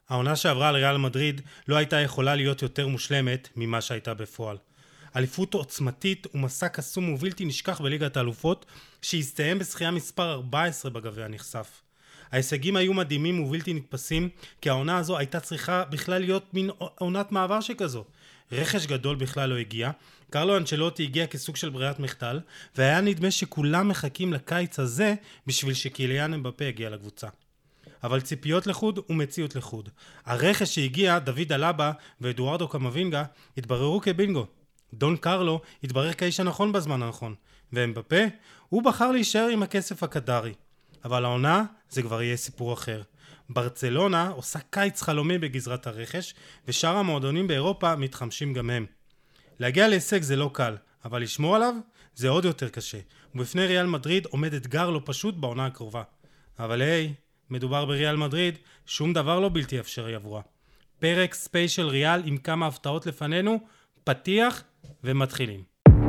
העונה שעברה על ריאל מדריד לא הייתה יכולה להיות יותר מושלמת ממה שהייתה בפועל. אליפות עוצמתית ומסע קסום ובלתי נשכח בליגת האלופות שהסתיים בזכייה מספר 14 בגביע נחשף. ההישגים היו מדהימים ובלתי נתפסים, כי העונה הזו הייתה צריכה בכלל להיות מין עונת מעבר שכזו. רכש גדול בכלל לא הגיע, קרלו אנצ'לוטי הגיע כסוג של ברירת מחדל, והיה נדמה שכולם מחכים לקיץ הזה בשביל שקיליאן אמבפה יגיע לקבוצה. אבל ציפיות לחוד ומציאות לחוד. הרכש שהגיע, דוד אלאבה ואדוארדו קמבינגה, התבררו כבינגו. דון קרלו התברר כאיש הנכון בזמן הנכון, ואמבפה הוא בחר להישאר עם הכסף הקטרי. אבל העונה זה כבר יהיה סיפור אחר. ברצלונה עושה קיץ חלומי בגזרת הרכש, ושאר המועדונים באירופה מתחמשים גם הם. להגיע להישג זה לא קל, אבל לשמור עליו זה עוד יותר קשה. ובפני ריאל מדריד עומד אתגר לא פשוט בעונה הקרובה. אבל היי, מדובר בריאל מדריד, שום דבר לא בלתי אפשרי עבורה. פרק ספיישל ריאל עם כמה הפתעות לפנינו, פתיח ומתחילים.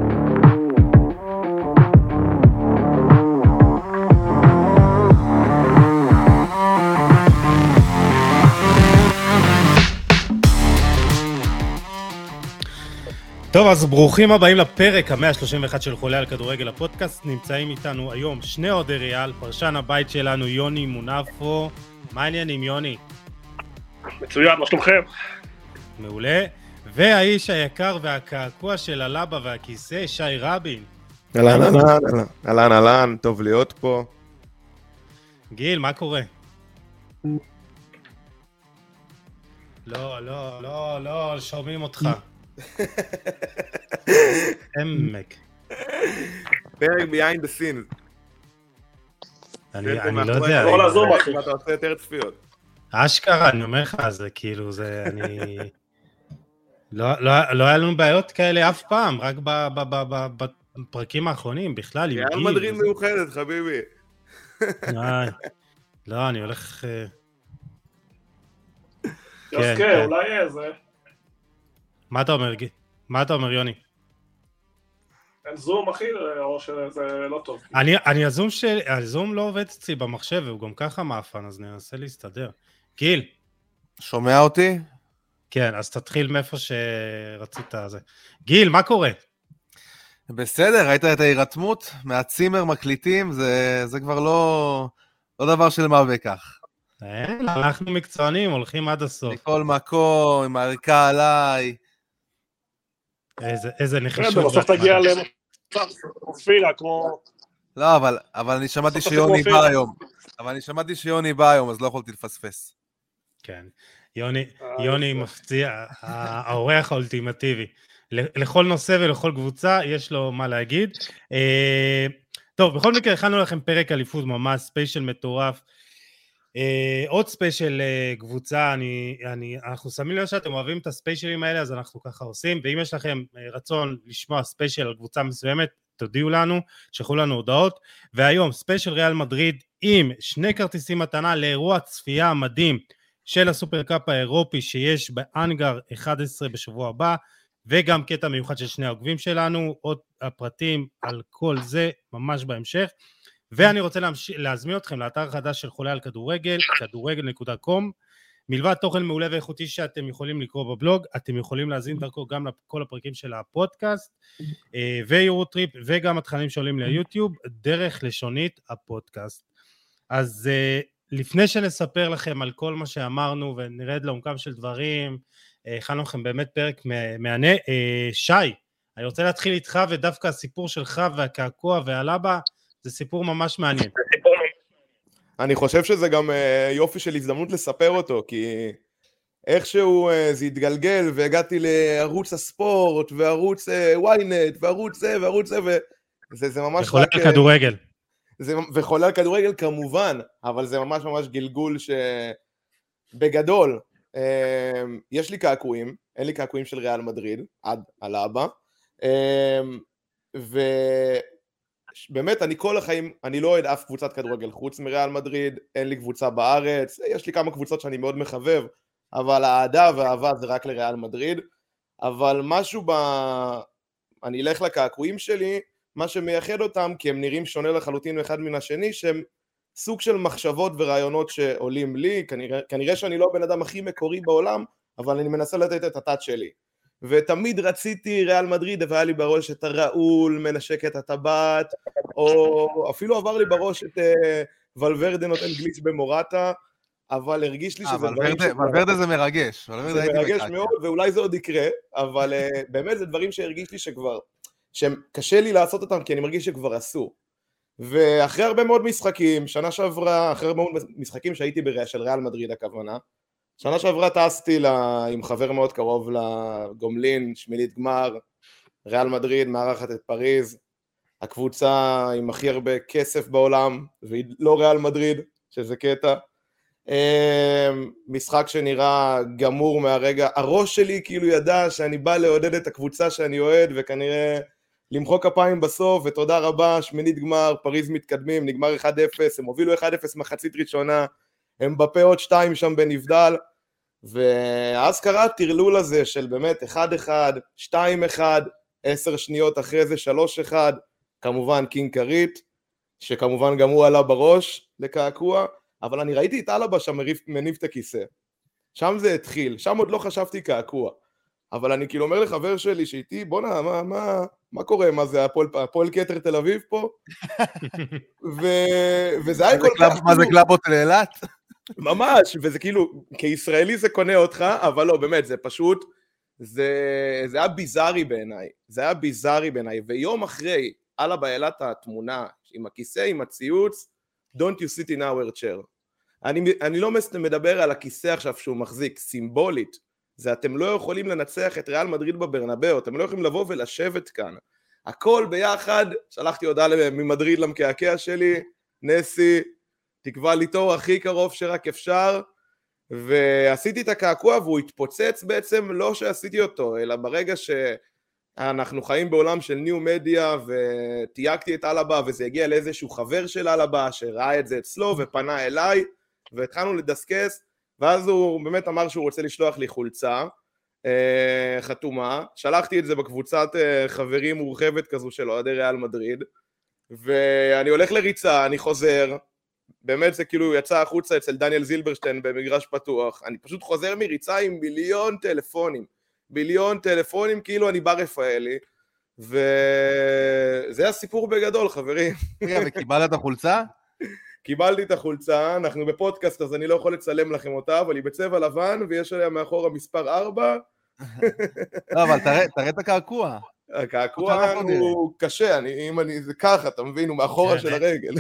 טוב, אז ברוכים הבאים לפרק ה-131 של חולה על כדורגל הפודקאסט. נמצאים איתנו היום שני אוהדי ריאל, פרשן הבית שלנו יוני מונפו. מה העניינים יוני? מצוין, מה שלומכם? מעולה. והאיש היקר והקעקוע של אלאבה והכיסא, שי רבין. אהלן, טוב להיות פה. גיל, מה קורה? לא, שומעים אותך. עמק. פרק behind the scenes. אני לא יודע. לא לעזור, אחי. אתה עושה יותר צפיות. אשכרה, אני אומר לך, זה כאילו, זה, אני... לא היה לנו בעיות כאלה אף פעם, רק בפרקים האחרונים, בכלל, עם גיל. ריאל מדריד מיוחדת, חביבי. לא, אני הולך... כן, אולי איזה. מה אתה אומר, יוני? אין זום, אחי, או שזה לא טוב. הזום לא עובד אצלי במחשב, והוא גם ככה מאפן, אז ננסה להסתדר. גיל. שומע אותי? כן, אז תתחיל מאיפה שרצית זה. גיל, מה קורה? בסדר, ראית את ההירתמות? מהצימר מקליטים, זה כבר לא דבר של מה וכך. אנחנו מקצוענים, הולכים עד הסוף. מכל מקום, עם הערכה עליי. איזה נחישות. בסוף תגיע למופילה, כמו... לא, אבל אני שמעתי שיוני בא היום. אז לא יכולתי לפספס. כן, יוני מפציע, האורח האולטימטיבי. לכל נושא ולכל קבוצה יש לו מה להגיד. טוב, בכל מקרה הכנו לכם פרק אליפות ממש, ספיישל מטורף. עוד ספיישל קבוצה, אנחנו שמים לב שאתם אוהבים את הספיישלים האלה, אז אנחנו ככה עושים, ואם יש לכם רצון לשמוע ספיישל על קבוצה מסוימת, תודיעו לנו, שלחו לנו הודעות, והיום ספיישל ריאל מדריד עם 2 כרטיסים מתנה לאירוע צפייה מדהים של הסופרקאפ האירופי שיש באנגר 11 בשבוע הבא, וגם קטע מיוחד של 2 העוקבים שלנו, עוד הפרטים על כל זה ממש בהמשך. ואני רוצה להזמין אתכם לאתר החדש של חולה על כדורגל, כדורגל.com. מלבד תוכן מעולה ואיכותי שאתם יכולים לקרוא בבלוג, אתם יכולים להזין דרכו גם לכל הפרקים של הפודקאסט, ויורוטריפ, וגם התכנים שעולים ליוטיוב, דרך לשונית הפודקאסט. אז לפני שנספר לכם על כל מה שאמרנו, ונרד לעומקם של דברים, הכנו לכם באמת פרק מענה. שי, אני רוצה להתחיל איתך, ודווקא הסיפור שלך והקעקוע והלבה, זה סיפור ממש מעניין. אני חושב שזה גם יופי של הזדמנות לספר אותו, כי איכשהו זה התגלגל, והגעתי לערוץ הספורט, וערוץ וויינט, וערוץ זה, וזה ממש... וחולה על כדורגל. וחולה על כדורגל כמובן, אבל זה ממש ממש גלגול שבגדול, יש לי קעקועים, אין לי קעקועים של ריאל מדריד, עד אלאבה, באמת, אני כל החיים, אני לא אוהד אף קבוצת כדורגל חוץ מריאל מדריד, אין לי קבוצה בארץ, יש לי כמה קבוצות שאני מאוד מחבב, אבל האהדה והאהבה זה רק לריאל מדריד, אבל משהו אני אלך לקעקועים שלי, מה שמייחד אותם, כי הם נראים שונה לחלוטין אחד מן השני, שהם סוג של מחשבות ורעיונות שעולים לי, כנראה שאני לא הבן אדם הכי מקורי בעולם, אבל אני מנסה לתת את הטאץ' שלי. ותמיד רציתי ריאל מדריד, והיה לי בראש את הראול, מנשק את הטבעת, או אפילו עבר לי בראש את ולוורדה נותן גליץ' במורטה, אבל הרגיש לי שזה דברים... ולוורדה זה מרגש. זה מרגש מאוד, ואולי זה עוד יקרה, אבל באמת זה דברים שהרגיש לי שכבר, שקשה לי לעשות אותם, כי אני מרגיש שכבר עשו. ואחרי הרבה מאוד משחקים, שנה שעברה, אחרי הרבה מאוד משחקים שהייתי של ריאל מדריד הכוונה, שנה שעברה טסתי עם חבר מאוד קרוב לגומלין, שמינית גמר, ריאל מדריד מארחת את פריז, הקבוצה עם הכי הרבה כסף בעולם, והיא לא ריאל מדריד, שזה קטע. משחק שנראה גמור מהרגע, הראש שלי כאילו ידע שאני בא לעודד את הקבוצה שאני אוהד, וכנראה למחוא כפיים בסוף, ותודה רבה, שמינית גמר, פריז מתקדמים, נגמר 1-0, הם הובילו 1-0 מחצית ראשונה, הם בפה עוד 2 שם בנבדל, ואז קרה הטרלול הזה של באמת 1-1, 2-1, 10 שניות אחרי זה 3-1, כמובן קינג קרית, שכמובן גם הוא עלה בראש לקעקוע, אבל אני ראיתי את אלבה שם מניף את הכיסא, שם זה התחיל, שם עוד לא חשבתי קעקוע, אבל אני כאילו אומר לחבר שלי שאיתי, בונה, מה קורה, מה זה הפועל כתר תל אביב פה? וזה היה כל כך... מה זה קלאבות לאילת? ממש, וזה כאילו, כישראלי זה קונה אותך, אבל לא, באמת, זה פשוט, זה היה ביזארי בעיניי, ויום אחרי, אלבה העלה את התמונה, עם הכיסא, עם הציוץ, don't you sit in our chair. אני לא מדבר על הכיסא עכשיו שהוא מחזיק, סימבולית, זה אתם לא יכולים לנצח את ריאל מדריד בברנבאו, אתם לא יכולים לבוא ולשבת כאן. הכל ביחד, שלחתי הודעה ממדריד למקעקע שלי, נסי, תקבע לי תור הכי קרוב שרק אפשר, ועשיתי את הקעקוע והוא התפוצץ בעצם, לא שעשיתי אותו, אלא ברגע שאנחנו חיים בעולם של ניו מדיה, ותייגתי את אלבה, וזה הגיע לאיזשהו חבר של אלבה, שראה את זה אצלו ופנה אליי, והתחלנו לדסקס, ואז הוא באמת אמר שהוא רוצה לשלוח לי חולצה חתומה, שלחתי את זה בקבוצת חברים מורחבת כזו של אוהדי ריאל מדריד, ואני הולך לריצה, אני חוזר, באמת זה כאילו יצא החוצה אצל דניאל זילברשטיין במגרש פתוח, אני פשוט חוזר מריצה עם ביליון טלפונים כאילו אני בר רפאלי, וזה הסיפור בגדול חברים. וקיבלת את החולצה? קיבלתי את החולצה, אנחנו בפודקאסט אז אני לא יכול לצלם לכם אותה, אבל היא בצבע לבן ויש עליה מאחורה מספר 4. לא, אבל תראה את הקעקוע. הקעקוע הוא קשה, זה ככה, אתה מבין, הוא מאחורה של הרגל.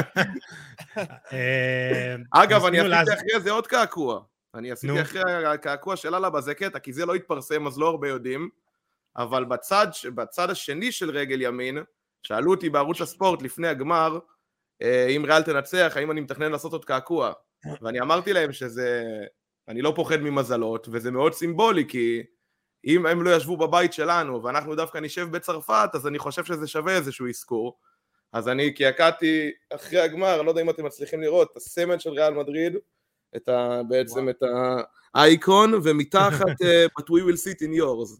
אגב, אני עשיתי אחרי זה עוד קעקוע. אני עשיתי אחרי הקעקוע של אלבה, זה קטע, כי זה לא התפרסם, אז לא הרבה יודעים, אבל בצד השני של רגל ימין, שאלו אותי בערוץ הספורט לפני הגמר, אם ריאל תנצח, האם אני מתכנן לעשות עוד קעקוע, ואני אמרתי להם שזה, אני לא פוחד ממזלות, וזה מאוד סימבולי, כי אם הם לא ישבו בבית שלנו, ואנחנו דווקא נשב בצרפת, אז אני חושב שזה שווה איזשהו עסקור, אז אני קעקעתי אחרי הגמר, אני לא יודע אם אתם מצליחים לראות, את הסמל של ריאל מדריד, בעצם את האייקון, ומתחת, but we will sit in yours,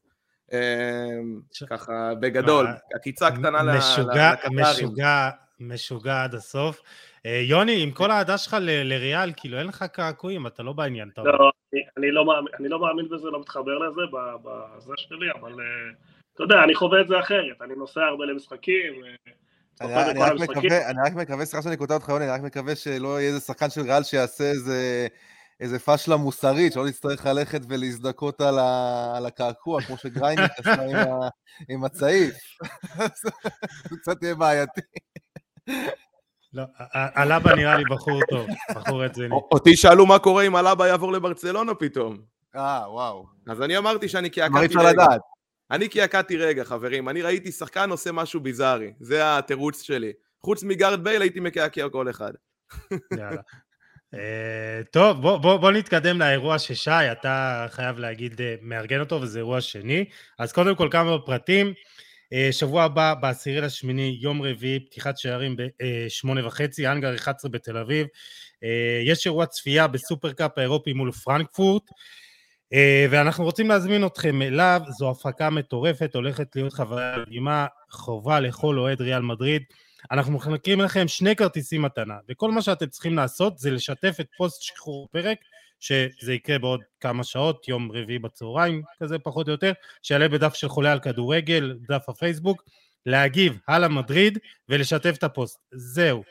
ככה בגדול, הקיצה קטנה לקטרים. משוגע עד הסוף. יוני, עם כל העדה שלך לריאל, כאילו אין לך קעקועים, אתה לא בעניין. לא, אני לא מאמין בזה, לא מתחבר לזה בזה שלי, אבל אתה יודע, אני חווה את זה אחרת, אני נוסע הרבה למשחקים. אני רק מקווה, סליחה שאני קוטע אותך יוני, אני רק מקווה שלא יהיה איזה שחקן של ריאל שיעשה איזה פשלה מוסרית, שלא נצטרך ללכת ולהזדקות על הקעקוע, כמו שגרייניק עשה עם הצעיף. זה קצת יהיה בעייתי. לא, אלבה נראה לי בחור טוב, בחור רציני. אותי שאלו מה קורה אם אלבה יעבור לברצלונה פתאום. וואו. אז אני אמרתי שאני קעקעתי רגע. אני קעקעתי רגע, חברים. אני ראיתי שחקן עושה משהו ביזארי. זה התירוץ שלי. חוץ מגארד בייל הייתי מקעקע כל אחד. יאללה. טוב, בוא נתקדם לאירוע ששי, אתה חייב להגיד מארגן אותו, וזה אירוע שני. אז קודם כל כמה פרטים. שבוע הבא, ב10/8, יום רביעי, פתיחת שערים ב8:30, אנגר 11 בתל אביב. יש אירוע צפייה בסופרקאפ האירופי מול פרנקפורט, ואנחנו רוצים להזמין אתכם אליו. זו הפקה מטורפת, הולכת להיות חוויה מדהימה, חובה לכל אוהד ריאל מדריד אנחנו מחלקים לכם 2 כרטיסים מתנה, וכל מה שאתם צריכים לעשות זה לשתף את פוסט שחרור פרק, שזה יקרה בעוד כמה שעות, יום רביעי בצהריים, כזה פחות או יותר, שיעלה בדף של חולה על כדורגל, דף הפייסבוק, להגיב הלאה מדריד ולשתף את הפוסט. זהו.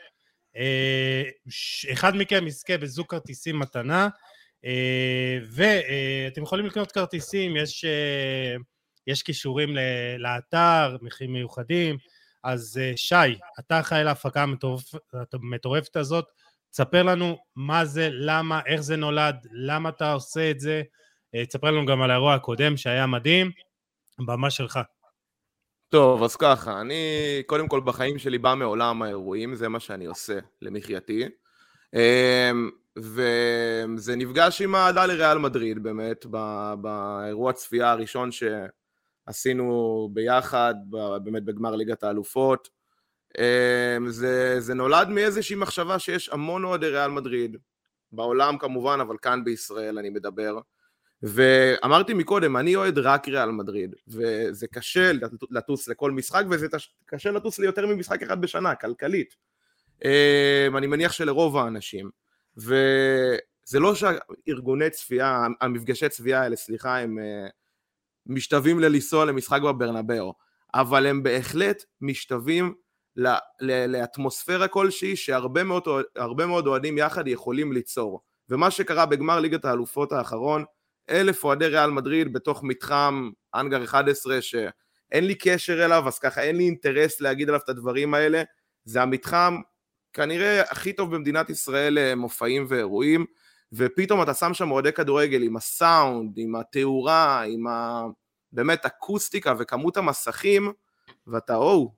אחד מכם יזכה בזוג כרטיסים מתנה, ואתם יכולים לקנות כרטיסים, יש קישורים לאתר, מחירים מיוחדים, אז שי, אתה אחראי להפקה המטורפת הזאת, תספר לנו מה זה, למה, איך זה נולד, למה אתה עושה את זה, תספר לנו גם על האירוע הקודם שהיה מדהים, במה שלך. טוב, אז ככה, אני קודם כל בחיים שלי בא מעולם האירועים, זה מה שאני עושה למחייתי, וזה נפגש עם האהדה לריאל מדריד באמת, באירוע צפייה הראשון שעשינו ביחד, באמת בגמר ליגת האלופות, זה נולד מאיזושהי מחשבה שיש המון אוהדי ריאל מדריד, בעולם כמובן, אבל כאן בישראל אני מדבר, ואמרתי מקודם, אני אוהד רק ריאל מדריד, וזה קשה לטוס לכל משחק, וזה קשה לטוס ליותר ממשחק אחד בשנה, כלכלית. אני מניח שלרוב האנשים, וזה לא שהארגוני צפייה, המפגשי צפייה האלה, סליחה, הם משתווים ללנסוע למשחק בברנבאו, אבל הם בהחלט משתווים לאטמוספירה כלשהי, שהרבה מאוד אוהדים יחד יכולים ליצור. ומה שקרה בגמר ליגת האלופות האחרון, 1,000 אוהדי ריאל מדריד בתוך מתחם אנגר 11 שאין לי קשר אליו, אז ככה אין לי אינטרס להגיד עליו את הדברים האלה, זה המתחם כנראה הכי טוב במדינת ישראל מופעים ואירועים, ופתאום אתה שם שם אוהדי כדורגל עם הסאונד, עם התאורה, עם באמת אקוסטיקה וכמות המסכים, ואתה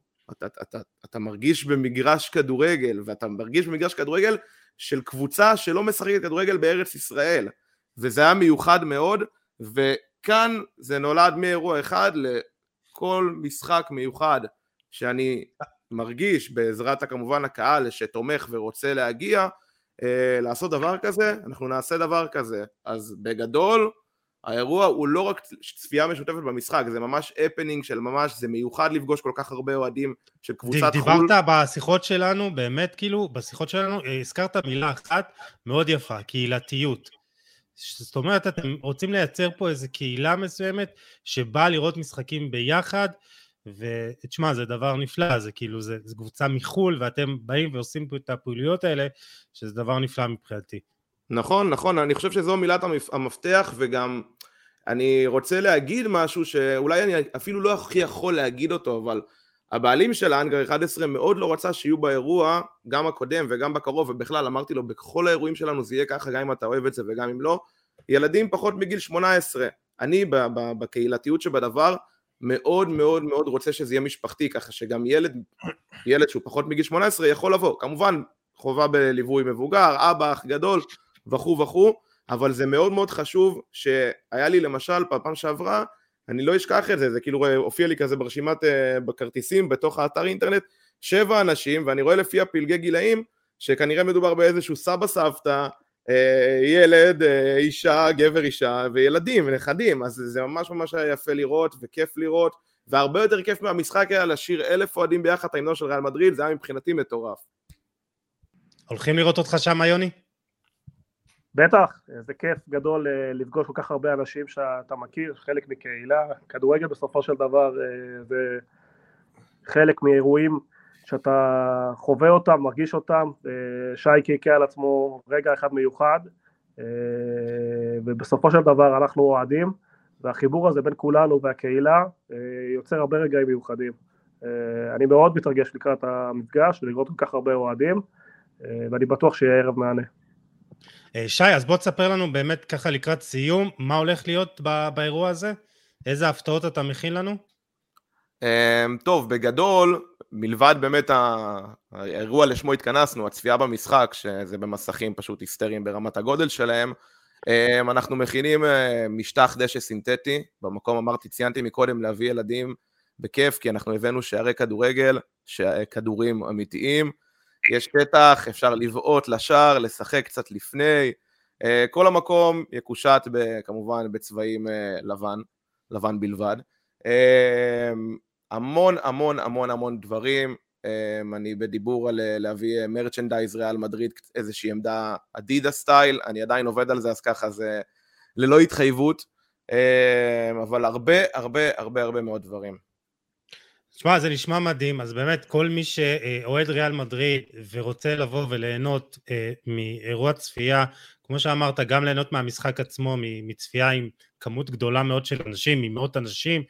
אתה מרגיש במגרש כדורגל, ואתה מרגיש במגרש כדורגל של קבוצה שלא משחקת כדורגל בארץ ישראל, וזה היה מיוחד מאוד, וכאן זה נולד מאירוע אחד לכל משחק מיוחד שאני מרגיש בעזרת כמובן הקהל שתומך ורוצה להגיע, לעשות דבר כזה, אנחנו נעשה דבר כזה. אז בגדול האירוע הוא לא רק צפייה משותפת במשחק, זה ממש הפנינג של ממש, זה מיוחד לפגוש כל כך הרבה אוהדים של קבוצת חול. דיברת בשיחות שלנו, באמת כאילו, בשיחות שלנו, הזכרת מילה אחת מאוד יפה, קהילתיות. זאת אומרת, אתם רוצים לייצר פה איזו קהילה מסוימת, שבאה לראות משחקים ביחד, ותשמע, זה דבר נפלא, זה כאילו, זה קבוצה מחול, ואתם באים ועושים פה את הפעילויות האלה, שזה דבר נפלא מבחינתי. נכון, אני חושב שזו מילת המפתח, וגם אני רוצה להגיד משהו שאולי אני אפילו לא הכי יכול להגיד אותו, אבל הבעלים של האנגר 11 מאוד לא רצה שיהיו באירוע, גם הקודם וגם בקרוב, ובכלל אמרתי לו, בכל האירועים שלנו זה יהיה ככה, גם אם אתה אוהב את זה וגם אם לא, ילדים פחות מגיל 18, אני בקהילתיות שבדבר, מאוד מאוד מאוד רוצה שזה יהיה משפחתי, ככה שגם ילד שהוא פחות מגיל 18 יכול לבוא, כמובן חובה בליווי מבוגר, אבא, אח גדול, וכו', אבל זה מאוד מאוד חשוב שהיה לי למשל פעם שעברה, אני לא אשכח את זה, זה כאילו הופיע לי כזה ברשימת בכרטיסים בתוך האתר אינטרנט, 7 אנשים, ואני רואה לפי הפלגי גילאים, שכנראה מדובר באיזשהו סבא סבתא, ילד, אישה, גבר אישה, וילדים ונכדים, אז זה ממש ממש היה יפה לראות וכיף לראות, והרבה יותר כיף מהמשחק היה לשיר 1,000 אוהדים ביחד את ההמנון של ריאל מדריד, זה היה מבחינתי מטורף. הולכים לראות אותך שם, יוני? בטח, זה כיף גדול לפגוש כל כך הרבה אנשים שאתה מכיר, חלק מקהילה, כדורגל בסופו של דבר זה חלק מאירועים שאתה חווה אותם, מרגיש אותם, שי קיקה על עצמו רגע אחד מיוחד, ובסופו של דבר אנחנו אוהדים, והחיבור הזה בין כולנו והקהילה יוצר הרבה רגעים מיוחדים. אני מאוד מתרגש לקראת המפגש, ולראות כל כך הרבה אוהדים, ואני בטוח שיהיה ערב מענה. שי, אז בוא תספר לנו באמת ככה לקראת סיום, מה הולך להיות באירוע הזה? איזה הפתעות אתה מכין לנו? טוב, בגדול, מלבד באמת האירוע לשמו התכנסנו, הצפייה במשחק, שזה במסכים פשוט היסטריים ברמת הגודל שלהם, אנחנו מכינים משטח דשא סינתטי, במקום ציינתי מקודם להביא ילדים בכיף, כי אנחנו הבאנו שערי כדורגל, כדורים אמיתיים, יש שטח, אפשר לבעוט לשער, לשחק קצת לפני, כל המקום יקושט כמובן בצבעים לבן בלבד, המון דברים, אני בדיבור על להביא מרצ'נדייז ריאל מדריד, איזושהי עמדה אדידה סטייל, אני עדיין עובד על זה, אז ככה זה ללא התחייבות, אבל הרבה מאוד דברים. תשמע, זה נשמע מדהים, אז באמת כל מי שאוהד ריאל מדריד ורוצה לבוא וליהנות מאירוע צפייה, כמו שאמרת, גם ליהנות מהמשחק עצמו, מצפייה עם כמות גדולה מאוד של אנשים, עם מאות אנשים,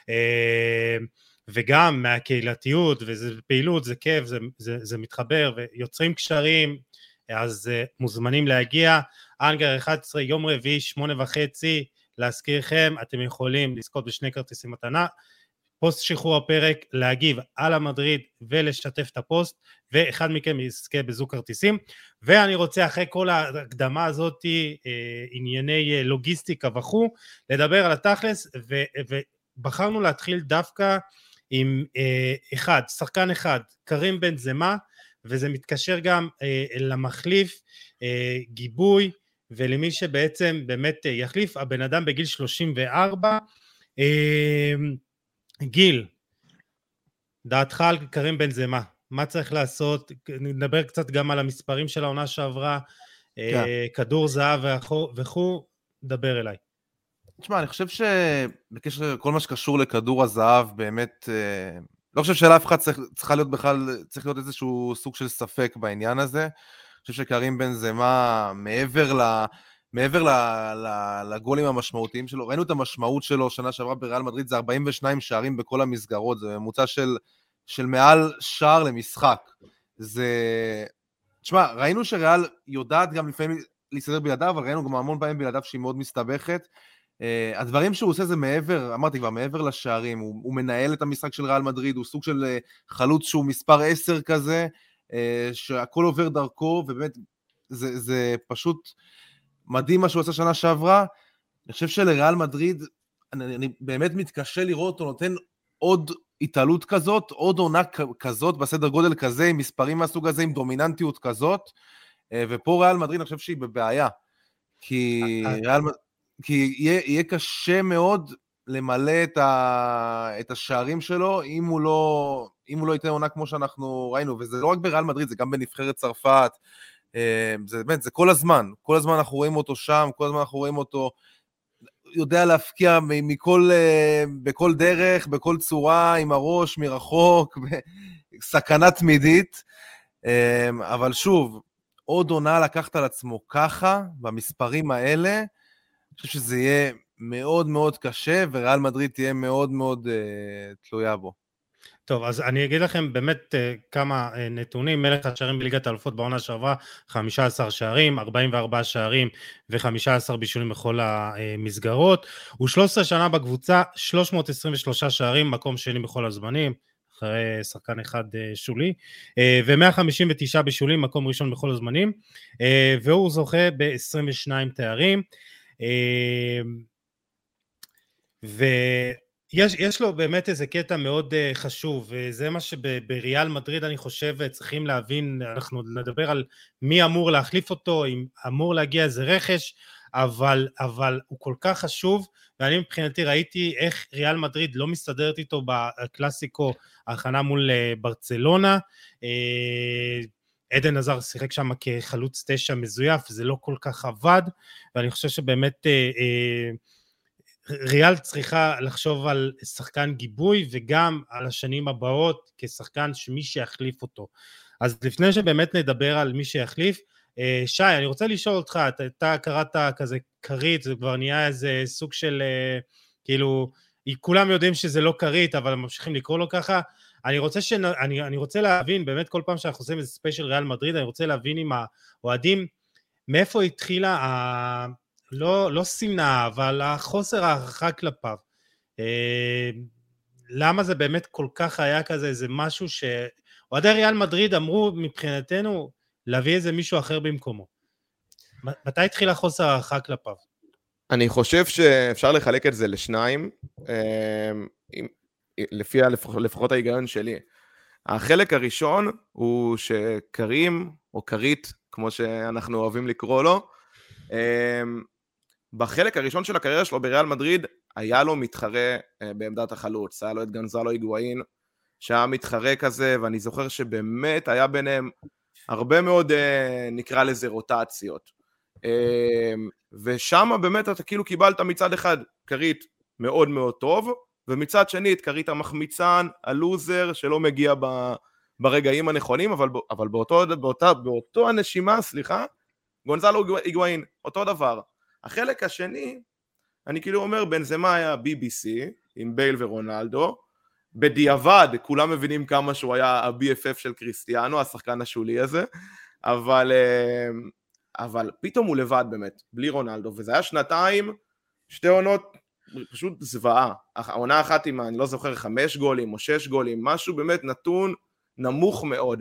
וגם מהקהילתיות, וזה פעילות, זה כיף, זה מתחבר, ויוצרים קשרים, אז מוזמנים להגיע, אנגר 11, יום רביעי, 8:30, להזכירכם, אתם יכולים לזכות בשני כרטיסים מתנה, פוסט שחרור הפרק, להגיב על המדריד ולשתף את הפוסט, ואחד מכם יזכה בזוג כרטיסים, ואני רוצה אחרי כל ההקדמה הזאת, ענייני לוגיסטיקה וכו', לדבר על התכלס, ובחרנו להתחיל דווקא עם שחקן אחד, קרים בנזמה, וזה מתקשר גם למחליף, גיבוי, ולמי שבעצם באמת יחליף, הבן אדם בגיל 34, גיל, דעתך על קרים בנזמה, מה צריך לעשות? נדבר קצת גם על המספרים של העונה שעברה, כדור זהב וכו', דבר אליי. תשמע, אני חושב שבקשר לכל מה שקשור לכדור הזהב, באמת, לא חושב שלאף אחד צריך להיות איזשהו סוג של ספק בעניין הזה. אני חושב שקרים בנזמה, מעבר לגולים המשמעותיים שלו, ראינו את המשמעות שלו שנה שעברה בריאל מדריד, זה 42 שערים בכל המסגרות, זה ממוצע של מעל שער למשחק. תשמע, ראינו שריאל יודעת גם לפעמים להסתדר בלעדיו, אבל ראינו גם המון פעמים בלעדיו שהיא מאוד מסתבכת. הדברים שהוא עושה זה מעבר, אמרתי כבר, מעבר לשערים, הוא מנהל את המשחק של ריאל מדריד, הוא סוג של חלוץ שהוא מספר 10 כזה, שהכל עובר דרכו, ובאמת זה פשוט מדהים מה שהוא עושה שנה שעברה. אני חושב שלריאל מדריד, אני באמת מתקשה לראות אותו נותן עוד התעלות כזאת, עוד עונה כזאת, בסדר גודל כזה, עם מספרים מהסוג הזה, עם דומיננטיות כזאת, ופה ריאל מדריד אני חושב שהיא בבעיה, כי יהיה קשה מאוד למלא את השערים שלו, אם הוא לא ייתן עונה כמו שאנחנו ראינו, וזה לא רק בריאל מדריד, זה גם בנבחרת צרפת, זה כל הזמן אנחנו רואים אותו שם, כל הזמן אנחנו רואים אותו, יודע להפקיע בכל דרך, בכל צורה, עם הראש, מרחוק, סכנה תמידית, אבל שוב, עוד עונה לקחת על עצמו ככה, במספרים האלה, אני חושב שזה יהיה מאוד מאוד קשה, וריאל מדריד תהיה מאוד מאוד תלויה בו. טוב, אז אני אגיד לכם באמת כמה נתונים. מלך השערים בליגת האלופות בעונה שעברה, 15 שערים, 44 שערים ו15 בישולים בכל המסגרות. הוא 13 שנה בקבוצה, 323 שערים, מקום שני בכל הזמנים, אחרי שחקן אחד שולי, ו159 בישולים, מקום ראשון בכל הזמנים, והוא זוכה ב-22 תארים, יש לו באמת איזה קטע מאוד חשוב, וזה מה שבריאל מדריד אני חושב צריכים להבין, אנחנו נדבר על מי אמור להחליף אותו, אם אמור להגיע איזה רכש, אבל הוא כל כך חשוב, ואני מבחינתי ראיתי איך ריאל מדריד לא מסתדרת איתו בקלאסיקו, ההכנה מול ברצלונה, עדן עזר שיחק שם כחלוץ 9 מזויף, זה לא כל כך עבד, ואני חושב שבאמת ריאל צריכה לחשוב על שחקן גיבוי, וגם על השנים הבאות כשחקן שמי שיחליף אותו. אז לפני שבאמת נדבר על מי שיחליף, שי, אני רוצה לשאול אותך, אתה קראת כזה קרית, זה כבר נהיה איזה סוג של, כאילו, כולם יודעים שזה לא קרית, אבל הם ממשיכים לקרוא לו ככה, אני רוצה להבין, באמת כל פעם שאנחנו עושים איזה ספיישל ריאל מדריד, אני רוצה להבין עם האוהדים, מאיפה התחילה לא שנאה, אבל החוסר הערכה כלפיו. למה זה באמת כל כך היה כזה, איזה משהו שאוהדי ריאל מדריד אמרו מבחינתנו, להביא איזה מישהו אחר במקומו. מתי התחילה חוסר הערכה כלפיו? אני חושב שאפשר לחלק את זה לשניים, לפי לפחות ההיגיון שלי. החלק הראשון הוא שקרים, או קרית, כמו שאנחנו אוהבים לקרוא לו, בחלק הראשון של הקריירה שלו בריאל מדריד, היה לו מתחרה בעמדת החלוץ, היה לו את גנזלו היגואין, שהיה מתחרה כזה, ואני זוכר שבאמת היה ביניהם הרבה מאוד, נקרא לזה רוטציות. ושם באמת אתה כאילו קיבלת מצד אחד כרית מאוד מאוד טוב, ומצד שני את כרית המחמיצן, הלוזר, שלא מגיע ברגעים הנכונים, אבל באותו הנשימה, סליחה, גונזלו היגואין, אותו דבר. החלק השני, אני כאילו אומר, בנזמה היה BBC, עם בייל ורונלדו, בדיעבד, כולם מבינים כמה שהוא היה ה-BFF של קריסטיאנו, השחקן השולי הזה, אבל פתאום הוא לבד באמת, בלי רונלדו, וזה היה שנתיים, שתי עונות, פשוט זוועה. העונה אחת עם, אני לא זוכר, 5 גולים או 6 גולים, משהו באמת נתון נמוך מאוד,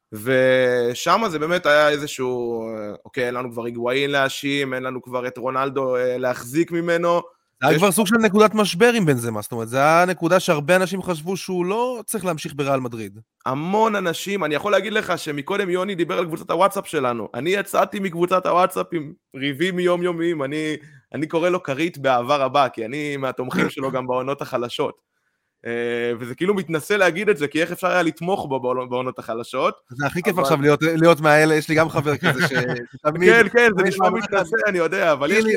ושם זה באמת היה איזשהו, אוקיי, אין לנו כבר היגואין להאשים, אין לנו כבר את רונלדו להחזיק ממנו. זה היה כבר סוג של נקודת משבר עם בנזמה, זאת אומרת, זה היה נקודה שהרבה אנשים חשבו שהוא לא צריך להמשיך בריאל מדריד. המון אנשים, אני יכול להגיד לך שמקודם יוני דיבר על קבוצת הוואטסאפ שלנו, אני יצאתי מקבוצת הוואטסאפ עם ריבים יומיומיים, אני קורא לו כרית באהבה רבה, כי אני מהתומכים שלו גם בעונות החלשות. וזה כאילו מתנסה להגיד את זה, כי איך אפשר היה לתמוך בו בעונות החלשות. זה הכי כיף עכשיו להיות מהאלה, יש לי גם חבר כזה שתמיד... כן, זה נשמע מתנסה, אני יודע, אבל יש לי...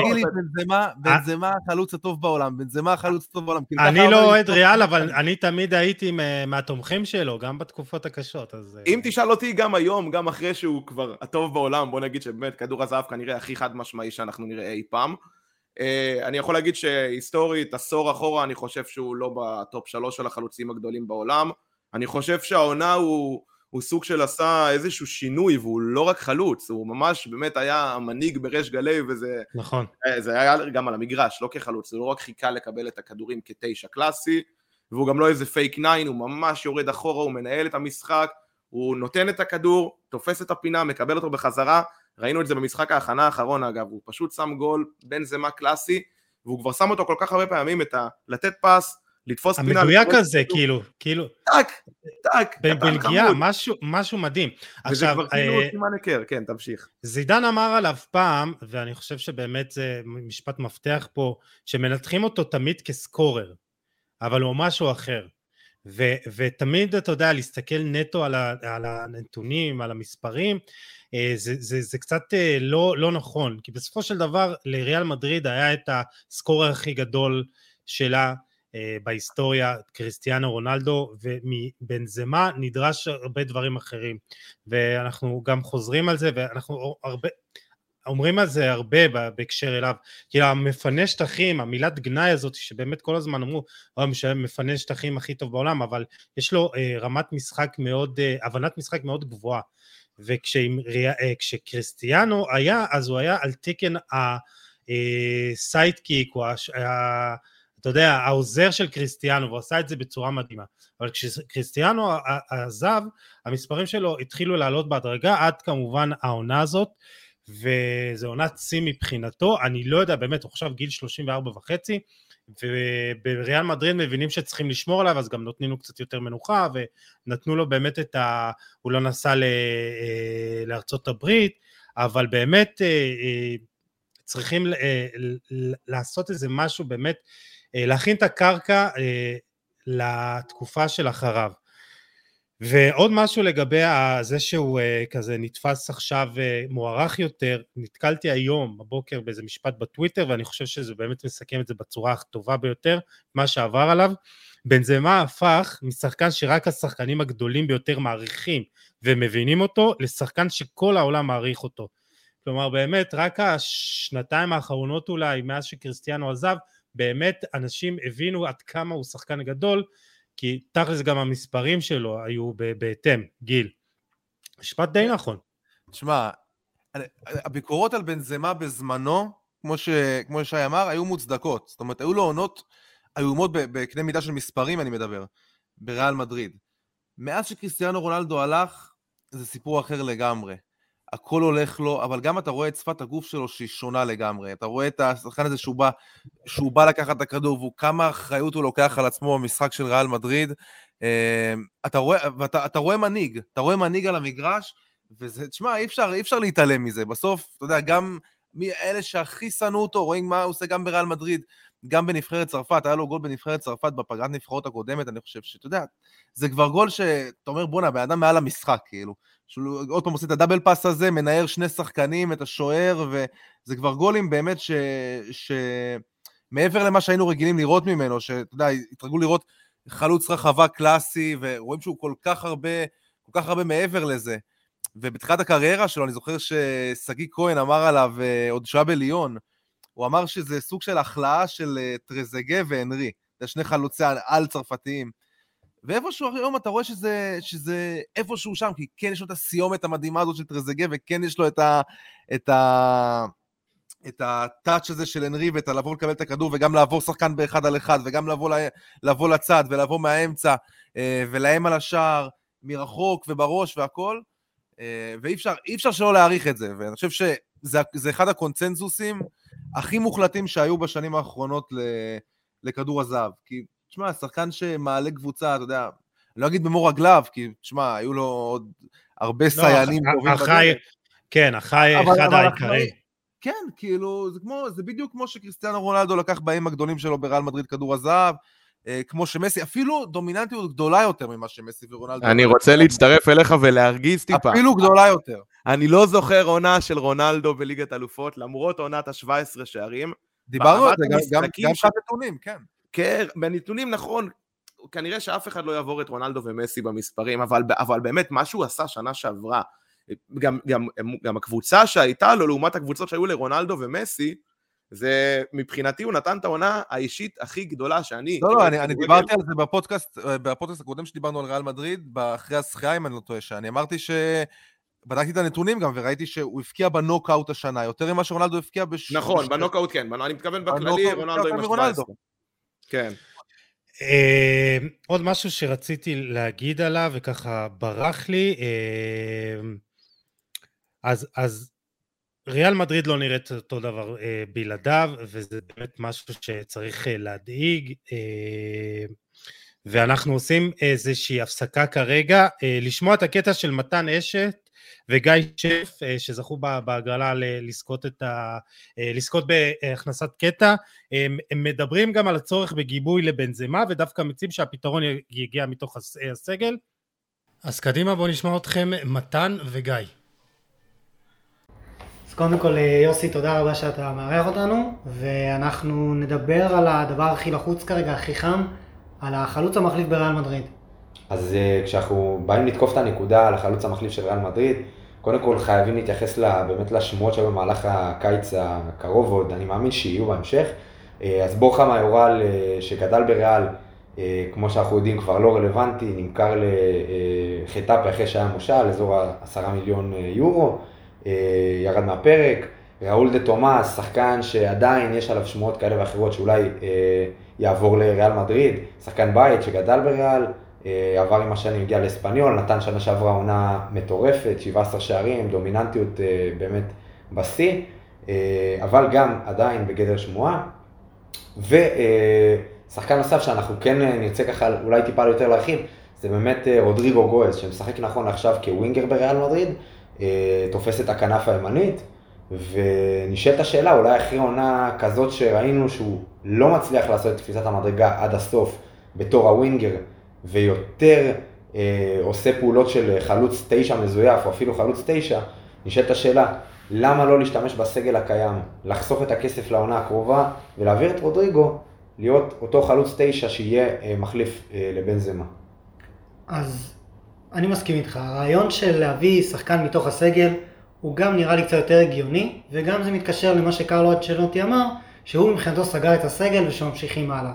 בנזמה החלוץ הטוב בעולם, בנזמה החלוץ הטוב בעולם. אני לא אוהד ריאל, אבל אני תמיד הייתי מהתומכים שלו, גם בתקופות הקשות. אם תשאל אותי גם היום, גם אחרי שהוא כבר הטוב בעולם, בוא נגיד שבאמת כדור הזהב כנראה הכי חד משמעי שאנחנו נראה אי פעם, אני יכול להגיד שהיסטורית, עשור אחורה, אני חושב שהוא לא בטופ 3 של החלוצים הגדולים בעולם. אני חושב שהעונה הוא סוג של עשה איזשהו שינוי, והוא לא רק חלוץ, הוא ממש באמת היה המנהיג בריש גלי, וזה נכון. זה היה גם על המגרש, לא כחלוץ, זה לא רק חיכה לקבל את הכדורים כ9 קלאסי, והוא גם לא איזה פייק 9, הוא ממש יורד אחורה, הוא מנהל את המשחק, הוא נותן את הכדור, תופס את הפינה, מקבל אותו בחזרה, ראינו את זה במשחק ההכנה האחרון אגב, הוא פשוט שם גול בנזמה קלאסי, והוא כבר שם אותו כל כך הרבה פעמים, לתת פס, לתפוס פינה. המדויק הזה, כאילו. טק. בלגיה, משהו מדהים. וזה כבר כאילו סימן הכר, כן, תמשיך. זידן אמר עליו פעם, ואני חושב שבאמת זה משפט מפתח פה, שמנתחים אותו תמיד כסקורר, אבל הוא משהו אחר. ותמיד אתה יודע, להסתכל נטו על הנתונים, על המספרים, זה קצת לא נכון, כי בסופו של דבר לריאל מדריד היה את הסקורר הכי גדול שלה בהיסטוריה, קריסטיאנו רונלדו, ומבנזמה נדרש הרבה דברים אחרים, ואנחנו גם חוזרים על זה, ואנחנו אומרים על זה הרבה בהקשר אליו, כי המפנה שטחים, המילת גנאי הזאת, שבאמת כל הזמן אמרו, מפנה שטחים הכי טוב בעולם, אבל יש לו רמת משחק מאוד, הבנת משחק מאוד גבוהה, וכשקריסטיאנו היה, אז הוא היה על תקן הסיידקיק, אתה יודע, העוזר של קריסטיאנו, והוא עשה את זה בצורה מדהימה, אבל כשקריסטיאנו עזב, המספרים שלו התחילו לעלות בהדרגה, עד כמובן העונה הזאת, וזה עונת שיא מבחינתו, אני לא יודע, באמת, הוא עכשיו גיל 34.5, ובריאל מדריד מבינים שצריכים לשמור עליו, אז גם נותנים לו קצת יותר מנוחה, ונתנו לו באמת הוא לא נסע לארצות הברית, אבל באמת צריכים לעשות איזה משהו, באמת, להכין את הקרקע לתקופה של אחריו. ועוד משהו לגבי זה שהוא כזה נתפס עכשיו מוערך יותר, נתקלתי היום בבוקר באיזה משפט בטוויטר, ואני חושב שזה באמת מסכם את זה בצורה הטובה ביותר, מה שעבר עליו. בנזמה הפך משחקן שרק השחקנים הגדולים ביותר מעריכים ומבינים אותו, לשחקן שכל העולם מעריך אותו. כלומר באמת רק השנתיים האחרונות אולי, מאז שקריסטיאנו עזב, באמת אנשים הבינו עד כמה הוא שחקן גדול, כי תכלס גם המספרים שלו היו בהתאם, גיל. משפט די נכון. תשמע, הביקורות על בנזמה בזמנו, כמו שי אמר, היו מוצדקות. זאת אומרת, היו לו עונות איומות בקנה מידה של מספרים, אני מדבר, בריאל מדריד. מאז שקריסטיאנו רונלדו הלך, זה סיפור אחר לגמרי. הכל הולך לו, אבל גם אתה רואה את שפת הגוף שלו שהיא שונה לגמרי. אתה רואה את השחקן הזה שהוא בא לקחת את הכדור, והוא כמה אחריות הוא לוקח על עצמו במשחק של ריאל מדריד. אתה רואה מנהיג, על המגרש, וזה, תשמע, אי אפשר להתעלם מזה. בסוף, אתה יודע, גם מאלה שהכי שנאו אותו, רואים מה הוא עושה גם בריאל מדריד, גם בנבחרת צרפת, היה לו גול בנבחרת צרפת בפגרת נבחרות הקודמת, אני חושב שאתה יודע, זה כבר גול שאתה אומר בונה, באדם מעל המשחק, כאילו, שהוא עוד פעם עושה את הדאבל פאס הזה, מנער שני שחקנים, את השוער, וזה כבר גולים באמת מעבר למה שהיינו רגילים לראות ממנו, שאתה יודע, התרגלו לראות חלוץ רחבה קלאסי, ורואים שהוא כל כך הרבה מעבר לזה, ובתחילת הקריירה שלו, אני זוכר שסגי כהן אמר עליו, עוד שעה בליון, הוא אמר שזה סוג של החלאה של טרזגה והנרי, זה שני חלוצי על צרפתיים, ואיפשהו היום אתה רואה שזה איפשהו שם, כי כן יש לו את הסיומת המדהימה הזאת של טרזגה, וכן יש לו את הטאץ' הזה של הנרי, ואת לבוא לקבל את הכדור, וגם לעבור שחקן באחד על אחד, וגם לבוא לצד, ולבוא מהאמצע, ולהם על השער, מרחוק ובראש והכל, ואי אפשר שלא להעריך את זה, ואני חושב שזה אחד הקונצנזוסים הכי מוחלטים שהיו בשנים האחרונות לכדור הזהב, כי תשמע, שחקן שמעלה קבוצה, אתה יודע, אני לא אגיד במור רגליו, כי תשמע, היו לו עוד הרבה סיינים טובים בדרך. כן, החי אחד העיקרי. כן, כאילו, זה בדיוק כמו שקריסטיאנו רונלדו לקח בהם הגדולים שלו בריאל מדריד כדור הזהב, כמו שמסי, אפילו דומיננטיות גדולה יותר ממה שמסי ורונלדו. אני רוצה להצטרף אליך ולהרגיז טיפה. אפילו גדולה יותר. אני לא זוכר עונה של רונלדו בליגת אלופות, למרות עונת ה-17 שערים. דיברנו על זה, גם בנתונים, כן. כן, בנתונים נכון, כנראה שאף אחד לא יעבור את רונלדו ומסי במספרים, אבל באמת מה שהוא עשה שנה שעברה, גם הקבוצה שהייתה לו, לעומת הקבוצות שהיו לרונלדו ומסי, זה מבחינתי הוא נתן את העונה האישית הכי גדולה שאני... לא, אני דיברתי על זה בפודקאסט הקודם שדיברנו על ריאל מדריד, אחרי השחייה אם אני לא טועה, שאני אמרתי בדקתי את הנתונים גם, וראיתי שהוא הפקיע בנוקאוט השנה, יותר ממה שרונלדו הפקיע נכון, בנוקאוט כן, אני מתכוון בכללי, רונלדו עם ה-17. כן. עוד משהו שרציתי להגיד עליו, וככה ברח לי, אז ריאל מדריד לא נראית אותו דבר בלעדיו, וזה באמת משהו שצריך להדאיג, ואנחנו עושים איזושהי הפסקה כרגע, לשמוע את הקטע של מתן אשת וגיא שף, שזכו בהגרלה לזכות בהכנסת קטע, הם מדברים גם על הצורך בגיבוי לבנזמה, ודווקא מציעים שהפתרון יגיע מתוך הסגל. אז קדימה, בואו נשמע אתכם, מתן וגיא. אז קודם כל יוסי, תודה רבה שאתה מארח אותנו, ואנחנו נדבר על הדבר הכי לחוץ כרגע, הכי חם, על החלוץ המחליף בריאל מדריד. אז כשאנחנו באים לתקוף את הנקודה על החלוץ המחליף של ריאל מדריד, קודם כל חייבים להתייחס באמת לשמועות שהיו במהלך הקיץ הקרוב, עוד אני מאמין שיהיו בהמשך. אז בורחה מאיורל שגדל בריאל, כמו שאנחנו יודעים כבר לא רלוונטי, נמכר לחטאפה אחרי שהיה מושל, אזור 10 מיליון יורו, ירד מהפרק. ראול דה תומאס, שחקן שעדיין יש עליו שמועות כאלה ואחרות שאולי יעבור לריאל מדריד, שחקן בית שגדל בריאל, עבר עם השנים, הגיע לאספניול, נתן שנה שעברה עונה מטורפת, 17 שערים, דומיננטיות באמת בשיא, אבל גם עדיין בגדר שמועה. ושחקן נוסף שאנחנו כן נרצה ככה אולי טיפה יותר להרחיב, זה באמת רודריגו גואז, שמשחק נכון עכשיו כווינגר בריאל מדריד, תופס את הכנף הימנית, ונשאלת השאלה, אולי אחרי עונה כזאת שראינו שהוא לא מצליח לעשות את תפיסת המדרגה עד הסוף בתור הווינגר, ויותר עושה פעולות של חלוץ 9 מזויף, או אפילו חלוץ 9, נשאלת השאלה, למה לא להשתמש בסגל הקיים, לחסוך את הכסף לעונה הקרובה, ולהעביר את רודריגו להיות אותו חלוץ 9 שיהיה מחליף לבנזמה? אז אני מסכים איתך, הרעיון של להביא שחקן מתוך הסגל, הוא גם נראה לי קצת יותר הגיוני, וגם זה מתקשר למה שקרלו אנצ'לוטי אמר, שהוא מבחינתו סגר את הסגל ושממשיכים הלאה.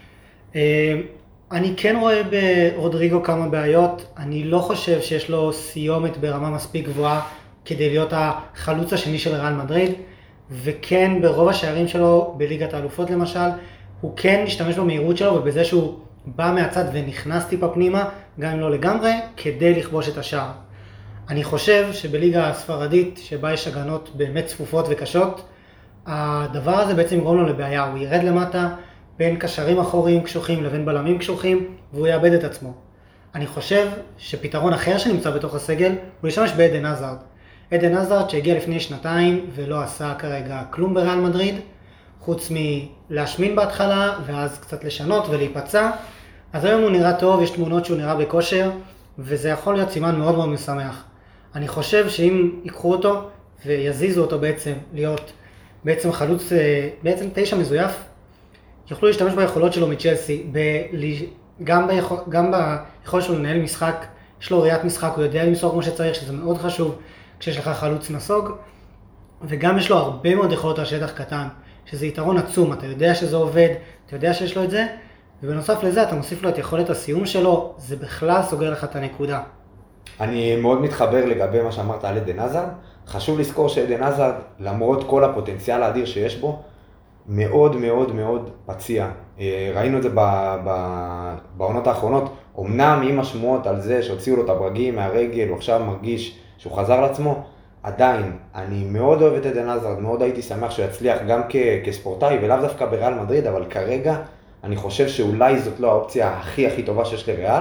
אני כן רואה ברודריגו כמה בעיות, אני לא חושב שיש לו סיומת ברמה מספיק גבוהה כדי להיות החלוץ השני של ריאל מדריד, וכן ברוב השערים שלו בליגת האלופות למשל, הוא כן משתמש במהירות שלו ובזה שהוא בא מהצד ונכנס טיפה פנימה, גם אם לא לגמרי, כדי לכבוש את השער. אני חושב שבליגה הספרדית, שבה יש הגנות באמת צפופות וקשות, הדבר הזה בעצם יגרום לו לבעיה, הוא ירד למטה בין קשרים אחוריים קשוחים לבין בלמים קשוחים, והוא יאבד את עצמו. אני חושב שפתרון אחר שנמצא בתוך הסגל, הוא להשתמש בעדן עזארד. עדן עזרד שהגיע לפני שנתיים ולא עשה כרגע כלום בריאל מדריד, חוץ מלהשמין בהתחלה ואז קצת לשנות ולהיפצע. אז היום הוא נראה טוב, יש תמונות שהוא נראה בכושר, וזה יכול להיות סימן מאוד מאוד משמח. אני חושב שאם ייקחו אותו ויזיזו אותו להיות חלוץ, 9 מזויף, יוכלו להשתמש ביכולות שלו מצ'לסי, גם ביכולת שלו לנהל משחק, יש לו ראיית משחק, הוא יודע למסור כמו שצריך, שזה מאוד חשוב כשיש לך חלוץ נסוג, וגם יש לו הרבה מאוד יכולות על שטח קטן, שזה יתרון עצום, אתה יודע שזה עובד, אתה יודע שיש לו את זה, ובנוסף לזה אתה מוסיף לו את יכולת הסיום שלו, זה בכלל סוגר לך את הנקודה. אני מאוד מתחבר לגבי מה שאמרת על עדן עזרד. חשוב לזכור שעדן עזרד, למרות כל הפוטנציאל האדיר שיש בו, מאוד מאוד מאוד פציע. ראינו את זה בעונות האחרונות, אמנם עם השמועות על זה שהוציאו לו את הברגים מהרגל, הוא עכשיו מרגיש שהוא חזר לעצמו, עדיין, אני מאוד אוהב את עדן עזרד, מאוד הייתי שמח שהוא יצליח גם כספורטאי, ולאו דווקא בריאל מדריד, אבל כרגע אני חושב שאולי זאת לא האופציה הכי טובה שיש לריאל.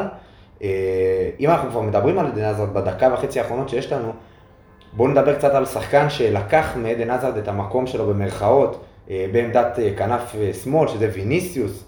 אם אנחנו כבר מדברים על עדן עזרד בדקה וחצי האחרונות שיש לנו, בואו נדבר קצת על שחקן שלקח מעדן עזרד את המקום שלו במרכאות, בעמדת כנף שמאל, שזה ויניסיוס,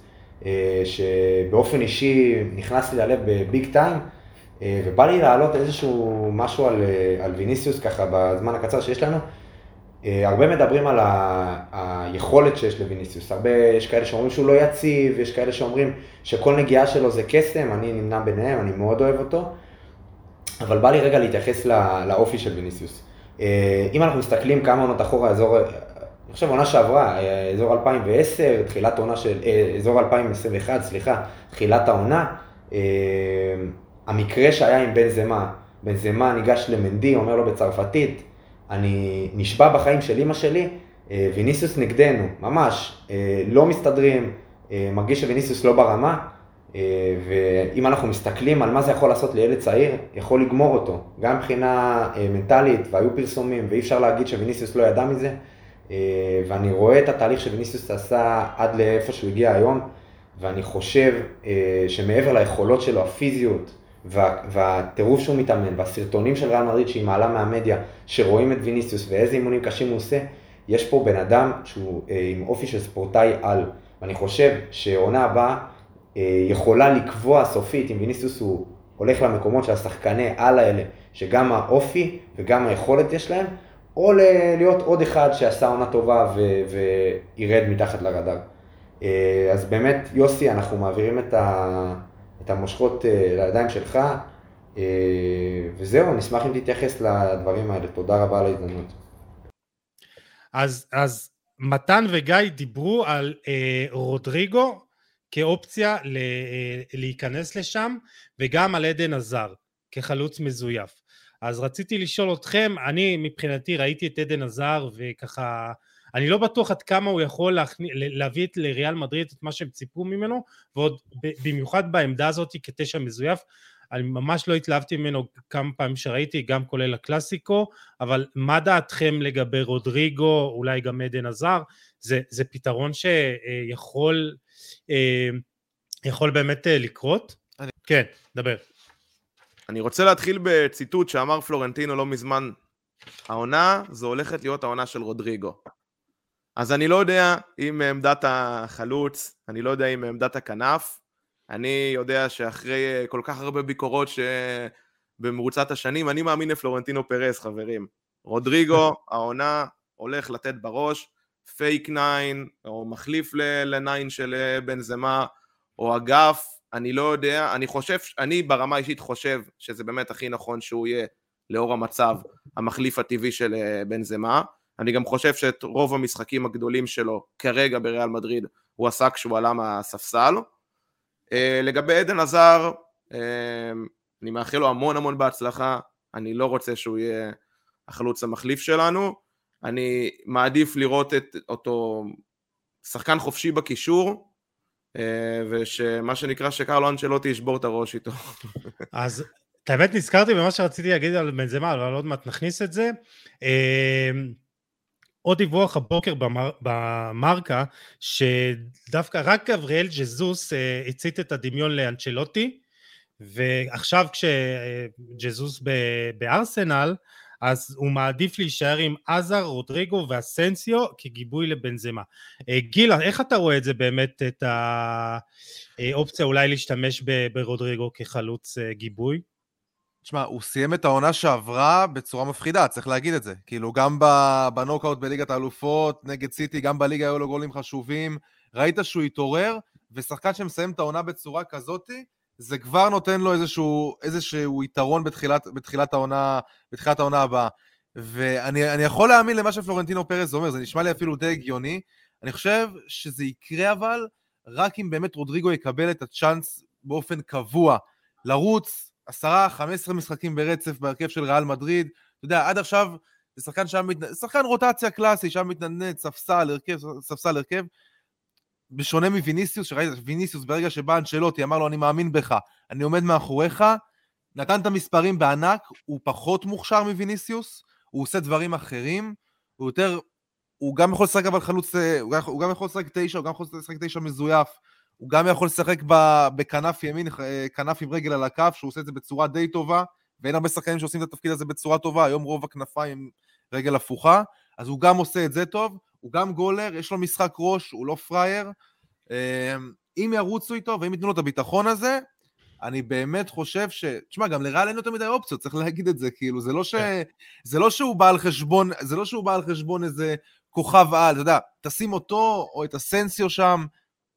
שבאופן אישי נכנס לי ללב בביג טיים, ובא לי להעלות איזשהו משהו על ויניסיוס ככה בזמן הקצר שיש לנו. הרבה מדברים על היכולת שיש לויניסיוס, יש כאלה שאומרים שהוא לא יציב, יש כאלה שאומרים שכל נגיעה שלו זה קסם, אני נמנע ביניהם, אני מאוד אוהב אותו, אבל בא לי רגע להתייחס לאופי של ויניסיוס. אם אנחנו מסתכלים כמה עונות אחורה, אני חושב עונה שעברה, אזור 2010, אזור 2021, תחילת העונה, המקרה שהיה עם בנזמה ניגש למנדי, אומר לו בצרפתית, אני נשבע בחיים של אמא שלי, ויניסיוס נגדנו, ממש, לא מסתדרים, מרגיש שוויניסיוס לא ברמה, ואם אנחנו מסתכלים על מה זה יכול לעשות לילד צעיר, יכול לגמור אותו, גם מבחינה מנטלית, והיו פרסומים, ואי אפשר להגיד שוויניסיוס לא ידע מזה, ואני רואה את התהליך שוויניסיוס עשה עד לאיפה שהוא הגיע היום, ואני חושב שמעבר ליכולות שלו, הפיזיות, והטירוף שהוא מתאמן, והסרטונים של ריאל מדריד שהיא מעלה מהמדיה, שרואים את ויניסיוס ואיזה אימונים קשים הוא עושה, יש פה בן אדם שהוא עם אופי של ספורטאי על, ואני חושב שעונה הבאה יכולה לקבוע סופית אם ויניסיוס הוא הולך למקומות של השחקני על האלה, שגם האופי וגם היכולת יש להם, או להיות עוד אחד שעשה עונה טובה וירד מתחת לרדאר. אז באמת, יוסי, אנחנו מעבירים את המושכות לידיים שלך, וזהו, נשמח אם תתייחס לדברים האלה. תודה רבה על ההזדמנות. אז מתן וגיא דיברו על רודריגו כאופציה להיכנס לשם, וגם על עדן עזרד כחלוץ מזויף. אז רציתי לשאול אתכם, אני מבחינתי ראיתי את עדן עזרד, וככה, אני לא בטוח עד כמה הוא יכול להביא לריאל מדריד את מה שהם ציפו ממנו, ועוד במיוחד בעמדה הזאת כ9 מזויף, אני ממש לא התלהבתי ממנו כמה פעמים שראיתי, גם כולל הקלאסיקו, אבל מה דעתכם לגבי רודריגו, אולי גם עדן עזרד, זה פתרון שיכול באמת לקרות? כן, דבר. אני רוצה להתחיל בציטוט שאמר פלורנטינו לא מזמן, העונה זו הולכת להיות העונה של רודריגו. אז אני לא יודע אם מעמדת החלוץ, אני לא יודע אם מעמדת הכנף, אני יודע שאחרי כל כך הרבה ביקורות שבמרוצת השנים, אני מאמין לפלורנטינו פרס, חברים. רודריגו, העונה הולך לתת בראש, פייק 9, או מחליף ל9 של בנזמה, או אגף, אני לא יודע, אני ברמה אישית חושב שזה באמת הכי נכון שהוא יהיה לאור המצב המחליף הטבעי של בנזמה. אני גם חושב שאת רוב המשחקים הגדולים שלו כרגע בריאל מדריד הוא עשה כשהוא עלה מהספסל. לגבי עדן עזרד, אני מאחל לו המון בהצלחה, אני לא רוצה שהוא יהיה החלוץ המחליף שלנו, אני מעדיף לראות אותו שחקן חופשי בקישור, ושמה שנקרא שקרלו אנצ'לוטי ישבור את הראש איתו. אז האמת נזכרתי במה שרציתי להגיד על בנזמה, אבל עוד מעט נכניס את זה. עוד דיווח הבוקר במרקה, שדווקא רק גבריאל ג'זוס הצית את הדמיון לאנצ'לוטי, ועכשיו כשג'זוס בארסנל, אז הוא מעדיף להישאר עם עזר, רודריגו ואסנסיו כגיבוי לבנזמה. גילה, איך אתה רואה את זה באמת, את האופציה אולי להשתמש ברודריגו כחלוץ גיבוי? תשמע, הוא סיים את העונה שעברה בצורה מפחידה, צריך להגיד את זה. כאילו, גם בנוקאוט בליגת האלופות, נגד סיטי, גם בליגה היו לו גולים חשובים. ראית שהוא התעורר, ושחקן שמסיים את העונה בצורה כזאת, זה כבר נותן לו איזשהו יתרון בתחילת העונה הבאה. ואני יכול להאמין למה שפלורנטינו פרס אומר, זה נשמע לי אפילו די הגיוני. אני חושב שזה יקרה אבל, רק אם באמת רודריגו יקבל את הצ'אנס באופן קבוע, לרוץ 10-15 משחקים ברצף בהרכב של ריאל מדריד. אתה יודע, עד עכשיו זה שחקן רוטציה קלאסי, שם מתנדנד ספסל הרכב, בשונה מוויניסיוס, שראית ויניסיוס ברגע שבא אנצ'לוטי, אמר לו אני מאמין בך, אני עומד מאחוריך, נתן את המספרים בענק, הוא פחות מוכשר מוויניסיוס, הוא עושה דברים אחרים, הוא גם יכול לשחק אבל חלוץ, הוא גם יכול לשחק 9, הוא גם יכול לשחק 9 מזויף, הוא גם יכול לשחק בכנף ימין, כנף עם רגל על הקו, שהוא עושה את זה בצורה די טובה, ואין הרבה שחקנים שעושים את התפקיד הזה בצורה טובה, היום רוב הכנפיים עם רגל הפוכה, אז הוא גם עושה את זה טוב, הוא גם גולר, יש לו משחק ראש, הוא לא פרייר, אם ירוצו איתו, ואם ייתנו לו את הביטחון הזה, אני באמת חושב תשמע, גם לריאל אין יותר מדי אופציות, צריך להגיד את זה, כאילו, זה לא שהוא בא על חשבון איזה כוכב על, אתה יודע, תשים אותו, או את אסנסיו שם,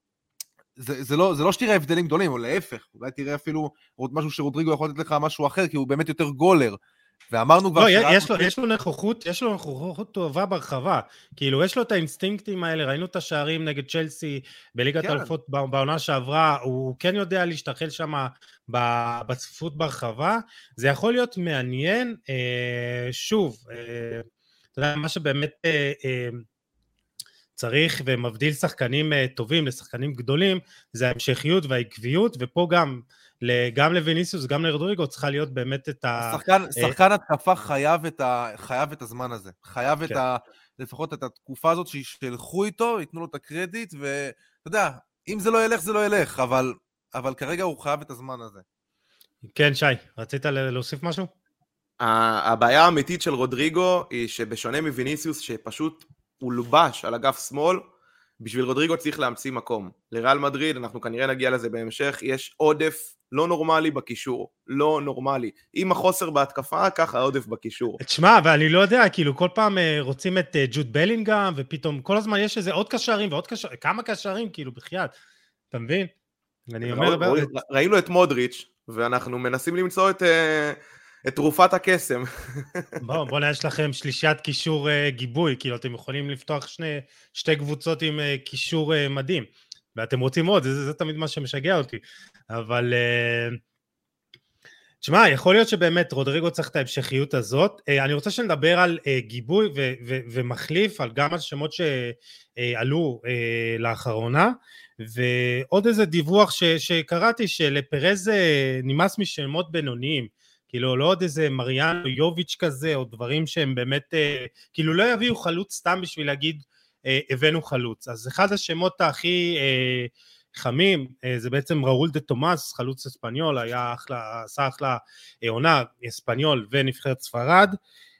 זה לא שתראה הבדלים גדולים, או להפך, אולי תראה אפילו משהו שרודריגו יכול לתת לך משהו אחר, כי הוא באמת יותר גולר, ואמרנו כבר... יש לו נוכחות טובה ברחבה, כאילו יש לו את האינסטינקטים האלה, ראינו את השערים נגד צ'לסי בליגת האלופות בעונה שעברה, הוא כן יודע להשתחל שם בצפיפות ברחבה, זה יכול להיות מעניין, שוב, אתה יודע, מה שבאמת צריך ומבדיל שחקנים טובים לשחקנים גדולים, זה ההמשכיות והעקביות, ופה גם לויניסיוס, גם לרודריגו, צריכה להיות באמת את שחקן התקפה חייב את הזמן הזה, חייב לפחות את התקופה הזאת שילכו איתו, ייתנו לו את הקרדיט, ואתה יודע, אם זה לא ילך, זה לא ילך, אבל כרגע הוא חייב את הזמן הזה. כן, שי, רצית להוסיף משהו? הבעיה האמיתית של רודריגו היא שבשונה מויניסיוס שפשוט הוא לובש על אגף שמאל, בשביל רודריגו צריך להמציא מקום. לריאל מדריד, אנחנו כנראה נגיע לזה בהמשך, יש עודף לא נורמלי בקישור, לא נורמלי. עם החוסר בהתקפה, ככה עודף בקישור. תשמע, ואני לא יודע, כאילו כל פעם רוצים את ג'וד בלינגהאם, ופתאום כל הזמן יש איזה עוד קשרים ועוד קשרים, כמה קשרים, כאילו בחייאת, אתה מבין? ראינו את מודריץ', ואנחנו מנסים למצוא את תרופת הקסם. בואו יש לכם שלישיית קישור גיבוי, כאילו אתם יכולים לפתוח שתי קבוצות עם קישור מדהים, ואתם רוצים עוד, זה תמיד מה שמשגע אותי, אבל תשמע, יכול להיות שבאמת רודריגו צריך את ההמשכיות הזאת, אני רוצה שנדבר על גיבוי ומחליף, על גם על שמות שעלו לאחרונה, ועוד איזה דיווח שקראתי שלפרז נמאס משמות בינוניים, כאילו לא עוד איזה מריאנו יוביץ' כזה, או דברים שהם באמת, כאילו לא יביאו חלוץ סתם בשביל להגיד, הבאנו חלוץ. אז אחד השמות הכי חמים, זה בעצם ראול דה תומאס, חלוץ אספניול, עשה אחלה עונה, אספניול ונבחרת ספרד,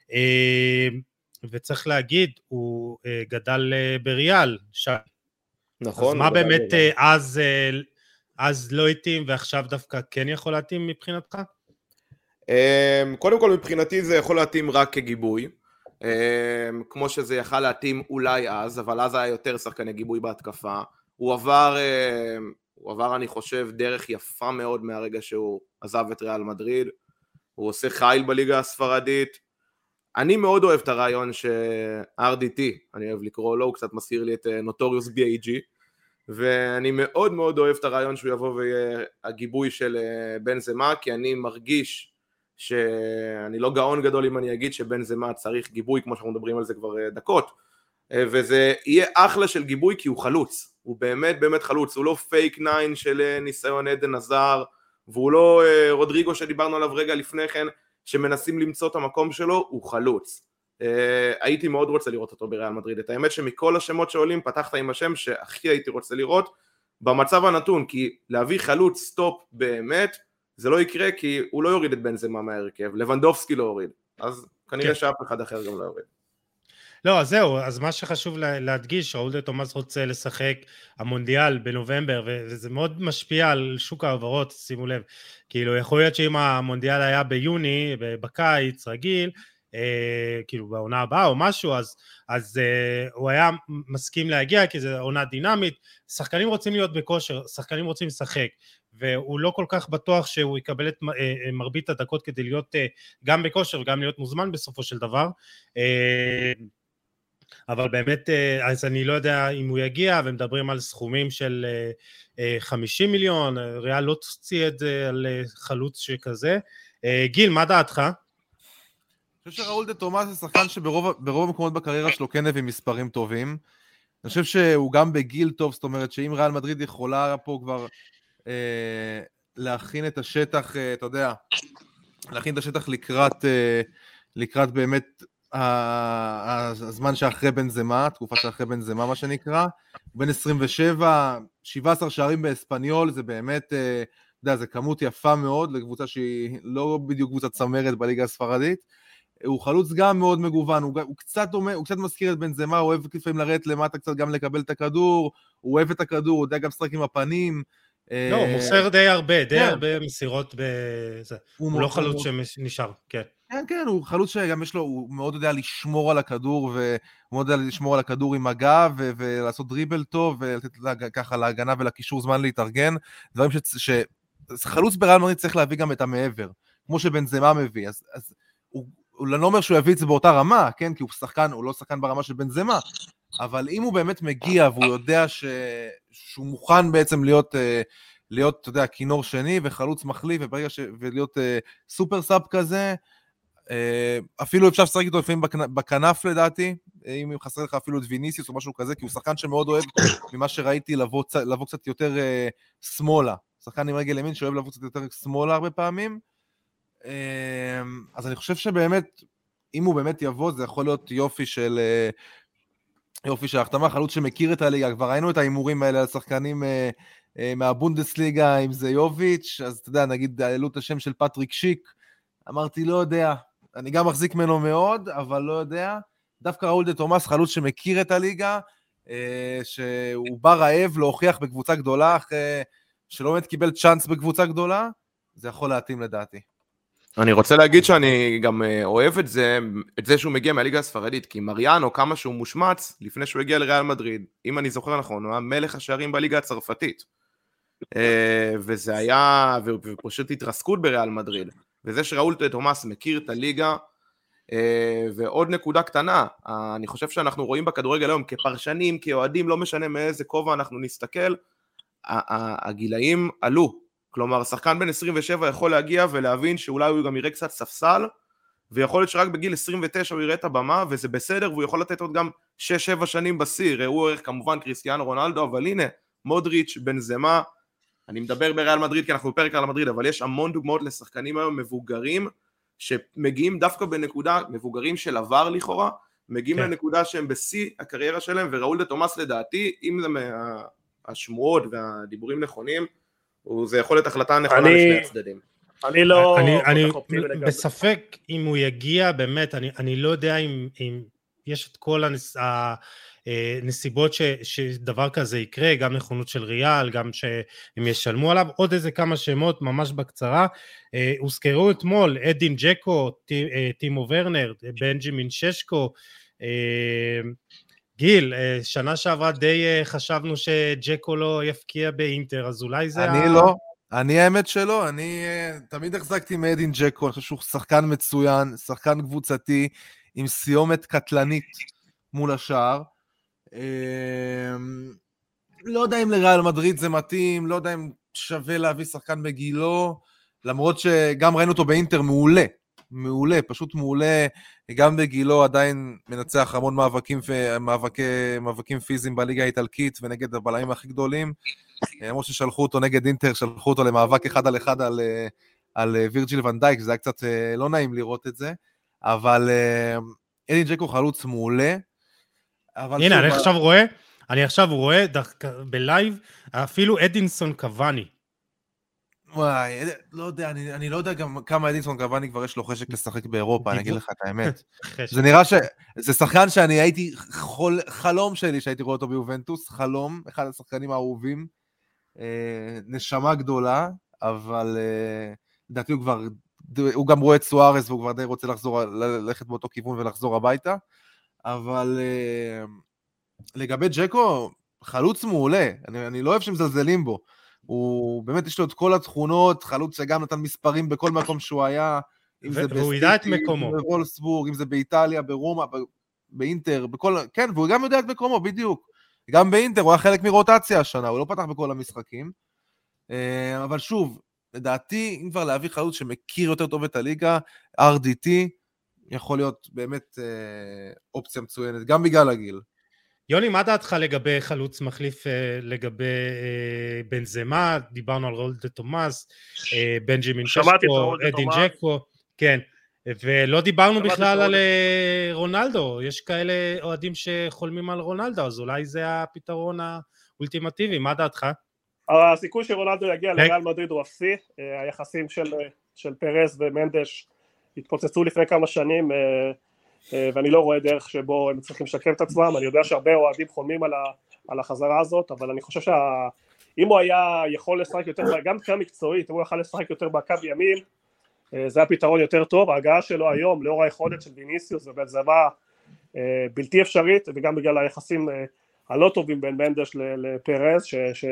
וצריך להגיד, הוא גדל בריאל, שי. נכון. אז מה באמת אז לא התאים, ועכשיו דווקא כן יכול להתאים מבחינתך? קודם כל מבחינתי זה יכול להתאים רק כגיבוי, כמו שזה יכל להתאים אולי אז, אבל אז היה יותר שחקני גיבוי בהתקפה. הוא עבר אני חושב דרך יפה מאוד מהרגע שהוא עזב את ריאל מדריד, הוא עושה חיל בליגה הספרדית. אני מאוד אוהב את הרעיון ש-RDT, אני אוהב לקרוא לו, הוא קצת מזכיר לי את נוטוריוס B.A.G, ואני מאוד מאוד אוהב את הרעיון שהוא יבוא ויהיה הגיבוי של בנזמה, כי אני מרגיש שאני לא גאון גדול אם אני אגיד שבנזמה צריך גיבוי, כמו שאנחנו מדברים על זה כבר דקות, וזה יהיה אחלה של גיבוי כי הוא חלוץ, הוא באמת באמת חלוץ, הוא לא פייק 9 של ניסיון עדן עזר, והוא לא רודריגו שדיברנו עליו רגע לפני כן, שמנסים למצוא את המקום שלו, הוא חלוץ. הייתי מאוד רוצה לראות אותו בריאל מדריד, את האמת שמכל השמות שעולים פתחת עם השם שהכי הייתי רוצה לראות במצב הנתון, כי להביא חלוץ סטופ באמת, זה לא יקרה כי הוא לא יוריד את בנזמה מהרכב, לבנדובסקי לא הוריד, אז כנראה שאף אחד אחר גם לא יוריד. לא, אז זהו, אז מה שחשוב להדגיש, ראול דה תומאס רוצה לשחק המונדיאל בנובמבר, וזה מאוד משפיע על שוק העברות, שימו לב, כאילו יכול להיות שאם המונדיאל היה ביוני, בקיץ רגיל, כאילו בעונה הבאה או משהו, אז הוא היה מסכים להגיע, כי זו עונה דינמית, שחקנים רוצים להיות בכושר, שחקנים רוצים לשחק, והוא לא כל כך בטוח שהוא יקבל את מרבית הדקות כדי להיות גם בכושר וגם להיות מוזמן בסופו של דבר, אבל באמת, אז אני לא יודע אם הוא יגיע, ומדברים על סכומים של 50 מיליון, ריאל לא תוציא את זה על חלוץ שכזה. גיל, מה דעתך? אני חושב שראול דה תומאס זה שחקן שברוב המקומות בקריירה שלו כן הביא מספרים טובים. אני חושב שהוא גם בגיל טוב, זאת אומרת שאם ריאל מדריד יכולה פה כבר להכין את השטח, אתה יודע, להכין את השטח לקראת באמת הזמן שאחרי בנזמה, תקופה שאחרי בנזמה מה שנקרא, בין 27, 17 שערים באספניול, זה באמת, אתה יודע, זה כמות יפה מאוד לקבוצה שהיא לא בדיוק קבוצת צמרת בליגה הספרדית, הוא חלוץ גם מאוד מגוון, הוא קצת דומה, הוא קצת מזכיר את בנזמה, הוא אוהב לפעמים לרדת למטה קצת גם לקבל את הכדור, הוא אוהב את הכדור, הוא יודע גם לשחק עם הפנים. לא, הוא מוסר די הרבה מסירות בזה, הוא לא חלוץ שנשאר, כן. כן, הוא חלוץ שגם יש לו, הוא מאוד יודע לשמור על הכדור, והוא מאוד יודע לשמור על הכדור עם הגב, ולעשות דריבל טוב, ולתת ככה להגנה ולקישור זמן להתארגן, דברים שחלוץ בריאל מדריד צריך להביא גם את המעבר, כמו שבנזמה מביא, אז הוא לא אומר שהוא יביא את זה באותה רמה, כן, כי הוא לא שחקן ברמה של בנזמה, אבל אם הוא באמת מגיע, והוא יודע שהוא מוכן בעצם להיות, אתה יודע, כינור שני, וחלוץ מחליף, ולהיות סופר סאב כזה, אפילו אפשר לשחק איתו לפעמים בכנף לדעתי, אם חסר לך אפילו את ויניסיוס או משהו כזה, כי הוא שחקן שמאוד אוהב, ממה שראיתי, לבוא קצת יותר שמאלה, שחקן עם רגל ימין שאוהב לבוא קצת יותר שמאלה הרבה פעמים, אז אני חושב שבאמת, אם הוא באמת יבוא, זה יכול להיות יופי של החתמה, חלוץ שמכיר את הליגה, כבר ראינו את האימורים האלה על שחקנים מהבונדסליגה, אם זה יוביץ', אז אתה יודע, נגיד, העלו את השם של פטריק שיק, אמרתי, לא יודע, אני גם מחזיק ממנו מאוד, אבל לא יודע, דווקא ראול דה תומאס, חלוץ שמכיר את הליגה, שהוא בא רעב להוכיח בקבוצה גדולה, אחרי שלא באמת קיבל צ'אנס בקבוצה גדולה, זה יכול להתאים לדעתי. אני רוצה להגיד שאני גם אוהב את זה שהוא מגיע מהליגה הספרדית, כי מריאנו, כמה שהוא מושמץ, לפני שהוא הגיע לריאל מדריד, אם אני זוכר נכון, הוא היה מלך השערים בליגה הצרפתית, וזה היה, ופשוט התרסקות בריאל מדריד, וזה שראול דה תומאס מכיר את הליגה, ועוד נקודה קטנה, אני חושב שאנחנו רואים בכדורגל היום, כפרשנים, כאוהדים, לא משנה מאיזה כובע אנחנו נסתכל, הגילאים עלו, כלומר, שחקן בן 27 יכול להגיע ולהבין שאולי הוא גם יראה קצת ספסל, ויכול להיות שרק בגיל 29 הוא יראה את הבמה, וזה בסדר, והוא יכול לתת עוד גם 6-7 שנים בסיר, ראו ערך כמובן קריסטיאנו רונלדו, אבל הנה, מודריץ', בנזמה, אני מדבר בריאל מדריד, כי אנחנו בפרק על מדריד, אבל יש המון דוגמאות לשחקנים היום מבוגרים, שמגיעים דווקא בנקודה, מבוגרים של עבר לכאורה, מגיעים לנקודה שהם בשיא הקריירה שלהם, וראול דה תומאס לדעתי, אם זה מהשמועות והדיבורים נכונים, זה יכול להיות החלטה נכונה לשני הצדדים. אני לא... אני בספק אם הוא יגיע, באמת, אני לא יודע אם יש את כל הנסיבות שדבר כזה יקרה, גם נכונות של ריאל, גם שהם ישלמו עליו, עוד איזה כמה שמות ממש בקצרה, הוזכרו אתמול, אדין ג'קו, טימו ורנר, בנג'מין ששקו, גיל, שנה שעברה די חשבנו שג'קו לא יפקיע באינטר, אז אולי זה... אני לא, אני האמת שלא, אני תמיד החזקתי מאדין ג'קו, אני חושב שהוא שחקן מצוין, שחקן קבוצתי, עם סיומת קטלנית מול השער, לא יודע אם לריאל מדריד זה מתאים, לא יודע אם שווה להביא שחקן בגילו, למרות שגם ראינו אותו באינטר מעולה, פשוט מעולה, גם בגילו עדיין מנצח המון מאבקים פיזיים בליגה האיטלקית ונגד הבלמים הכי גדולים, למרות ששלחו אותו נגד אינטר, שלחו אותו למאבק 1 על 1 על וירג'יל ון דייק, זה היה קצת לא נעים לראות את זה, אבל אדין ג'קו חלוץ מעולה. הנה, אני עכשיו רואה בלייב אפילו אדינסון קוואני. וואי, לא יודע, אני לא יודע גם כמה אדינסון קוואני כבר יש לו חשק לשחק באירופה, אני אגיד לך את האמת. זה נראה שזה שחקן שאני הייתי חלום שלי שהייתי רואה אותו ביובנטוס, חלום, אחד השחקנים האהובים, נשמה גדולה, אבל לדעתי הוא גם רואה את סוארס, והוא כבר די רוצה ללכת באותו כיוון ולחזור הביתה, אבל לגבי ג'קו, חלוץ מעולה, אני לא אוהב שמזלזלים בו, הוא באמת יש לו את כל התכונות, חלוץ שגם נתן מספרים בכל מקום שהוא היה, אם זה בסטיטי, אם זה בוולסבורג, אם זה באיטליה, ברומא, באינטר, כן, והוא גם יודע את מקומו, בדיוק, גם באינטר, הוא היה חלק מרוטציה השנה, הוא לא פתח בכל המשחקים, אבל שוב, לדעתי, אם כבר להביא חלוץ שמכיר יותר טוב את הליגה, RDT, יכול להיות באמת אופציה מצוינת, גם בגלל הגיל. יוני, מה דעתך לגבי חלוץ מחליף לגבי בנזמה? דיברנו על ראול דה תומאס, בנג'מין ששקו, אדין ג'קו, כן, ולא דיברנו בכלל על רונלדו, יש כאלה אוהדים שחולמים על רונלדו, אז אולי זה הפתרון האולטימטיבי, מה דעתך? הסיכוי שרונלדו יגיע לריאל מדריד הוא אפסי, היחסים של פרס ומנדש התפוצצו לפני כמה שנים, ואני לא רואה דרך שבו הם צריכים לשקם את עצמם, אני יודע שהרבה אוהדים חולמים על החזרה הזאת, אבל אני חושב שאם הוא היה יכול לשחק יותר, גם מבחינה מקצועית, אם הוא יכול לשחק יותר בקו ימין, זה הפתרון יותר טוב, ההגעה שלו היום, לאור היכולת של ויניסיוס ובנזמה בלתי אפשרית, וגם בגלל היחסים הלא טובים בין מנדש לפרז,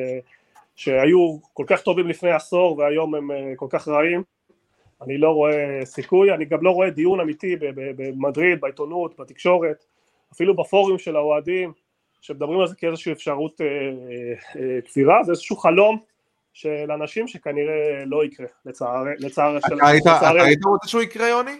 שהיו כל כך טובים לפני עשור, והיום הם כל כך רעים, אני לא רואה סיכוי, אני גם לא רואה דיון אמיתי במדריד, בעיתונות, בתקשורת, אפילו בפורים של האוהדים, שמדברים על זה כאיזושהי אפשרות כפירה, זה איזשהו חלום של אנשים שכנראה לא יקרה, לצער של... אתה היית רוצה שהוא יקרה, יוני?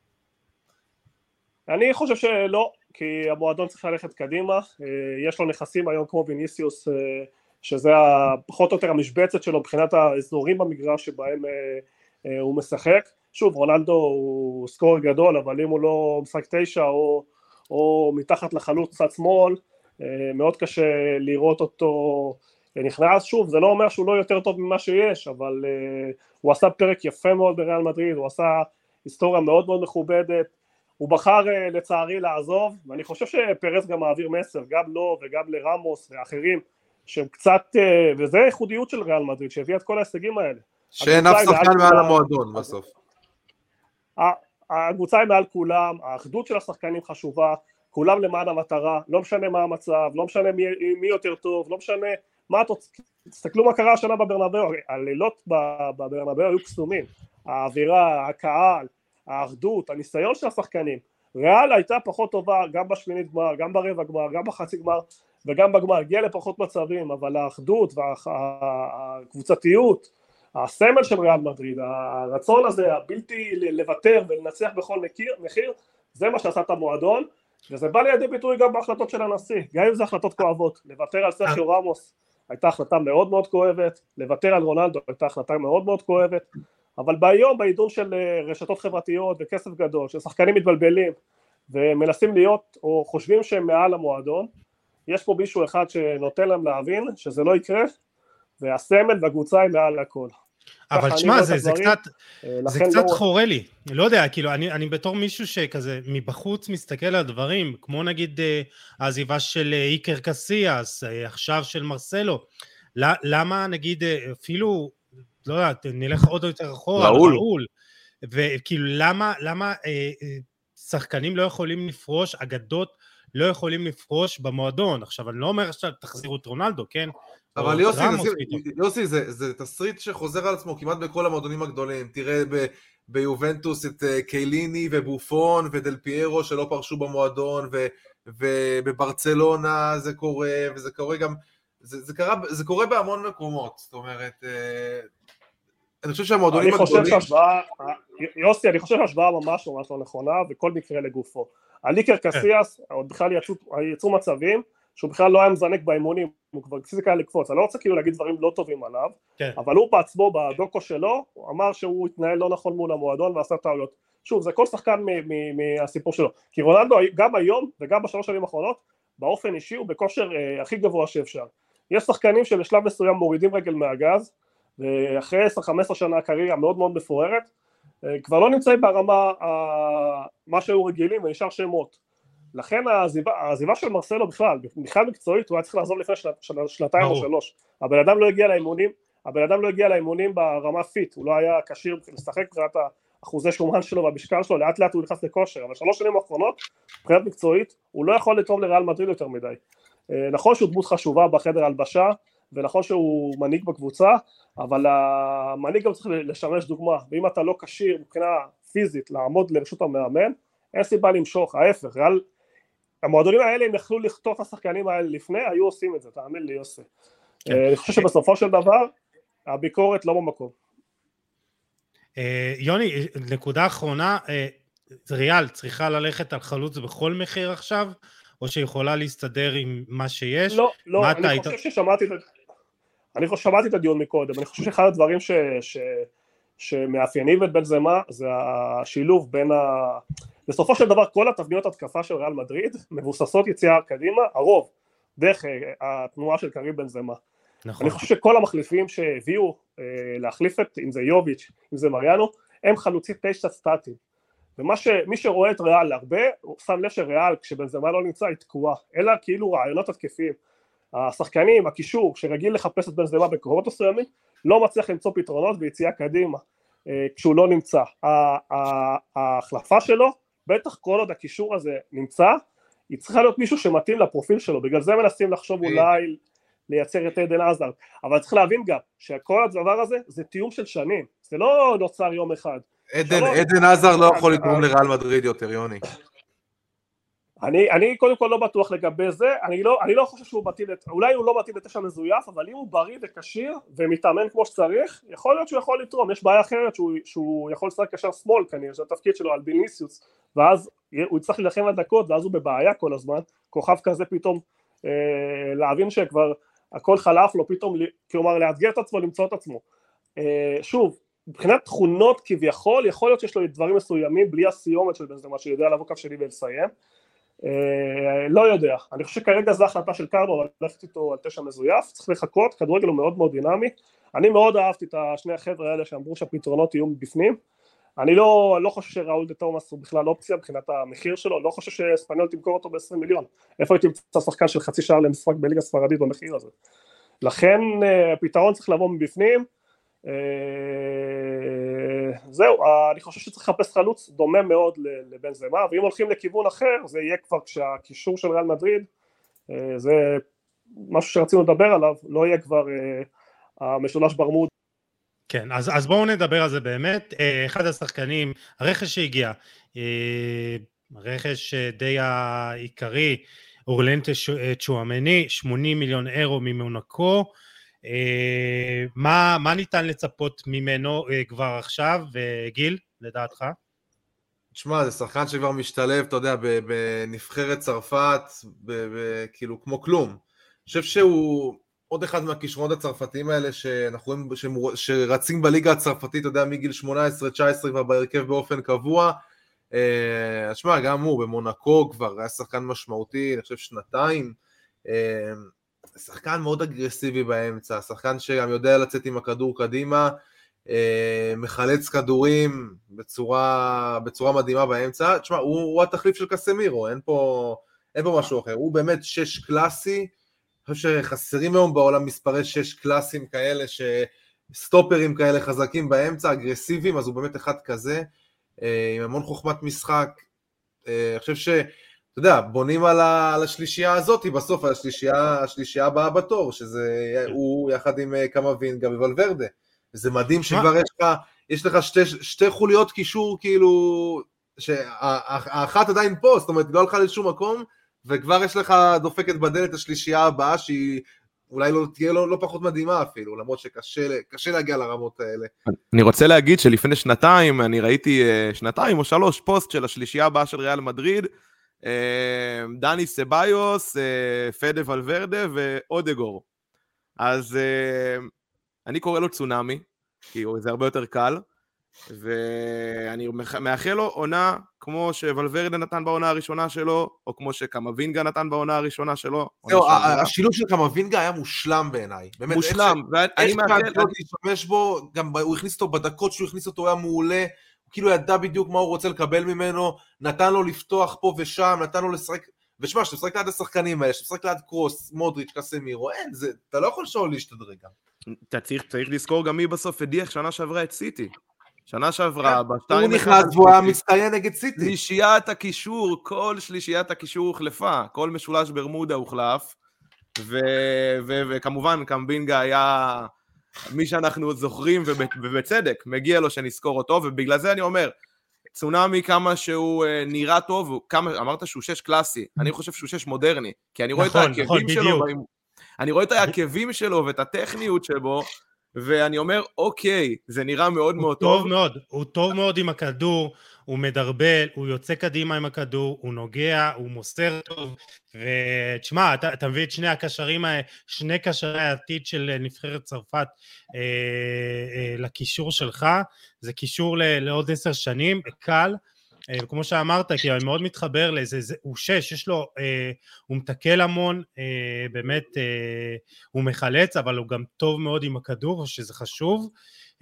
אני חושב שלא, כי המועדון צריך ללכת קדימה, יש לו נכסים היום כמו ויניסיוס, שזה פחות או יותר המשבצת שלו, מבחינת האזורים במגרש שבהם הוא משחק, שוב רונלדו הוא סקורר גדול, אבל אם הוא לא משחק 9 או מתחת לחלוץ צד שמאל, מאוד קשה לראות אותו נכנס, שוב זה לא אומר שהוא לא יותר טוב ממה שיש, אבל הוא עשה פרק יפה מאוד בריאל מדריד, הוא עשה היסטוריה מאוד מאוד מכובדת, הוא בחר לצערי לעזוב, ואני חושב שפרס גם מעביר מסר, גם לו וגם לרמוס ואחרים, שהם קצת, וזה הייחודיות של ריאל מדריד, שהביאה את כל ההישגים האלה. שאין אף שחקן מעל המועדון בסוף. הקבוצה היא מעל כולם, האחדות של השחקנים חשובה, כולם למען המטרה, לא משנה מה המצב, לא משנה מי יותר טוב, לא משנה מה, תסתכלו מה קרה השנה בברנבאו, הלילות בברנבאו היו קסומים, האווירה, הקהל, האחדות, הניסיון של השחקנים, ריאל הייתה פחות טובה גם בשמינית גמר, גם ברבע גמר, גם בחצי גמר וגם בגמר, הגיעה לפחות מצבים, אבל האחדות והקבוצתיות, הסמל של ריאל מדריד, הרצון הזה, הבלתי לוותר ולנצח בכל מחיר, זה מה שעשה את המועדון, וזה בא לידי ביטוי גם בהחלטות של הנשיא, גם אם זה החלטות כואבות, לוותר על סרחיו רמוס הייתה החלטה מאוד מאוד כואבת, לוותר על רונלדו הייתה החלטה מאוד מאוד כואבת, אבל ביום, בעידון של רשתות חברתיות וכסף גדול, ששחקנים מתבלבלים ומנסים להיות או חושבים שהם מעל המועדון, יש פה מישהו אחד שנותן להם להבין שזה לא יקרה, והסמל והקבוצה היא מעל הכל. אבל תשמע, זה קצת חורה לי, לא יודע, כאילו, אני בתור מישהו שכזה מבחוץ מסתכל על הדברים, כמו נגיד העזיבה של איקר קסיאס, עכשיו של מרסלו, למה נגיד אפילו, לא יודע, נלך עוד יותר אחורה, ראול, וכאילו למה שחקנים לא יכולים לפרוש, אגדות לא יכולים לפרוש במועדון, עכשיו אני לא אומר עכשיו תחזירו את רונלדו, כן? אבל יוסי, זה תסריט שחוזר על עצמו כמעט בכל המועדונים הגדולים, תראה ביובנטוס את קייליני ובופון ודל פיירו שלא פרשו במועדון, ובברצלונה זה קורה, וזה קורה גם, זה קורה בהמון מקומות, זאת אומרת, אני חושב שהמועדונים הגדולים... יוסי, אני חושב שהשוואה ממש לא נכונה, וכל מקרה לגופו. אליקר קסיאס, עוד בכלל יצאו מצבים, שהוא בכלל לא היה מזנק באימונים, הוא כבר פיזיקה לקפוץ, אני לא רוצה כאילו להגיד דברים לא טובים עליו, אבל הוא בעצמו בדוקו שלו, הוא אמר שהוא התנהל לא נכון מול המועדון ועשה טעויות. שוב, זה כל שחקן מהסיפור שלו, כי רונלדו גם היום וגם בשלוש שנים האחרונות, באופן אישי הוא בכושר הכי גבוה שאפשר. יש שחקנים שבשלב מסוים מורידים רגל מהגז, ואחרי 10-15 שנה קריירה מאוד מאוד מפוארת, כבר לא נמצאים ברמה מה שהיו רגילים ונשאר שמות. לכן העזיבה של מרסלו בכלל מקצועית, הוא היה צריך לעזוב לפני שנתיים או 3. הבן אדם לא הגיע לאימונים ברמה פיט, הוא לא היה קשיר לשחק מבחינת האחוזי שומן שלו והמשקל שלו, לאט לאט הוא נכנס לכושר, אבל 3 שנים האחרונות, מבחינת מקצועית, הוא לא יכול לתרום לריאל מדריד יותר מדי. נכון שהוא דמות חשובה בחדר הלבשה, ונכון שהוא מנהיג בקבוצה, אבל המנהיג גם צריך לשמש דוגמה, ואם אתה לא קשיר מבחינה פיזית לעמוד לרשות המאמן, אין סיבה למשוך, ההפך, המועדונים האלה הם יכלו לכתוב את השחקנים האלה לפני, היו עושים את זה, תאמין לי יוסי. אני חושב שבסופו של דבר, הביקורת לא במקום. יוני, נקודה אחרונה, ריאל צריכה ללכת על חלוץ בכל מחיר עכשיו, או שיכולה להסתדר עם מה שיש? לא, אני חושב ששמעתי את הדיון מקודם, אני חושב שאחד הדברים שמאפיינים את בנזמה, זה השילוב בין בסופו של דבר כל התבניות התקפה של ריאל מדריד, מבוססות יציאה קדימה, הרוב, דרך התנועה של קרים בנזמה. נכון. אני חושב שכל המחליפים שהביאו להחליף את, אם זה יוביץ', אם זה מריאנו, הם חלוצים 9 סטטיים. ומי שרואה את ריאל הרבה, הוא שם לב שריאל, כשבנזמה לא נמצא, היא תקועה, אלא כאילו רעיונות התקפיים. השחקנים, הקישור, שרגיל לחפש את בנזמה בקרובות מסוימים, לא מצליח למצוא פתרונות ויציאה קדימה, כשהוא לא נמצא. ההחלפה שלו, בטח כל עוד הקישור הזה נמצא, היא צריכה להיות מישהו שמתאים לפרופיל שלו, בגלל זה מנסים לחשוב אולי לייצר את עדן עזר, אבל צריך להבין גם, שכל הדבר הזה, זה תיאום של שנים, זה לא נוצר יום אחד. עדן עזר לא יכול לתרום לריאל מדריד יותר, יוני. אני קודם כל לא בטוח לגבי זה, אני לא חושב שהוא מתאים, אולי הוא לא מתאים לתשע מזויף, אבל אם הוא בריא וקשיר ומתאמן כמו שצריך, יכול להיות שהוא יכול לתרום. יש בעיה אחרת שהוא יכול לשחק קשר שמאל כנראה, זה התפקיד שלו על ביניסיוס, ואז הוא יצטרך להילחם על דקות, ואז הוא בבעיה כל הזמן, כוכב כזה פתאום להבין שכבר הכל חלף לו, פתאום, כלומר לאתגר את עצמו, למצוא את עצמו. שוב, מבחינת תכונות כביכול, יכול להיות שיש לו דברים מסוימים, בלי הסיומת של בנזמה, שיודע לבוא קו שני ולסיים. לא יודע, אני חושב שכרגע זו החלטה של קרנו, ללכת איתו על 9 מזויף, צריך לחכות, כדורגל הוא מאוד מאוד דינמי, אני מאוד אהבתי את שני החבר'ה האלה שאמרו שהפתרונות יהיו בפנים, אני לא חושב שראול דה תומאס הוא בכלל אופציה מבחינת המחיר שלו, לא חושב שספניול תמכור אותו ב-20 מיליון, איפה הייתי מצא שחקן של חצי שעה למשחק בליגה ספרדית במחיר הזה, לכן הפתרון צריך לבוא מבפנים, זהו, אני חושב שצריך לחפש חלוץ דומה מאוד לבנזמה, ואם הולכים לכיוון אחר, זה יהיה כבר כשהקישור של ריאל מדריד, זה משהו שרצינו לדבר עליו, לא יהיה כבר המשולש ברמוד. כן, אז בואו נדבר על זה באמת, אחד השחקנים, הרכש שהגיע, הרכש די העיקרי, אורלנטה צ'ואמני, 80 מיליון אירו ממונקו, מה ניתן לצפות ממנו כבר עכשיו, גיל, לדעתך? תשמע, זה שחקן שכבר משתלב, אתה יודע, בנבחרת צרפת, כאילו כמו כלום. אני חושב שהוא עוד אחד מהכישרונות הצרפתיים האלה, שאנחנו רואים שרצים בליגה הצרפתית, אתה יודע, מגיל 18-19 כבר בהרכב באופן קבוע. תשמע, גם הוא במונקו כבר היה שחקן משמעותי, אני חושב 2 שחקן מאוד אגרסיבי באמצע, שחקן שגם יודע לצאת עם הכדור קדימה, מחלץ כדורים בצורה מדהימה באמצע. תשמע, הוא התחליף של קסמירו, אין פה משהו אחר, הוא באמת 6 קלאסי, אני חושב שחסרים היום בעולם מספרי 6 קלאסים כאלה, סטופרים כאלה חזקים באמצע, אגרסיביים, אז הוא באמת אחד כזה, עם המון חוכמת משחק. אני חושב אתה יודע, בונים על השלישייה הזאת, בסוף על השלישייה הבאה בתור, שזה הוא יחד עם קמבינגה וולברדה. זה מדהים שכבר יש לך 2 חוליות קישור, כאילו, שהאחת עדיין פה, זאת אומרת, לא הלכה לשום מקום, וכבר יש לך דופקת בדלת השלישייה הבאה, שהיא אולי לא תהיה לא פחות מדהימה אפילו, למרות שקשה להגיע לרמות האלה. אני רוצה להגיד שלפני 2 אני ראיתי 2 או 3 פוסט של השלישייה הבאה של ריאל מדריד, דני סביוס, פדה ולוורדה ואודגור. אז אני קורא לו צונאמי, כי זה הרבה יותר קל. ואני מאחל לו עונה כמו שוולברדה נתן בעונה הראשונה שלו, או כמו שקמבינגה נתן בעונה הראשונה שלו. השילוב של קמבינגה היה מושלם בעיניי. מושלם, ואני מאחל... להשתמש בו, גם הוא הכניס אותו בדקות שהוא הכניס אותו, הוא היה מעולה, הוא כאילו ידע בדיוק מה הוא רוצה לקבל ממנו, נתן לו לפתוח פה ושם, נתן לו לשחק, ושמע, שאתה משחק ליד השחקנים האלה, שאתה משחק ליד קרוס, מודריץ', קסמירו, אין, אתה לא יכול לשאול להשתדרג גם. אתה צריך לזכור גם מי בסוף הדיח שנה שעברה את סיטי. שנה שעברה, הוא נכנס והוא היה מצטיין נגד סיטי. שלישיית הקישור, כל שלישיית הקישור הוחלפה, כל משולש ברמודה הוחלף, וכמובן קמבינגה היה מי שאנחנו זוכרים, ובצדק, מגיע לו שנזכור אותו, ובגלל זה אני אומר, צונאמי כמה שהוא נראה טוב, אמרת שהוא 6 קלאסי, אני חושב שהוא 6 מודרני, כי אני רואה את העקבים שלו, אני רואה את העקבים שלו ואת הטכניות שבו, ואני אומר, אוקיי, זה נראה מאוד מאוד טוב. הוא טוב מאוד עם הכדור, הוא מדרבל, הוא יוצא קדימה עם הכדור, הוא נוגע, הוא מוסר טוב, ותשמע, אתה מביא את שני קשרי העתיד של נבחרת צרפת לקישור שלך, זה קישור לעוד 10 שנים, קל, כמו שאמרת, כי אני מאוד מתחבר לזה, הוא 6, יש לו, הוא מתקל המון, באמת, הוא מחלץ, אבל הוא גם טוב מאוד עם הכדור, שזה חשוב,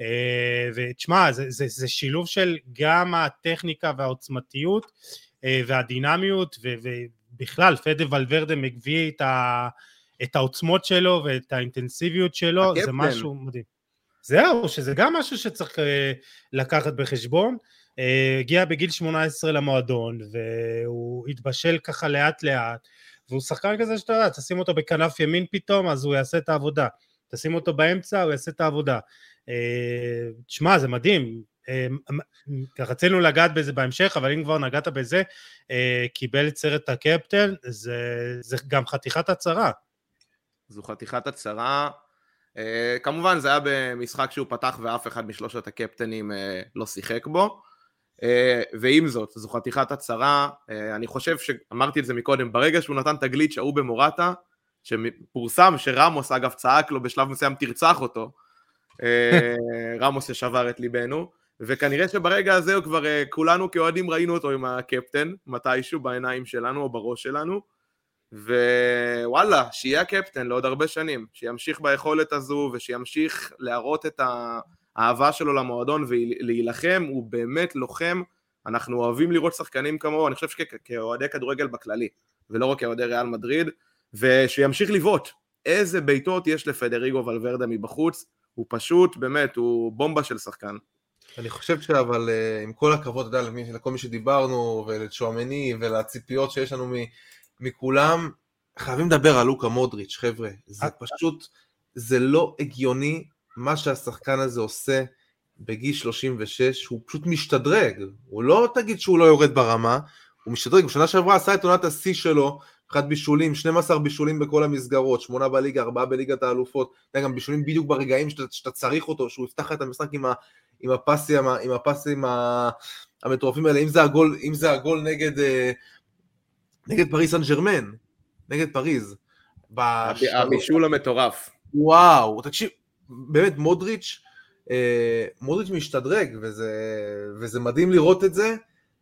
ותשמע, זה שילוב של גם הטכניקה והעוצמתיות, והדינמיות, ובכלל, פדה ולוורדה מביא את העוצמות שלו, ואת האינטנסיביות שלו, זה משהו מדהים. זהו, שזה גם משהו שצריך לקחת בחשבון, הגיע בגיל 18 למועדון, והוא התבשל ככה לאט לאט, והוא שחקן כזה שאתה יודע, תשים אותו בכנף ימין פתאום, אז הוא יעשה את העבודה, תשים אותו באמצע, הוא יעשה את העבודה. תשמע, זה מדהים, רצינו לגעת בזה בהמשך, אבל אם כבר נגעת בזה, קיבל את סרט הקפטן, זה גם חתיכת הצרה. זו חתיכת הצרה, כמובן זה היה במשחק שהוא פתח ואף אחד משלושת הקפטנים לא שיחק בו, ועם זאת, זו חתיכת הצרה, אני חושב שאמרתי את זה מקודם, ברגע שהוא נתן תגלית שהוא במורטה, שפורסם שרמוס אגב צעק לו בשלב מסוים תרצח אותו, רמוס ששבר את ליבנו, וכנראה שברגע הזה הוא כבר כולנו כאוהדים ראינו אותו עם הקפטן, מתישהו בעיניים שלנו או בראש שלנו, ווואלה, שיהיה הקפטן לעוד הרבה שנים, שימשיך ביכולת הזו ושימשיך להראות את האהבה שלו למועדון ולהילחם, הוא באמת לוחם, אנחנו אוהבים לראות שחקנים כמוהו, אני חושב שכאוהדי כדורגל בכללי, ולא רק כאוהדי ריאל מדריד, ושימשיך לבעוט, איזה ביתות יש לפדריגו ולוורדה מבחוץ, הוא פשוט, באמת, הוא בומבה של שחקן. אני חושב אבל עם כל הכבוד, אתה יודע, לכל מי שדיברנו, ולצ'ואמני, ולציפיות שיש לנו מכולם, חייבים לדבר על לוקה מודריץ', חבר'ה, זה פשוט, זה לא הגיוני מה שהשחקן הזה עושה בגיל 36, הוא פשוט משתדרג, הוא לא תגיד שהוא לא יורד ברמה, הוא משתדרג, בשנה שעברה עשה את עונת השיא שלו, 1 בישולים, 12 בישולים בכל המסגרות, 8 בליגה, 4 בליגת האלופות, גם בישולים בדיוק ברגעים שאתה צריך אותו, שהוא יפתח את המשחק עם הפסים המטורפים האלה, אם זה הגול נגד פריז סן ז'רמן, נגד פריז. הבישול המטורף. וואו, תקשיב, באמת מודריץ' משתדרג, וזה מדהים לראות את זה,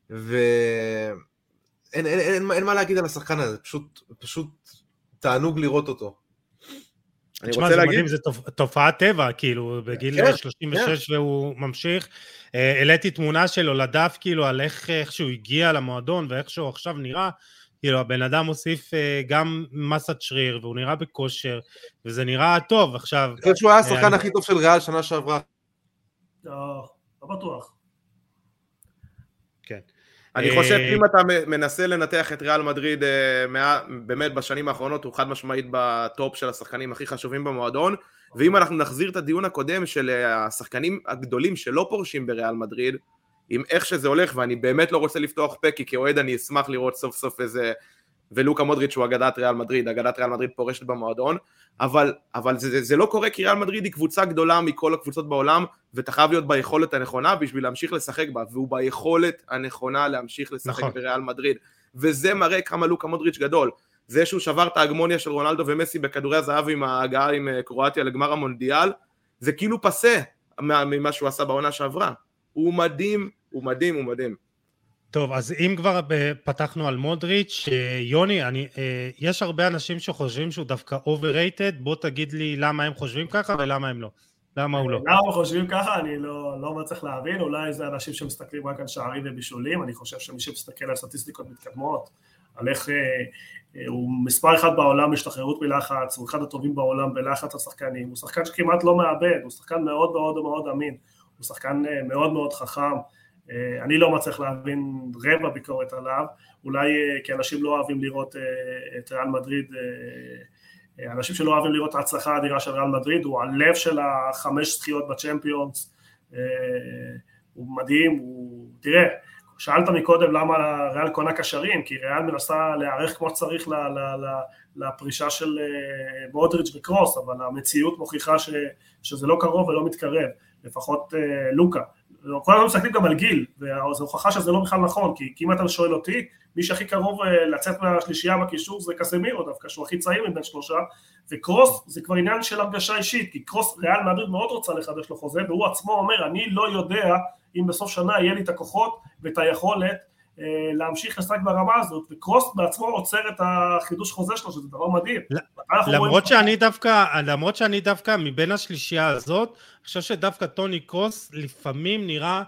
אין מה להגיד על השחקן הזה, פשוט תענוג לראות אותו. תשמע, זה מדהים, זה תופעת טבע, כאילו, בגיל 36 והוא ממשיך, העליתי תמונה שלו לדף, כאילו, על איך שהוא הגיע למועדון, ואיך שהוא עכשיו נראה, כאילו, הבן אדם מוסיף גם מסת שריר, והוא נראה בכושר, וזה נראה טוב, עכשיו... אני חושב שהוא היה השחקן הכי טוב של ריאל שנה שעברה. לא בטוח. כן. אני חושב שאם אתה מנסה לנתח את ריאל מדריד, באמת בשנים האחרונות הוא חד משמעית בטופ של השחקנים הכי חשובים במועדון, ואם אנחנו נחזיר את הדיון הקודם של השחקנים הגדולים שלא פורשים בריאל מדריד, עם איך שזה הולך, ואני באמת לא רוצה לפתוח פה, כי כאוהד אני אשמח לראות סוף סוף איזה, ולוקה מודריץ' הוא אגדת ריאל מדריד, אגדת ריאל מדריד פורשת במועדון, אבל זה לא קורה, כי ריאל מדריד היא קבוצה גדולה מכל הקבוצות בעולם, ואתה חייב להיות ביכולת הנכונה בשביל להמשיך לשחק בה, והוא ביכולת הנכונה להמשיך לשחק בריאל מדריד, וזה מראה כמה לוקה מודריץ' גדול, זה שהוא שבר את ההגמוניה של רונלדו ומסי בכדורי הזהב עם ההגעה עם קרואטיה לגמר המונדיאל, זה כאילו פסה ממה שהוא עשה בעונה שעברה, הוא מדהים, הוא מדהים, הוא מדהים. טוב, אז אם כבר פתחנו על מודריץ', יוני, יש הרבה אנשים שחושבים שהוא דווקא overrated, בוא תגיד לי למה הם חושבים ככה ולמה הם לא. למה הוא לא? למה הם חושבים ככה? אני לא מצליח להבין, אולי זה אנשים שמסתכלים רק על שערים ובישולים, אני חושב שמי שמסתכל על סטטיסטיקות מתקדמות, על איך הוא מספר אחד בעולם בהשתחררות מלחץ, הוא אחד הטובים בעולם בלחץ השחקנים, הוא שחקן שכמעט לא מאבד, הוא שחקן מאוד מאוד מאוד אמין, הוא שחקן מאוד מאוד חכם, אני לא מצליח להבין רבע ביקורת עליו, אולי כי אנשים לא אוהבים לראות את ריאל מדריד, אנשים שלא אוהבים לראות את ההצלחה האדירה של ריאל מדריד, הוא הלב של 5 זכיות בצ'מפיונס, הוא מדהים, תראה, שאלת מקודם למה ריאל קונה קשרים, כי ריאל מנסה להיערך כמו שצריך לפרישה של מודריץ' וקרוס, אבל המציאות מוכיחה שזה לא קרוב ולא מתקרב, לפחות לוקה. כל הזמן מסתכלים גם על גיל, וזו הוכחה שזה לא בכלל נכון, כי אם אתה שואל אותי, מי שהכי קרוב לצאת מהשלישייה בקישור זה קסמירו דווקא, שהוא הכי צעיר מבין 3, וקרוס זה כבר עניין של הרגשה אישית, כי קרוס ריאל מדריד מאוד רוצה לחדש לו חוזה, והוא עצמו אומר, אני לא יודע אם בסוף שנה יהיה לי את הכוחות ואת היכולת להמשיך לשחק ברמה הזאת, וקרוס בעצמו עוצר את החידוש חוזה שלו, שזה דבר מדהים. למרות שאני דווקא מבין השלישייה הזאת, אני חושב שדווקא טוני קרוס לפעמים נראה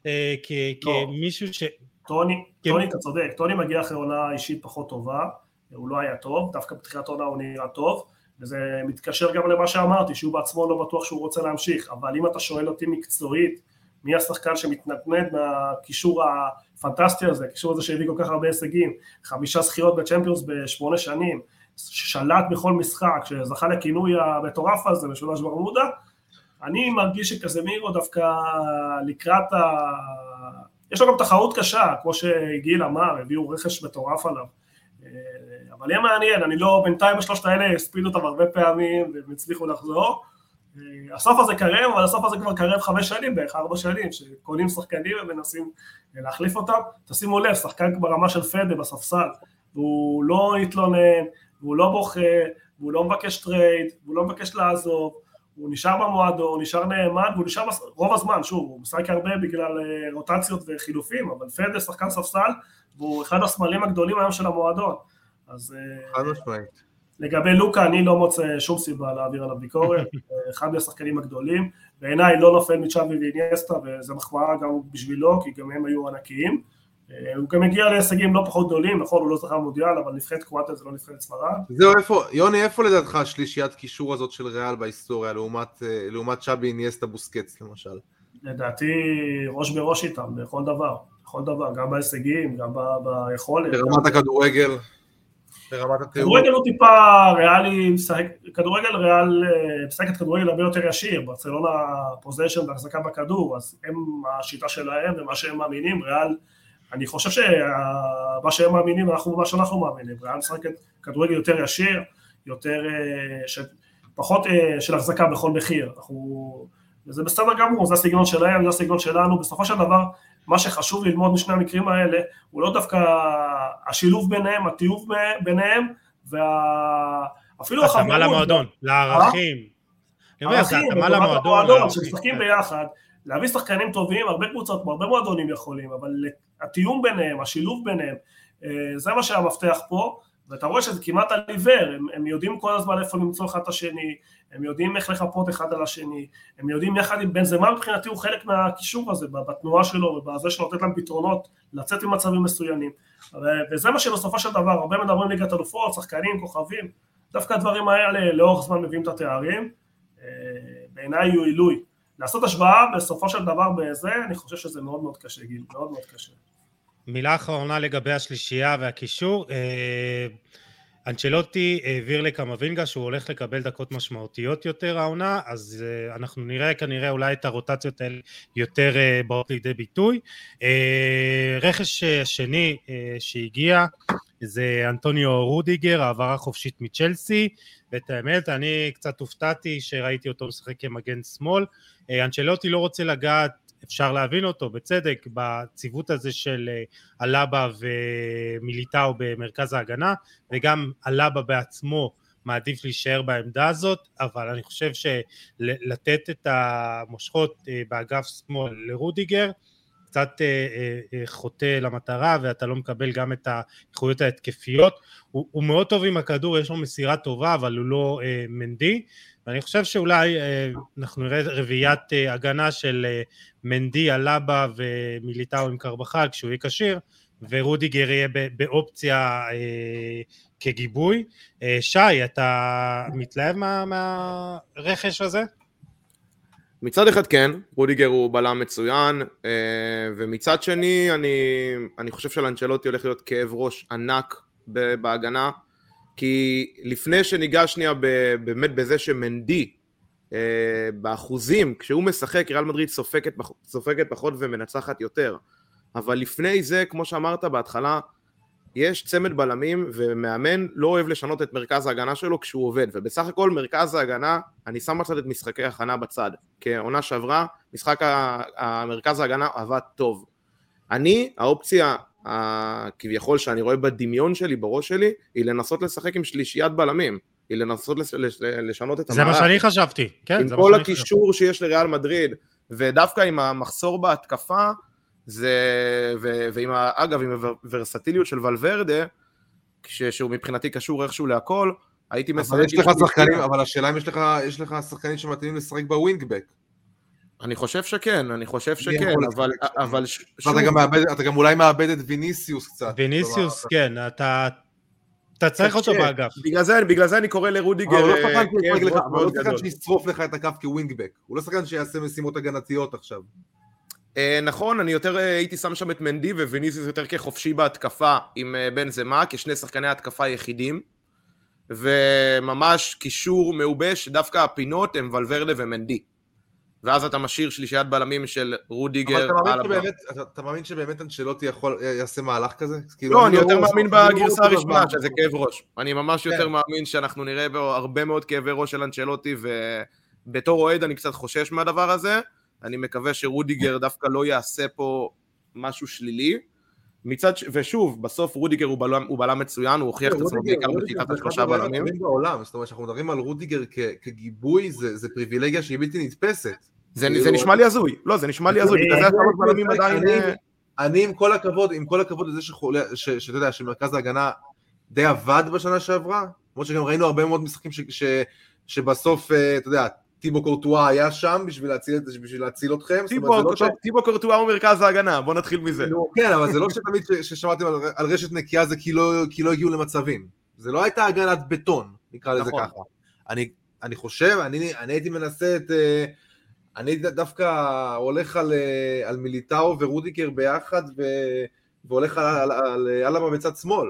כמישהו ש... טוני, אתה צודק, טוני מגיע אחרי עונה אישית פחות טובה, הוא לא היה טוב, דווקא בתחילת עונה הוא נראה טוב, וזה מתקשר גם למה שאמרתי, שהוא בעצמו לא בטוח שהוא רוצה להמשיך, אבל אם אתה שואל אותי מקצועית, מי השחקן שמתנדנד מהקישור הפנטסטי הזה, הקישור הזה שהביא כל כך הרבה הישגים, 5 זכיות בצ'מפיונס ב8 שנים, ששלט בכל משחק, שזכה לכינוי המטורף הזה, משולש ברמודה, אני מרגיש שקסמירו דווקא לקראת יש לו גם תחרות קשה, כמו שגיל אמר, הביאו רכש מטורף עליו, אבל יהיה מעניין, אני לא, בינתיים השלושת האלה הספידו אותם הרבה פעמים, והם הצליחו לחזור, הסוף הזה קרב, אבל הסוף הזה כבר קרב 5 שנים, בערך 4 שנים, שקונים שחקנים ומנסים להחליף אותם, תשימו לב, שחקן ברמה של פדה בספסל, והוא לא יתלונן, והוא לא בוכה, והוא לא מבקש טרייד, והוא לא מבקש לעזוב, הוא נשאר במועדו, הוא נשאר נאמן, והוא נשאר רוב הזמן, שוב, הוא משחק הרבה בגלל רוטציות וחילופים, אבל פדה שחקן ספסל, והוא אחד הסמלים הגדולים היום של המועדון, אז... לגבי לוקה, אני לא מוצא שום סיבה להעביר עליו ביקורת, אחד מהשחקנים הגדולים, בעיניי לא נופל מצ'אבי ואיניאסטה, וזה מחמאה גם בשבילו, כי גם הם היו ענקיים, הוא גם הגיע להישגים לא פחות גדולים, נכון, הוא לא זכה מונדיאל, אבל נבחרת קרואטיה זה לא נבחרת ספרד. זהו, יוני, איפה לדעתך השלישיית קישור הזאת של ריאל בהיסטוריה, לעומת צ'אבי, איניאסטה, בוסקץ למשל? לדעתי ראש בראש איתם, בכל דבר, גם בהישגים, גם ביכולת. ברמת הכדורגל. כדורגל הוא טיפה ריאלי, כדורגל ריאל משחקת כדורגל הרבה יותר ישיר, ברצלונה פוזיישן והחזקה בכדור, אז הם השיטה שלהם ומה שהם מאמינים, ריאל, אני חושב שמה שהם מאמינים אנחנו מה שאנחנו מאמינים, ריאל משחקת כדורגל יותר ישיר, יותר, פחות של החזקה בכל מחיר, וזה בסדר גמור, זה הסגנון שלהם, זה הסגנון שלנו, בסופו של דבר, מה שחשוב ללמוד משני המקרים האלה, הוא לא דווקא השילוב ביניהם, התיעוב ביניהם, אפילו החברות. התאמה למועדון, לערכים. התאמה למועדון, שמשחקים ביחד, להביא שחקנים טובים, הרבה קבוצות, הרבה מועדונים יכולים, אבל התיאום ביניהם, השילוב ביניהם, זה מה שהמפתח פה, ואתה רואה שזה כמעט על עיוור, הם יודעים כל הזמן איפה למצוא אחד את השני, הם יודעים איך לחפות אחד על השני, הם יודעים יחד עם בנזמה מבחינתי הוא חלק מהקישור הזה, בתנועה שלו ובזה שלו לתת להם פתרונות, לצאת עם מצבים מסוימים, וזה מה שבסופו של דבר, הרבה מדברים ליגת אלופות, שחקנים, כוכבים, דווקא הדברים האלה לאורך זמן מביאים את התארים, בעיניי הוא עילוי, לעשות השוואה בסופו של דבר בזה, אני חושב שזה מאוד מאוד קשה, גיל, מאוד מאוד קשה. מילה אחרונה לגבי השלישייה והקישור, אנצ'לוטי העביר לקמבינגה שהוא הולך לקבל דקות משמעותיות יותר העונה, אז אנחנו נראה כנראה אולי את הרוטציות האלה יותר באות לידי ביטוי. רכש שני שהגיע זה אנטוניו רודיגר, העברה חופשית מצ'לסי, ואת האמת אני קצת הופתעתי שראיתי אותו משחק כמגן שמאל, אנצ'לוטי לא רוצה לגעת, אפשר להבין אותו בצדק בציוות הזה של אלאבה ומיליטאו במרכז ההגנה, וגם אלאבה בעצמו מעדיף להישאר בעמדה הזאת, אבל אני חושב שלתת את המושכות באגף שמאל לרודיגר, קצת חוטא למטרה, ואתה לא מקבל גם את האיכויות ההתקפיות. הוא מאוד טוב עם הכדור, יש לו מסירה טובה, אבל הוא לא מנדי, ואני חושב שאולי אנחנו נראה רביעיית הגנה של מנדי, אלבה ומיליטאו עם קרבחל, כשהוא יהיה כשיר, ורודיגר יהיה באופציה כגיבוי. שי, אתה מתלהב מהרכש הזה? מצד אחד כן, רודיגר הוא בלם מצוין, ומצד שני אני חושב שלאנצ'לוטי הולך להיות כאב ראש ענק בהגנה, כי לפני שניגע שנייה באמת בזה שמנדי, באחוזים, כשהוא משחק, ריאל מדריד סופגת פחות ומנצחת יותר, אבל לפני זה, כמו שאמרת בהתחלה, יש צמד בלמים, ומאמן לא אוהב לשנות את מרכז ההגנה שלו כשהוא עובד, ובסך הכל מרכז ההגנה, אני שם בצד את משחקי ההכנה בצד, כעונה שעברה, משחק המרכז ההגנה עבד טוב. האופציה כביכול שאני רואה בדמיון שלי, בראש שלי, היא לנסות לשחק עם שלישיית בלמים, היא לנסות לשנות את המערך. זה מה שאני חשבתי, כן. עם כל הקישור שיש לריאל מדריד, ודווקא עם המחסור בהתקפה, אגב, עם הוורסטיליות של ולוורדה, שהוא מבחינתי קשור איכשהו להכל, הייתי מסרק... אבל יש לך שחקנים, אבל השאלה אם יש לך שחקנים שמתאימים לשחק בווינגבק. אני חושב שכן, אבל... אתה גם אולי מאבד את ויניסיוס קצת. ויניסיוס, כן, אתה צריך אותו באגף. בגלל זה אני קורא לרודיגר... הוא לא שחקן שישרוף לך את הקו כווינגבק, הוא לא שחקן שיעשה משימות הגנתיות עכשיו. נכון, אני יותר הייתי שם שם את מנדי וויניסיוס יותר כחופשי בהתקפה עם בנזמה, כשני שחקני התקפה יחידים, וממש קישור מעובש, דווקא הפינות הם ולוורדה ומנדי, ואז אתה משאיר שלישיית בלמים של רודיגר. אבל אתה מאמין שבאמת אנצ'לוטי יעשה מהלך כזה? לא, אני יותר מאמין בגרסה הראשונה, שזה כאב ראש. אני ממש יותר מאמין שאנחנו נראה בו הרבה מאוד כאבי ראש של אנצ'לוטי, ובתור אוהד אני קצת חושש מהדבר הזה. אני מקווה שרודיגר דווקא לא יעשה פה משהו שלילי, ושוב, בסוף רודיגר הוא בלם מצוין, הוא הוכיח את עצמו בעיקר בשיטת השלושה בלמים. זאת אומרת, שאנחנו מדברים על רודיגר כגיבוי, זה פריבילגיה שהיא בלתי נתפסת. זה נשמע לי הזוי, לא, זה נשמע לי הזוי, בגלל זה השלוש בלמים עדיין... אני עם כל הכבוד לזה שאתה יודע, שמרכז ההגנה די עבד בשנה שעברה, כמו שגם ראינו הרבה מאוד משחקים שבסוף, אתה יודע, טיבו קורטואה היה שם בשביל להציל אתכם. טיבו קורטואה הוא מרכז ההגנה, בוא נתחיל מזה. כן, אבל זה לא שתמיד ששמעתם על רשת נקייה זה כי לא הגיעו למצבים. זה לא הייתה הגנת בטון, נקרא לזה ככה. אני חושב, אני הייתי מנסה אני דווקא הולך על מיליטאו ורודיגר ביחד, והולך על אלבה בצד שמאל.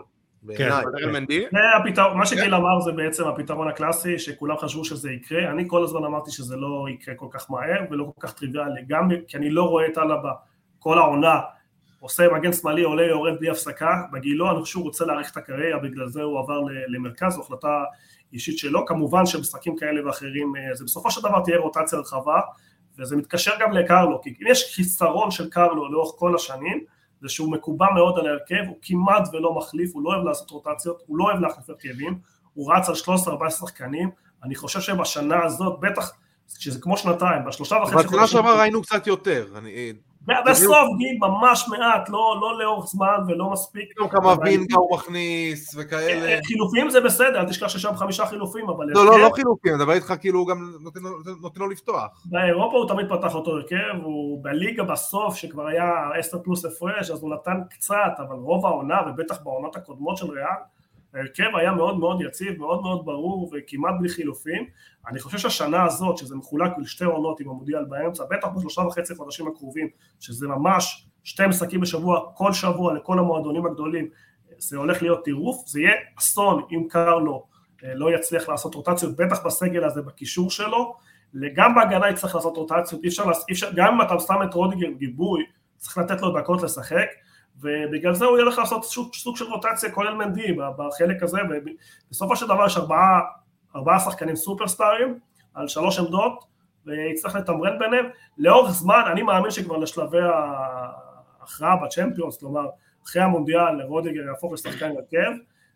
מה שגיל אמר זה בעצם הפתרון הקלאסי שכולם חשבו שזה יקרה. אני כל הזמן אמרתי שזה לא יקרה כל כך מהר ולא כל כך טריוויאלי, גם כי אני לא רואה את אלבה כל העונה עושה מגן שמאלי, עולה יורד בלי הפסקה. בגילו אני חושב שהוא רוצה להאריך את הקריירה, בגלל זה הוא עבר למרכז, זו החלטה אישית שלו. כמובן שבמשחקים כאלה ואחרים זה בסופו של דבר תהיה רוטציה רחבה, וזה מתקשר גם לקרלו, כי אם יש חיסרון של קרלו לאורך כל השנים, זה שהוא מקובע מאוד על ההרכב, הוא כמעט ולא מחליף, הוא לא אוהב לעשות רוטציות, הוא לא אוהב להחליף הרכבים, הוא רץ על 13-14 שחקנים. אני חושב שבשנה הזאת, בטח, שזה כמו שנתיים, בשלושה וחצי חודשים... בשנה שעברה ראינו קצת יותר. בסוף גיל ממש מעט, לא לאורך זמן ולא מספיק. כמה וינגה הוא מכניס וכאלה. חילופים זה בסדר, אל תשכח ששם 5 חילופים, אבל... לא חילופים, דבר איתך כאילו הוא גם נותן לו לפתוח. באירופה הוא תמיד פתח אותו הרכב, הוא בליגה בסוף שכבר היה 10 פלוס הפרש, אז הוא נתן קצת, אבל רוב העונה, ובטח בעונות הקודמות של ריאל, ההרכב היה מאוד מאוד יציב, מאוד מאוד ברור וכמעט בלי חילופים. אני חושב שהשנה הזאת, שזה מחולק לשתי עונות עם המונדיאל באמצע, בטח ב3.5 חודשים הקרובים, שזה ממש 2 משחקים בשבוע, כל שבוע לכל המועדונים הגדולים, זה הולך להיות טירוף. זה יהיה אסון אם קרלו לא יצליח לעשות רוטציות, בטח בסגל הזה בקישור שלו. גם בהגנה יצטרך לעשות רוטציות, גם אם אתה שם את רודיגר גיבוי, צריך לתת לו דקות לשחק, ובגלל זה הוא ילך לעשות סוג של רוטציה כולל מנדי בחלק הזה, ובסופו של דבר יש 4 שחקנים סופרסטארים על 3 עמדות, ויצטרך לתמרן ביניהם. לאורך זמן אני מאמין שכבר לשלבי ההכרעה בצ'מפיונס, כלומר אחרי המונדיאל רודיגר יהפוך לשחקן הרכב,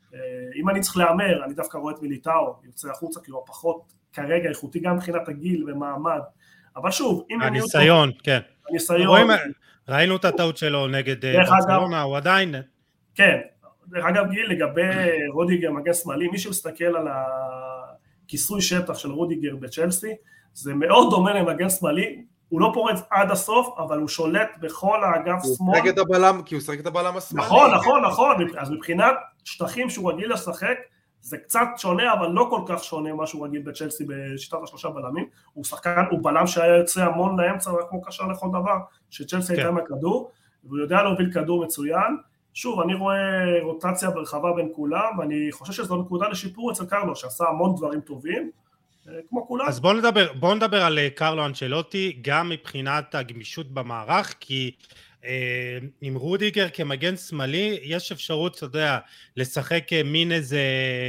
אם אני צריך להאמר, אני דווקא רואה את מיליטאו, יוצא החוצה, כי הוא פחות כרגע איכותי גם מבחינת הגיל ומעמד, אבל שוב, אם הניסיון, כן. הניסיון. ראינו את הטעות שלו נגד ברצלונה, הוא עדיין... כן, דרך אגב גיל, לגבי רודיגר מגן שמאלי, מי שמסתכל על הכיסוי שטח של רודיגר בצ'לסי, זה מאוד דומה למגן שמאלי, הוא לא פורץ עד הסוף, אבל הוא שולט בכל האגף שמאל. כי הוא שחק את הבלם השמאלי. נכון, אז מבחינת שטחים שהוא רגיל לשחק, זה קצת שונה, אבל לא כל כך שונה מה שהוא רגיל בצ'לסי בשיטת השלושה בלמים, הוא שחקן, הוא בלם שהיה יוצא המון לאמצע, כמו קשר לכל דבר, שצ'לסי הייתה מהכדור, והוא יודע להוביל כדור מצוין, שוב, אני רואה רוטציה ברחבה בין כולם, ואני חושב שזו נקודה לשיפור אצל קרלו, שעשה המון דברים טובים, כמו כולם. אז בואו נדבר על קרלו אנצ'לוטי, גם מבחינת הגמישות במערך, כי עם רודיגר כמגן שמאלי, יש אפשרות, אתה יודע, לשחק מין איזה,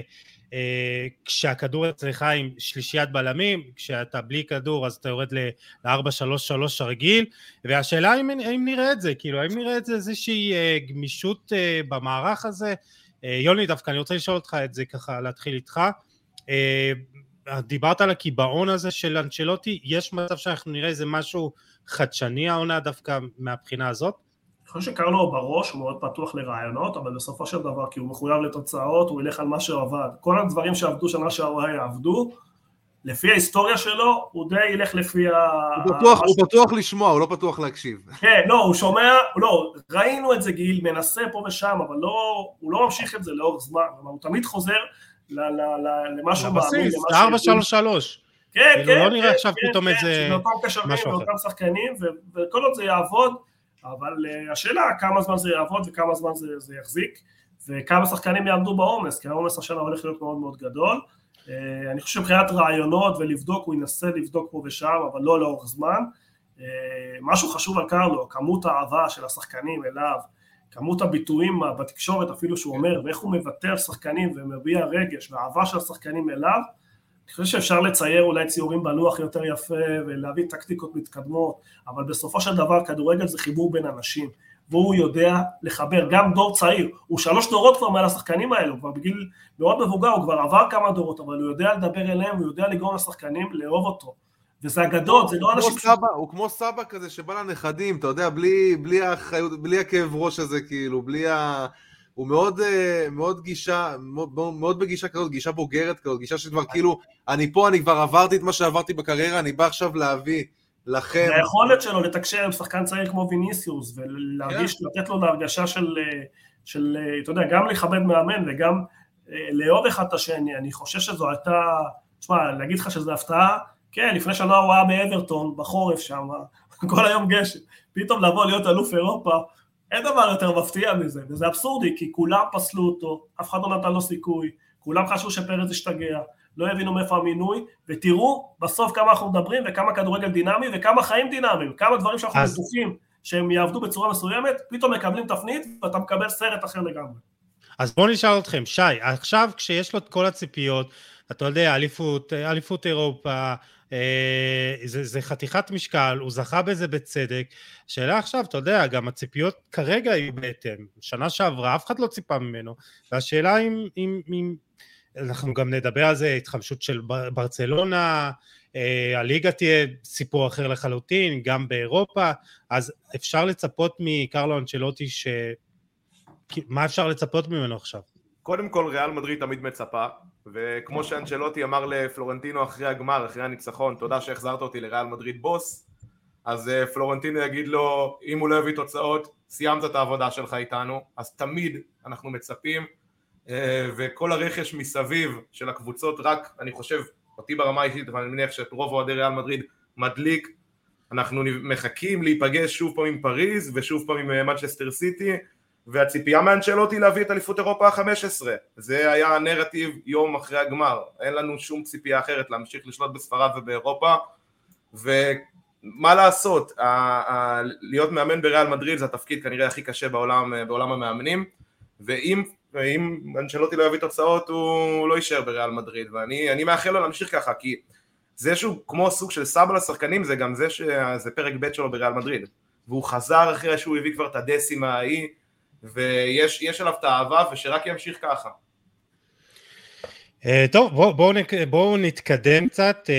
כשהכדור אצלך עם שלישיית בלמים, כשאתה בלי כדור אז אתה יורד ל-4-3-3 הרגיל, והשאלה האם נראה את זה, כאילו, האם נראה את זה איזושהי גמישות במערך הזה? יוני, דווקא אני רוצה לשאול אותך את זה ככה, להתחיל איתך, דיברת על הקיבעון הזה של אנצ'לוטי, יש מצב שאנחנו נראה איזה משהו חדשני העונה דווקא מהבחינה הזאת? אני חושב שקרלו בראש הוא מאוד פתוח לרעיונות, אבל בסופו של דבר, כי הוא מחויב לתוצאות, הוא ילך על מה שעבד. כל הדברים שעבדו שנה שעברה יעבדו, לפי ההיסטוריה שלו, הוא די ילך לפי הוא פתוח לשמוע, הוא לא פתוח להקשיב. כן, לא, הוא שומע, לא, ראינו את זה גיל, מנסה פה ושם, אבל הוא לא ממשיך את זה לאורך זמן, הוא תמיד חוזר למשהו מאמין. 4-3-3. כן, לא נראה עכשיו פתאום איזה משהו אחר. אותם שחקנים, וכל עוד זה יעבוד, אבל השאלה כמה זמן זה יעבוד וכמה זמן זה יחזיק, וכמה שחקנים יעמדו בעומס, כי העומס השנה הולך להיות מאוד מאוד גדול. אני חושב מבחינת רעיונות ולבדוק, הוא ינסה לבדוק פה ושם, אבל לא לאורך זמן. משהו חשוב על קרלו, כמות האהבה של השחקנים אליו, כמות הביטויים בתקשורת אפילו שהוא אומר, ואיך הוא מבטא על שחקנים ומביע רגש והאהבה של השחקנים אליו, אני חושב שאפשר לצייר אולי ציורים בלוח יותר יפה ולהביא טקטיקות מתקדמות, אבל בסופו של דבר כדורגל זה חיבור בין אנשים, והוא יודע לחבר, גם דור צעיר, הוא 3 דורות כבר מעל השחקנים האלו, הוא כבר בגיל מאוד מבוגר, הוא כבר עבר כמה דורות, אבל הוא יודע לדבר אליהם, הוא יודע לגרום לשחקנים לאהוב אותו, וזה הגדול, זה לא אנשים... הוא כמו סבא כזה שבא לנכדים, אתה יודע, בלי הכאב ראש הזה, כאילו, הוא מאוד גישה, מאוד בגישה כזאת, גישה בוגרת כזאת, גישה שכבר כאילו, אני פה, אני כבר עברתי את מה שעברתי בקריירה, אני בא עכשיו להביא לכם. היכולת שלו לתקשר עם שחקן צעיר כמו ויניסיוס, ולהרגיש, לתת לו להרגשה של, אתה יודע, גם לכבד מאמן, וגם לאהוב אחד את השני, אני חושב שזו הייתה, תשמע, להגיד לך שזו הפתעה, כן, לפני שנה הוא היה באברטון, בחורף שם, כל היום גשם, פתאום לבוא להיות אלוף אירופה, אין דבר יותר מפתיע מזה, וזה אבסורדי, כי כולם פסלו אותו, אף אחד לא נתן לו סיכוי, כולם חשבו שפרץ השתגע, לא הבינו מאיפה המינוי, ותראו בסוף כמה אנחנו מדברים, וכמה כדורגל דינמי, וכמה חיים דינמיים, כמה דברים שאנחנו בטוחים, שהם יעבדו בצורה מסוימת, פתאום מקבלים תפנית, ואתה מקבל סרט אחר לגמרי. אז בואו נשאל אתכם, שי, עכשיו כשיש לו את כל הציפיות, אתה יודע, אליפות אירופה, זה חתיכת משקל, הוא זכה בזה בצדק, שאלה עכשיו, אתה יודע, גם הציפיות כרגע היו בהתאם, שנה שעברה, אף אחד לא ציפה ממנו, והשאלה אם אנחנו גם נדבר על זה, התחמשות של ברצלונה, הליגה תהיה סיפור אחר לחלוטין, גם באירופה, אז אפשר לצפות מקרלו אנצ'לוטי, מה אפשר לצפות ממנו עכשיו? קודם כל ריאל מדריד תמיד מצפה, וכמו שאנצ'לוטי אמר לפלורנטינו אחרי הגמר, אחרי הניצחון, תודה שהחזרת אותי לריאל מדריד בוס, אז פלורנטינו יגיד לו, אם הוא לא יביא תוצאות, סיימת את העבודה שלך איתנו, אז תמיד אנחנו מצפים, וכל הרכש מסביב של הקבוצות, רק אני חושב, אותי ברמה האישית, אבל אני מניח שאת רוב אוהדי ריאל מדריד מדליק, אנחנו מחכים להיפגש שוב פעם עם פריז, ושוב פעם עם מנצ'סטר סיטי, והציפייה מאנצ'לוטי להביא את אליפות אירופה ה-15, זה היה הנרטיב יום אחרי הגמר, אין לנו שום ציפייה אחרת להמשיך לשלוט בספרד ובאירופה, ומה לעשות, להיות מאמן בריאל מדריד זה התפקיד כנראה הכי קשה בעולם המאמנים, ואם אנצ'לוטי לא יביא תוצאות הוא לא יישאר בריאל מדריד, ואני מאחל לו להמשיך ככה, כי זה שהוא כמו סוג של סבא לשחקנים, זה גם זה שזה פרק ב' שלו בריאל מדריד, והוא חזר אחרי שהוא הביא כבר את הדסימה ההיא, ויש עליו את האהבה ושרק ימשיך ככה. טוב, בואו נתקדם קצת.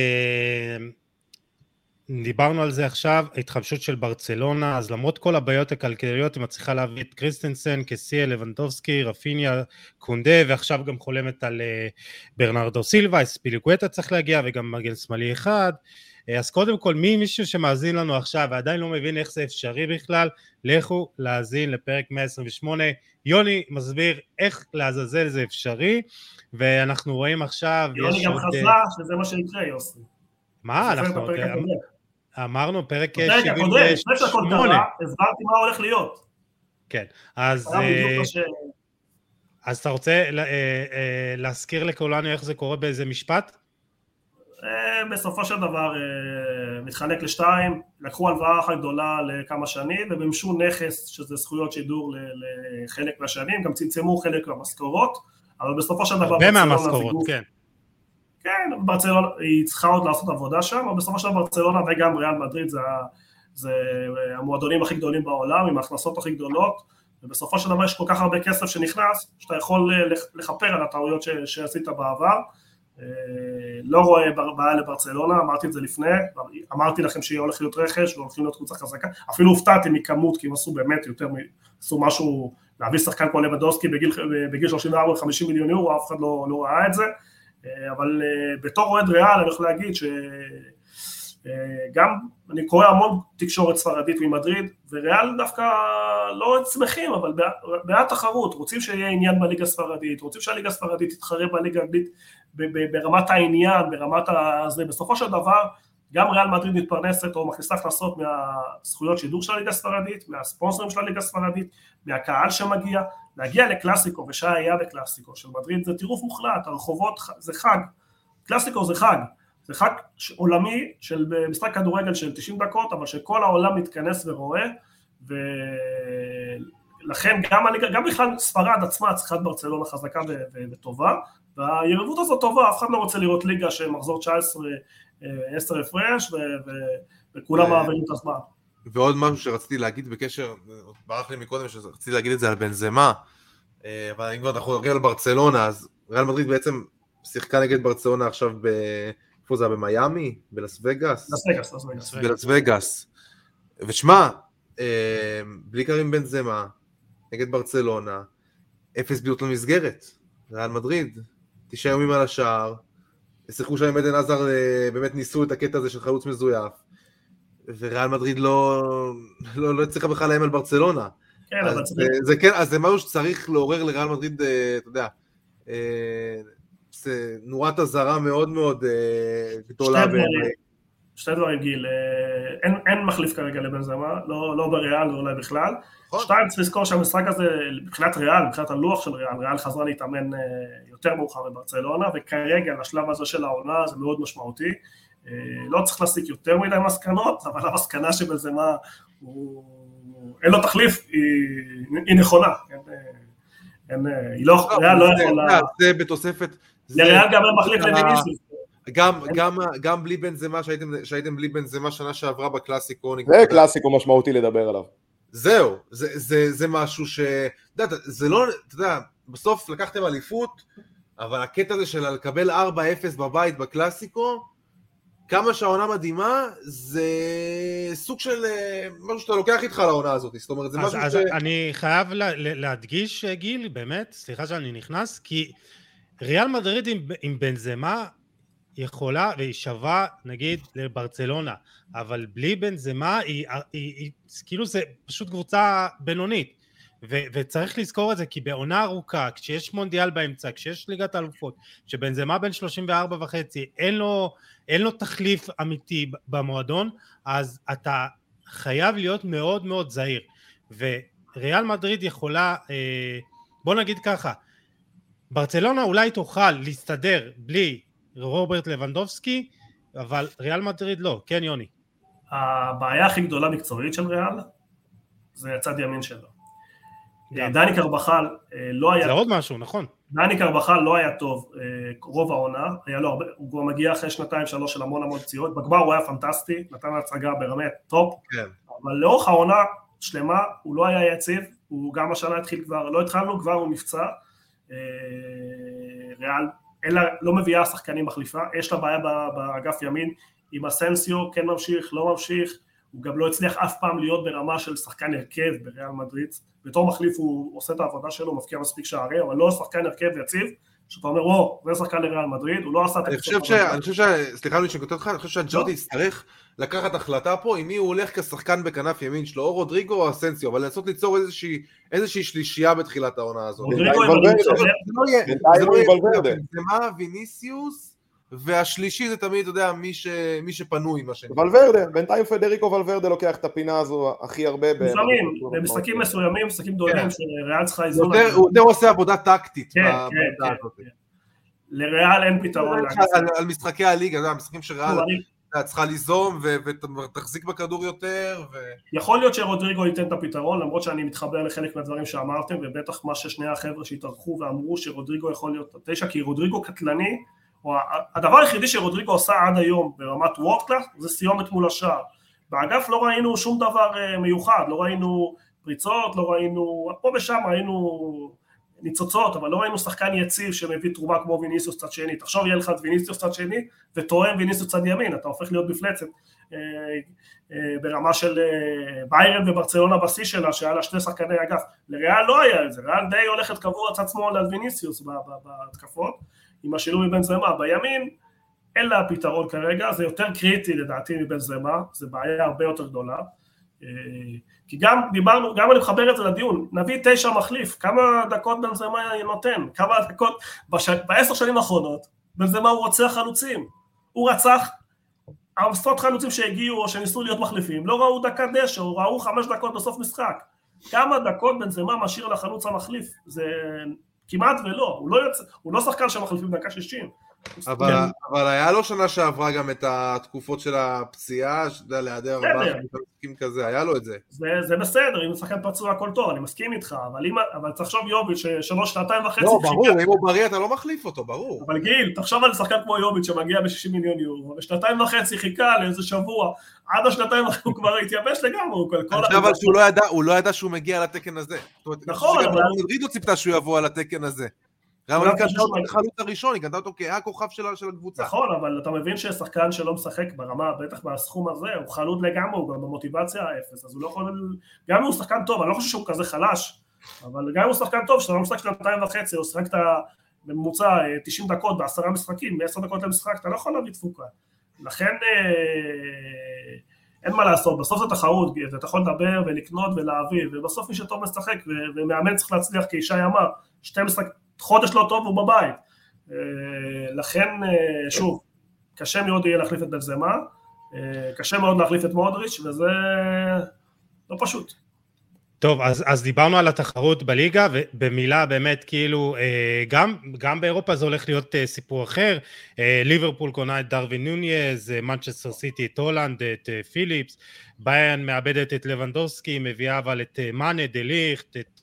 דיברנו על זה עכשיו, התחמשות של ברצלונה, אז למרות כל הבעיות הכלכליות, היא מצליחה להביא את קריסטנסן, קסיה, לבנדובסקי, רפיניה, קונדה, ועכשיו גם חולמת על ברנרדו סילבה, ספיליקווטה צריך להגיע, וגם מגן שמאלי אחד. אז קודם כל, מישהו שמאזין לנו עכשיו, ועדיין לא מבין איך זה אפשרי בכלל, לכו להאזין לפרק 128. יוני מסביר איך לעזאזל זה אפשרי, ואנחנו רואים עכשיו... יוני גם חזרה, שזה מה שיקרה, יוסי. מה? אנחנו... אמרנו פרק 78. הסברתי מה הולך להיות. כן, אז אתה רוצה להזכיר לכולנו איך זה קורה באיזה משפט? בסופו של דבר מתחלק לשתיים, לקחו הלוואה אחת גדולה לכמה שנים ובמשו נכס שזה זכויות שידור לחלק מהשנים, גם צמצמו חלק מהמשכורות, אבל בסופו של דבר הרבה מהמשכורות, כן. כן, ברצלונה היא צריכה עוד לעשות עבודה שם, אבל בסופו של דבר ברצלונה וגם ריאל מדריד זה המועדונים הכי גדולים בעולם, עם ההכנסות הכי גדולות, ובסופו של דבר יש כל כך הרבה כסף שנכנס, שאתה יכול לכפר על הטעויות שעשית בעבר. לא רואה בעיה לברצלונה, אמרתי את זה לפני, אמרתי לכם שהיא הולך להיות רכש והולכים להיות קבוצה חזקה, אפילו הופתעתי מכמות, כי הם עשו באמת יותר, עשו משהו, להביא שחקן כמו לבנדובסקי בגיל 34-50 מיליון יורו, אף אחד לא ראה את זה, אבל בתור אוהד ריאל אני יכול להגיד שגם אני קורא המון תקשורת ספרדית ממדריד, וריאל דווקא לא שמחים, אבל בעד תחרות, רוצים שיהיה עניין בליגה הספרדית, רוצים שהליגה הספרדית תתחרה בליגה האנגלית ברמת העניין, ברמת הזה, בסופו של דבר גם ריאל מדריד מתפרנסת או מכניסה הכנסות מהזכויות שידור של הליגה הספרדית, מהספונסרים של הליגה הספרדית, מהקהל שמגיע, להגיע לקלאסיקו, ושהיה בקלאסיקו של מדריד זה טירוף מוחלט, הרחובות זה חג, קלאסיקו זה חג עולמי של משחק כדורגל של 90 דקות, אבל שכל העולם מתכנס ורואה, ולכן גם בכלל ספרד עצמה צריכה את ברצלונה חזקה וטובה, והיריבות הזאת טובה, אף אחד לא רוצה לראות ליגה שמחזור 19, 10 הפרש, וכולם מעבירים את הזמן. ועוד משהו שרציתי להגיד בקשר, ברח לי מקודם שרציתי להגיד את זה על בנזמה, אבל אם כבר אנחנו נראה על ברצלונה, אז ריאל מדריד בעצם שיחקה נגד ברצלונה עכשיו איפה זה היה? במיימי? בלס וגאס? בלס וגאס. ושמע, בלי קרים בנזמה, נגד ברצלונה, 0 בעיטות למסגרת. ריאל מדריד, 9 יומים על השער, שיחקו שם עם עדן עזר, באמת ניסו את הקטע הזה של חלוץ מזויף, וריאל מדריד לא הצליחה בכלל להם על ברצלונה. כן, אבל אז זה משהו שצריך לעורר לריאל מדריד, אתה יודע, זה נורת הזרה מאוד מאוד גדולה. שתי דברים גיל, אין מחליף כרגע לבנזמה, לא בריאל ואולי בכלל. שתיים, צריך לזכור שהמשחק הזה, מבחינת ריאל, מבחינת הלוח של ריאל חזרה להתאמן יותר מאוחר בברצלונה, וכרגע לשלב הזה של העונה זה מאוד משמעותי. לא צריך להסיק יותר מדי מסקנות, אבל המסקנה שבנזמה אין לו תחליף, היא נכונה. ריאל לא יכולה... זה בתוספת... לריאל גם אין מחליף לויניסיוס. גם בלי בנזמה, שהייתם בלי בנזמה שנה שעברה בקלאסיקו. זה קלאסיקו משמעותי לדבר עליו. זהו, זה משהו ש... זה לא, אתה יודע, בסוף לקחתם אליפות, אבל הקטע הזה של לקבל 4-0 בבית בקלאסיקו, כמה שהעונה מדהימה, זה סוג של משהו שאתה לוקח איתך לעונה הזאת, זאת אומרת, זה משהו אז אני חייב להדגיש, גיל, באמת, סליחה שאני נכנס, כי ריאל מדריד עם בנזמה יכולה והיא שווה נגיד לברצלונה, אבל בלי בנזמה היא כאילו זה פשוט קבוצה בינונית, וצריך לזכור את זה, כי בעונה ארוכה, כשיש מונדיאל באמצע, כשיש ליגת האלופות, שבנזמה בין 34 וחצי, אין לו תחליף אמיתי במועדון, אז אתה חייב להיות מאוד מאוד זהיר, וריאל מדריד יכולה, בוא נגיד ככה, ברצלונה אולי תוכל להסתדר בלי רוברט לבנדובסקי, אבל ריאל מדריד לא, כן יוני? הבעיה הכי גדולה מקצועית של ריאל, זה הצד ימין שלו. דני קרבחל לא היה... זה עוד משהו, נכון. דני קרבחל לא היה טוב רוב העונה, היה לו הרבה, הוא כבר מגיע אחרי 2-3 של המון פציעות, בגמר הוא היה פנטסטי, נתן הצגה ברמת טופ, אבל לאורך העונה שלמה הוא לא היה יציב, הוא גם השנה התחיל כבר, לא התחלנו, כבר הוא נפצע, ריאל אלא לא מביאה שחקנים מחליפה, יש לה בעיה באגף ימין, עם אסנסיו כן ממשיך, לא ממשיך, הוא גם לא הצליח אף פעם להיות ברמה של שחקן הרכב בריאל מדריד, בתור מחליף הוא עושה את העבודה שלו, מפקיע מספיק שערים, אבל לא שחקן הרכב יציב, שאתה אומר, זה שחקן לריאל מדריד, הוא לא עשה את אני חושב סליחה לי שכותב לך, אני חושב שהג'וטי יצטרך לקחת החלטה פה, עם מי הוא הולך כשחקן בכנף ימין שלו, או רודריגו או אסנסיו, אבל לנסות ליצור איזושהי שלישייה בתחילת העונה הזאת. רודריגו זה לא יהיה בנזמה, ויניסיוס, והשלישי זה תמיד, אתה יודע, מי שפנוי, מה שאני. ולוורדה, בינתיים פדריקו ולוורדה לוקח את הפינה הזו הכי הרבה. במשחקים מסוימים, משחקים גדולים, שריאל צריכה איזון. הוא יותר עושה עבודה טקטית. לריאל אין פתרון. על משחקי הליגה, המשחקים שריאל צריכה ליזום ותחזיק בכדור יותר. יכול להיות שרודריגו ייתן את הפתרון, למרות שאני מתחבר לחלק מהדברים שאמרתם, ובטח מה ששני החבר'ה שהתארחו ואמרו שרודריגו יכול להיות 9, כי רודריגו קטלני, הדבר היחידי שרודריגו עושה עד היום ברמת וורד קלאס זה סיומת מול השער. באגף לא ראינו שום דבר מיוחד, לא ראינו פריצות, לא ראינו, פה ושם ראינו ניצוצות, אבל לא ראינו שחקן יציב שמביא תרומה כמו ויניסיוס צד שני. תחשוב יהיה לך את ויניסיוס צד שני ותואם ויניסיוס צד ימין, אתה הופך להיות מפלצת ברמה של ביירן וברצלונה בשיא שלה, שהיה לה שני שחקני אגף. לריאל לא היה את זה, ריאל די הולכת קבוע צד שמאל על ויניסיוס בהתקפות, עם השילוב מבנזמה. בימין אין לה פתרון כרגע, זה יותר קריטי לדעתי מבנזמה, זה בעיה הרבה יותר גדולה, כי גם דיברנו, גם אני מחבר את זה לדיון, נביא 9 מחליף, כמה דקות בנזמה נותן, כמה דקות, ב10 שנים האחרונות, בנזמה הוא רוצח חלוצים, הוא רצח, עשרות חלוצים שהגיעו או שניסו להיות מחליפים, לא ראו דקה דשא, או ראו 5 דקות בסוף משחק, כמה דקות בנזמה משאיר לחלוץ המחליף, זה כמעט ולא, הוא לא שחקן שמחליפים דקה 60. אבל היה לו שנה שעברה גם את התקופות של הפציעה, שדה להיעדר 4 משחקים כזה, היה לו את זה. זה בסדר, אם הוא שחקן פצוע הכל טוב, אני מסכים איתך, אבל תחשוב יוביץ' שנתיים וחצי. לא, ברור, אם הוא בריא אתה לא מחליף אותו, ברור. אבל גיל, תחשוב על שחקן כמו יוביץ' שמגיע ב-60 מיליון יורו, ושנתיים וחצי חיכה לאיזה שבוע, עד השנתיים וחצי הוא כבר התייבש לגמרי. אבל הוא לא ידע שהוא מגיע לתקן הזה. נכון, אבל מדריד הוא ציפתה שהוא יבוא על התקן הזה. גם היא קנתה אותו כחלוץ הראשון, היא קנתה אותו כהכוכב של הקבוצה. נכון, אבל אתה מבין ששחקן שלא משחק ברמה, בטח בסכום הזה, הוא חלוד לגמרי, הוא גם במוטיבציה 0, אז הוא לא יכול, גם אם הוא שחקן טוב, אני לא חושב שהוא כזה חלש, אבל גם אם הוא שחקן טוב, שאתה לא משחק 2.5, או שחקת בממוצע 90 דקות ב10 משחקים, ב10 דקות למשחק, אתה לא יכול להביא תפוקה. לכן אין מה לעשות, בסוף זה תחרות, אתה יכול לדבר ולקנות ולהביא, ובסוף מי שטוב משחק, ומאמן צריך להצליח, כי ישי אמר, 12 חודש לא טוב הוא בבית, לכן שוב, קשה מאוד יהיה להחליף את בנזמה, קשה מאוד להחליף את מודריץ' וזה לא פשוט. טוב, אז דיברנו על התחרות בליגה, ובמילה באמת כאילו, גם באירופה זה הולך להיות סיפור אחר, ליברפול קונה את דרווין נוניז, מנצ'סטר סיטי את הולנד, את פיליפס, ביירן מאבדת את לבנדובסקי, מביאה אבל את מאנה, דליכט, את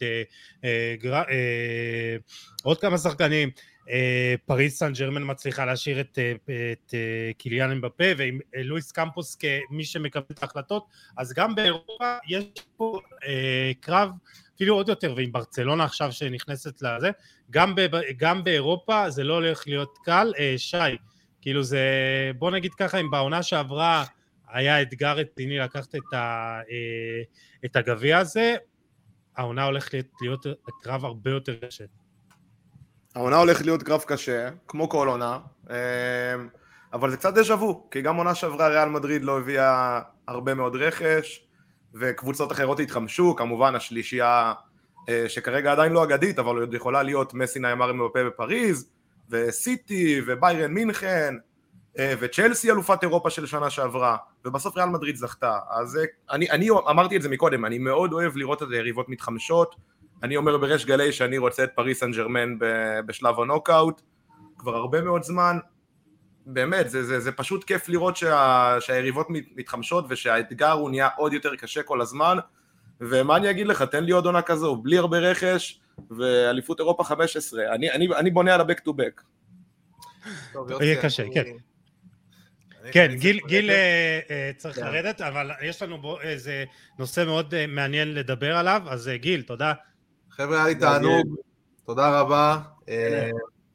עוד כמה שחקנים, פריז סן ג'רמן מצליחה להשאיר את קיליאן אמבפה, ועם לואיס קמפוס כמי שמקבל את ההחלטות, אז גם באירופה יש פה קרב אפילו עוד יותר, ועם ברצלונה עכשיו שנכנסת לזה, גם באירופה זה לא הולך להיות קל. שי, כאילו זה, בוא נגיד ככה, אם בעונה שעברה היה אתגר רציני לקחת את הגביע הזה, העונה הולכת להיות קרב הרבה יותר קשה. העונה הולכת להיות קרב קשה, כמו כל עונה, אבל זה קצת דז'ה וו, כי גם עונה שעברה ריאל מדריד לא הביאה הרבה מאוד רכש, וקבוצות אחרות התחמשו, כמובן השלישייה שכרגע עדיין לא אגדית, אבל עוד יכולה להיות מסי, ניימאר, אמבפה בפריז, וסיטי, וביירן מינכן, וצ'לסי אלופת אירופה של שנה שעברה, ובסוף ריאל מדריד זכתה. אז אני אמרתי את זה מקודם, אני מאוד אוהב לראות את היריבות מתחמשות, אני אומר בריש גלי שאני רוצה את פריז סן ג'רמן בשלב הנוקאוט, כבר הרבה מאוד זמן, באמת, זה פשוט כיף לראות שהיריבות מתחמשות, ושהאתגר הוא נהיה עוד יותר קשה כל הזמן, ומה אני אגיד לך, תן לי עוד עונה כזו, בלי הרבה רכש, ואליפות אירופה 15, אני בונה על ה-back to back. יהיה קשה, כן. כן, גיל צריך לרדת, אבל יש לנו בו איזה נושא מאוד מעניין לדבר עליו, אז גיל, תודה. חבר'ה, היה לי תענוג, תודה רבה.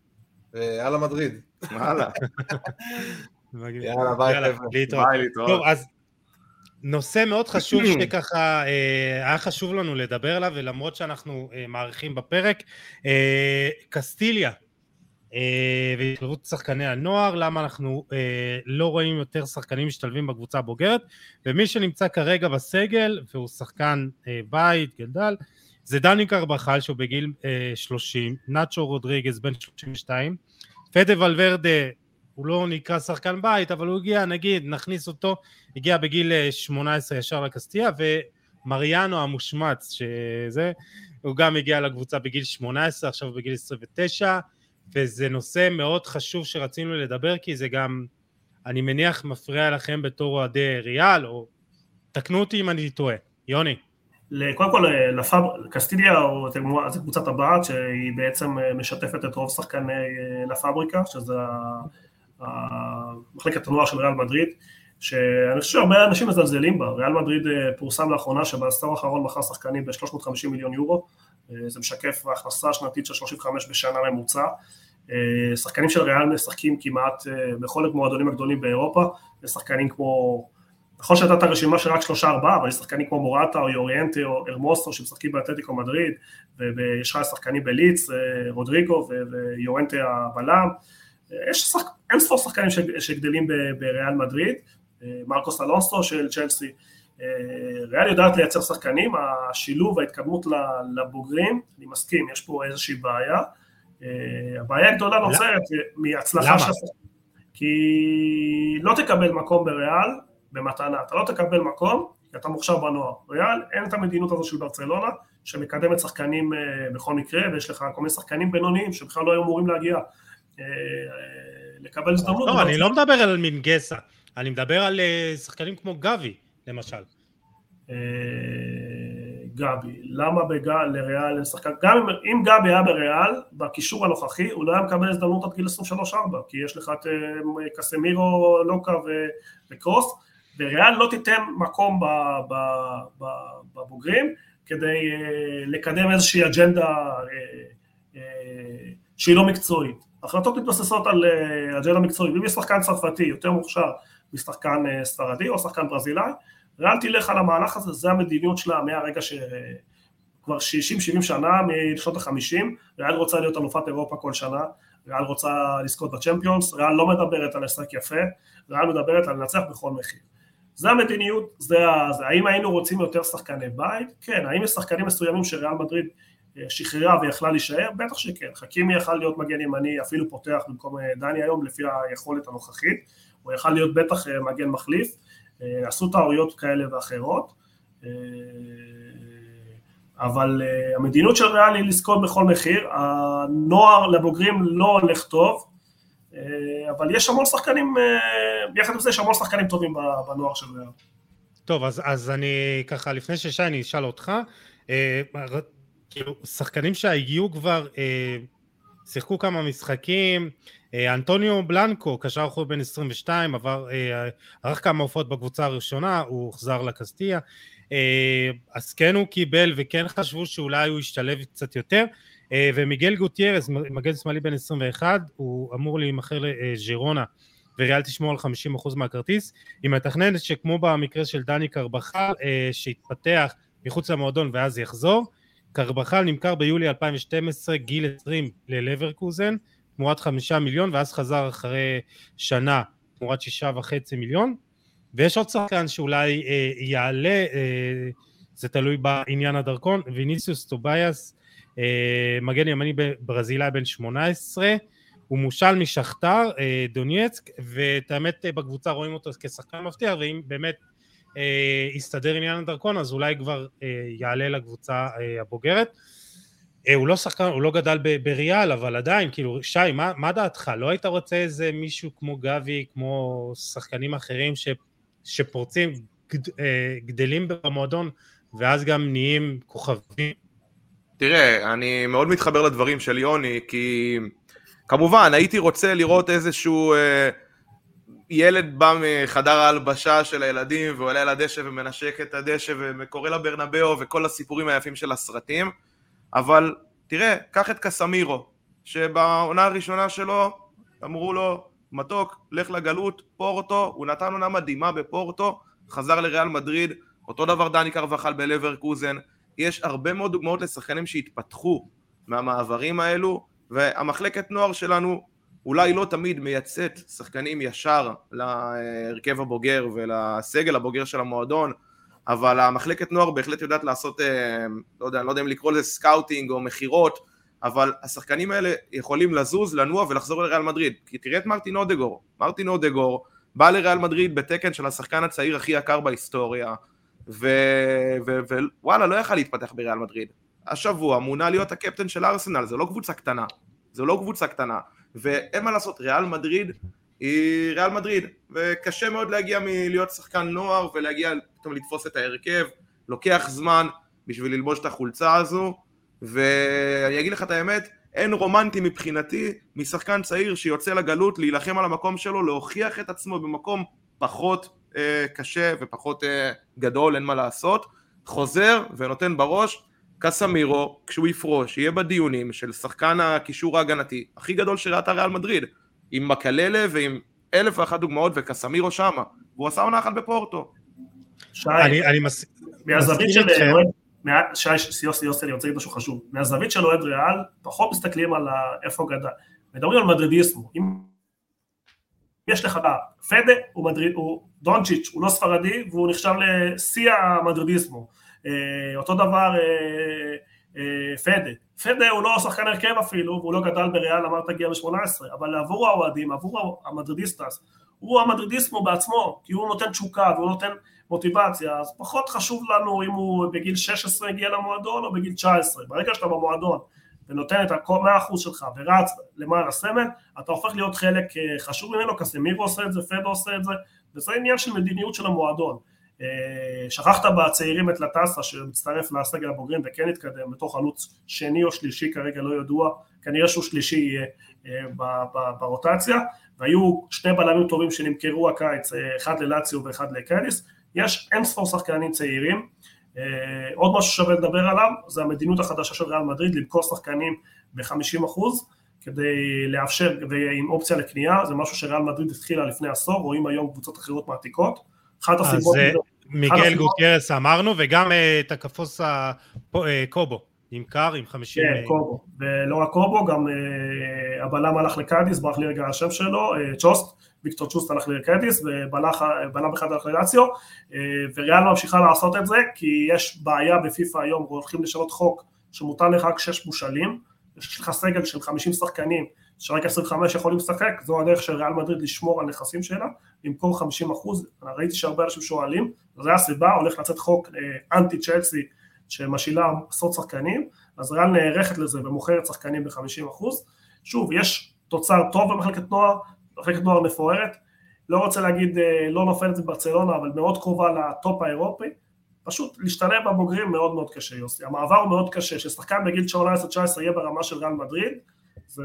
יאללה מדריד. יאללה. יאללה, ביי חבר'ה. להתראות. טוב, אז נושא מאוד חשוב שככה היה חשוב לנו לדבר עליו, ולמרות שאנחנו מעריכים בפרק, קסטיליה והתלוות שחקני הנוער, למה אנחנו לא רואים יותר שחקנים משתלבים בקבוצה הבוגרת, ומי שנמצא כרגע בסגל, והוא שחקן בית, גלדל, זה דני קרבחל שהוא בגיל 30, נאצ'ו רודריגז בן 32, פדה ולוורדה, הוא לא נקרא שחקן בית, אבל הוא הגיע, נגיד, נכניס אותו, הגיע בגיל 18 ישר לקסטיה, ומריאנו המושמץ, שזה, הוא גם הגיע לקבוצה בגיל 18, עכשיו בגיל 29, וזה נושא מאוד חשוב שרצינו לדבר, כי זה גם, אני מניח, מפריע לכם בתור אוהדי ריאל, או תקנו אותי אם אני טועה. יוני. קודם כל, קסטיליה זה קבוצת הבת, שהיא בעצם משתפת את רוב שחקני לפאבריקה, שזה מחלקת הנוער של ריאל מדריד, שאני חושב שהרבה אנשים מזלזלים בה. ריאל מדריד פורסם לאחרונה שבעשור האחרון מכר שחקנים ב-350 מיליון יורו, זה משקף הכנסה שנתית של 35 בשנה ממוצע. שחקנים של ריאל משחקים כמעט בכל המועדונים הגדולים באירופה, שחקנים כמו, נכון שהייתה את הרשימה של רק 3-4, אבל יש שחקנים כמו מורטה או יוריאנטה או הרמוסו שמשחקים באתלטיקו מדריד, ויש שחקנים בליץ, רודריגו ויורנטה הבלם, אין ספור שחקנים שגדלים בריאל מדריד, מרקוס אלונסו של צ'לסי, ריאל יודעת לייצר שחקנים, השילוב וההתקדמות לבוגרים, אני מסכים, יש פה איזושהי בעיה, הבעיה הגדולה נוצרת מהצלחה של השחקנים, כי לא תקבל מקום בריאל במתנה, אתה לא תקבל מקום, כי אתה מוכשר בנוער, ריאל אין את המדינות הזו של ברצלונה, שמקדמת שחקנים בכל מקרה, ויש לך כל מיני שחקנים בינוניים, שבכלל לא היו אמורים להגיע, לקבל הזדמנות. לא, אני לא מדבר על מינגסה, אני מדבר על שחקנים כמו גבי, למשל. גבי, למה לריאל אין שחקן? גם אם גבי היה בריאל, בקישור הנוכחי, הוא לא היה מקבל הזדמנות עד גיל 23-4, כי יש לך את קסמירו, לוקה וקרוס, וריאל לא תיתן מקום בבוגרים, כדי לקדם איזושהי אג'נדה שהיא לא מקצועית. החלטות מתבססות על אג'נדה מקצועית, אם יש שחקן צרפתי יותר מוכשר משחקן ספרדי או שחקן ברזילאי, ריאל תלך על המהלך הזה, זה המדיניות שלה מהרגע שכבר 60-70 שנה, משנות ה-50, ריאל רוצה להיות אלופת אירופה כל שנה, ריאל רוצה לזכות בצ'מפיונס, ריאל לא מדברת על לשחק יפה, ריאל מדברת על לנצח בכל מחיר. זה המדיניות, האם היינו רוצים יותר שחקני בית? כן, האם יש שחקנים מסוימים שריאל מדריד שחררה ויכלה להישאר? בטח שכן, חכימי יכל להיות מגן ימני, אפילו פותח במקום דני היום לפי היכולת הנוכחית, הוא יכל להיות בטח מגן מחליף, עשו טעויות כאלה ואחרות, אבל המדיניות של ריאל היא לזכות בכל מחיר, הנוער לבוגרים לא הולך טוב, אבל יש המון שחקנים, ביחד עם זה יש המון שחקנים טובים בנוער של ריאל. טוב, אז אני ככה, לפני ששי אני אשאל אותך, שחקנים שהגיעו כבר, שיחקו כמה משחקים, אנטוניו בלנקו, קשר אחורי בן 22, ערך כמה הופעות בקבוצה הראשונה, הוא הוחזר לקסטיה, אז כן הוא קיבל וכן חשבו שאולי הוא ישתלב קצת יותר, ומיגל גוטיירס, מגן שמאלי בן 21, הוא אמור להימכר לג'ירונה, וריאל תשמור על 50% מהכרטיס, היא מתכננת שכמו במקרה של דני קרבחל, שהתפתח מחוץ למועדון ואז יחזור, קרבחל נמכר ביולי 2012, גיל 20 ללברקוזן, תמורת 5 מיליון, ואז חזר אחרי שנה, תמורת 6.5 מיליון, ויש עוד שחקן שאולי יעלה, זה תלוי בעניין הדרכון, ויניסיוס טובייס, מגן ימני ברזילאי בן 18, הוא מושל משכתר, דונייצק, ואת האמת בקבוצה רואים אותו כשחקן מבטיח, ואם באמת יסתדר עניין הדרכון, אז אולי כבר יעלה לקבוצה הבוגרת. הוא לא שחקן, הוא לא גדל בריאל, אבל עדיין, כאילו, שי, מה דעתך? לא היית רוצה איזה מישהו כמו גבי, כמו שחקנים אחרים שפורצים, גדלים במועדון, ואז גם נהיים כוכבים? תראה, אני מאוד מתחבר לדברים של יוני, כי כמובן, הייתי רוצה לראות איזשהו ילד בא מחדר ההלבשה של הילדים, והוא עולה לדשא ומנשק את הדשא, וקורא לברנבאו, וכל הסיפורים היפים של הסרטים, אבל תראה, קח את קסמירו, שבעונה הראשונה שלו אמרו לו, מתוק, לך לגלות, פורטו, הוא נתן עונה מדהימה בפורטו, חזר לריאל מדריד, אותו דבר דני קרבחל בלברקוזן, יש הרבה מאוד דוגמאות לשחקנים שהתפתחו מהמעברים האלו, והמחלקת נוער שלנו אולי לא תמיד מייצאת שחקנים ישר להרכב הבוגר ולסגל הבוגר של המועדון, אבל המחלקת נוער בהחלט יודעת לעשות, לא יודע אם לקרוא לזה סקאוטינג או מחירות, אבל השחקנים האלה יכולים לזוז, לנוע ולחזור לריאל מדריד, כי תראה את מרטין אודגור בא לריאל מדריד בתקן של השחקן הצעיר הכי יקר בהיסטוריה, ווואלה, לא יכל להתפתח בריאל מדריד. השבוע מונה להיות הקפטן של ארסנל, זה לא קבוצה קטנה, ואין מה לעשות, ריאל מדריד היא ריאל מדריד, וקשה מאוד להגיע מלהיות שחקן נוער ולהגיע פתאום לתפוס את ההרכב, לוקח זמן בשביל ללבוש את החולצה הזו, ואני אגיד לך את האמת, אין רומנטי מבחינתי משחקן צעיר שיוצא לגלות להילחם על המקום שלו, להוכיח את עצמו במקום פחות קשה ופחות גדול, אין מה לעשות, חוזר ונותן בראש. קסמירו, כשהוא יפרוש, יהיה בדיונים של שחקן הקישור ההגנתי הכי גדול שראית ריאל מדריד, עם מקללה ועם 1001 דוגמאות, וקסמירו שמה, והוא עשה עונה אחת בפורטו. שי, מהזווית של יוסי, אני רוצה להגיד משהו חשוב, מהזווית של אוהד ריאל, פחות מסתכלים על איפה גדל, מדברים על מדרידיסמו, אם יש לך פדה, הוא דונצ'יץ', הוא לא ספרדי, והוא נחשב לשיא המדרידיסמו, אותו דבר פדה הוא לא שחקן הרכב אפילו, והוא לא גדל בריאל, אמרת תגיע ב-18, אבל עבור האוהדים, עבור המדרידיסטס, הוא המדרידיסמו בעצמו, כי הוא נותן תשוקה והוא נותן מוטיבציה, אז פחות חשוב לנו אם הוא בגיל 16 הגיע למועדון או בגיל 19, ברגע שאתה במועדון ונותן את 100% שלך ורץ למען הסמל, אתה הופך להיות חלק חשוב ממנו, קסמירו עושה את זה, פדה עושה את זה, וזה עניין של מדיניות של המועדון. שכחת בצעירים את לטסה שמצטרף לסגל הבוגרים וכן התקדם בתוך חלוץ שני או שלישי, כרגע לא ידוע, כנראה שהוא שלישי יהיה ברוטציה, והיו שני בלמים טובים שנמכרו הקיץ, אחד ללאציו ואחד לקדיס, יש אין ספור שחקנים צעירים. עוד משהו שווה לדבר עליו, זה המדיניות החדשה של ריאל מדריד, למכור שחקנים ב-50%, כדי לאפשר, ועם אופציה לקנייה, זה משהו שריאל מדריד התחילה לפני עשור, רואים היום קבוצות אחרות מעתיקות, אז מיגל גוטיירס אמרנו, וגם את הקפוס קובו, נמכר עם 50... כן, קובו, ולא רק קובו, גם הבלם הלך לקדיס, ברח לי רגע השם שלו, צ'וסט, ויקטור צ'וסט הלך לקדיס, ובלם אחד הלך ללאציו, וריאל ממשיכה לעשות את זה, כי יש בעיה בפיפ"א היום, הולכים לשנות חוק, שמותר לך רק 6 מושאלים, יש לך סגל של 50 שחקנים, שרק 25 יכולים לשחק, זו הדרך של ריאל מדריד לשמור על נכסים שלה, למכור 50%, אני ראיתי שהרבה אנשים שואלים, זה הסיבה, הולך לצאת חוק אנטי צ'לסי, שמשאילה עשרות שחקנים, אז ריאל נערכת לזה ומוכרת שחקנים ב-50%, שוב, יש תוצר טוב במחלקת נוער, מחלקת נוער מפוארת, לא רוצה להגיד, לא נופלת בברצלונה, אבל מאוד קרובה לטופ האירופי, פשוט להשתלב בבוגרים מאוד מאוד קשה, יוסי, המעבר הוא מאוד קשה, ששחקן בגיל 18-19 יהיה ברמה של ריאל מדריד, זה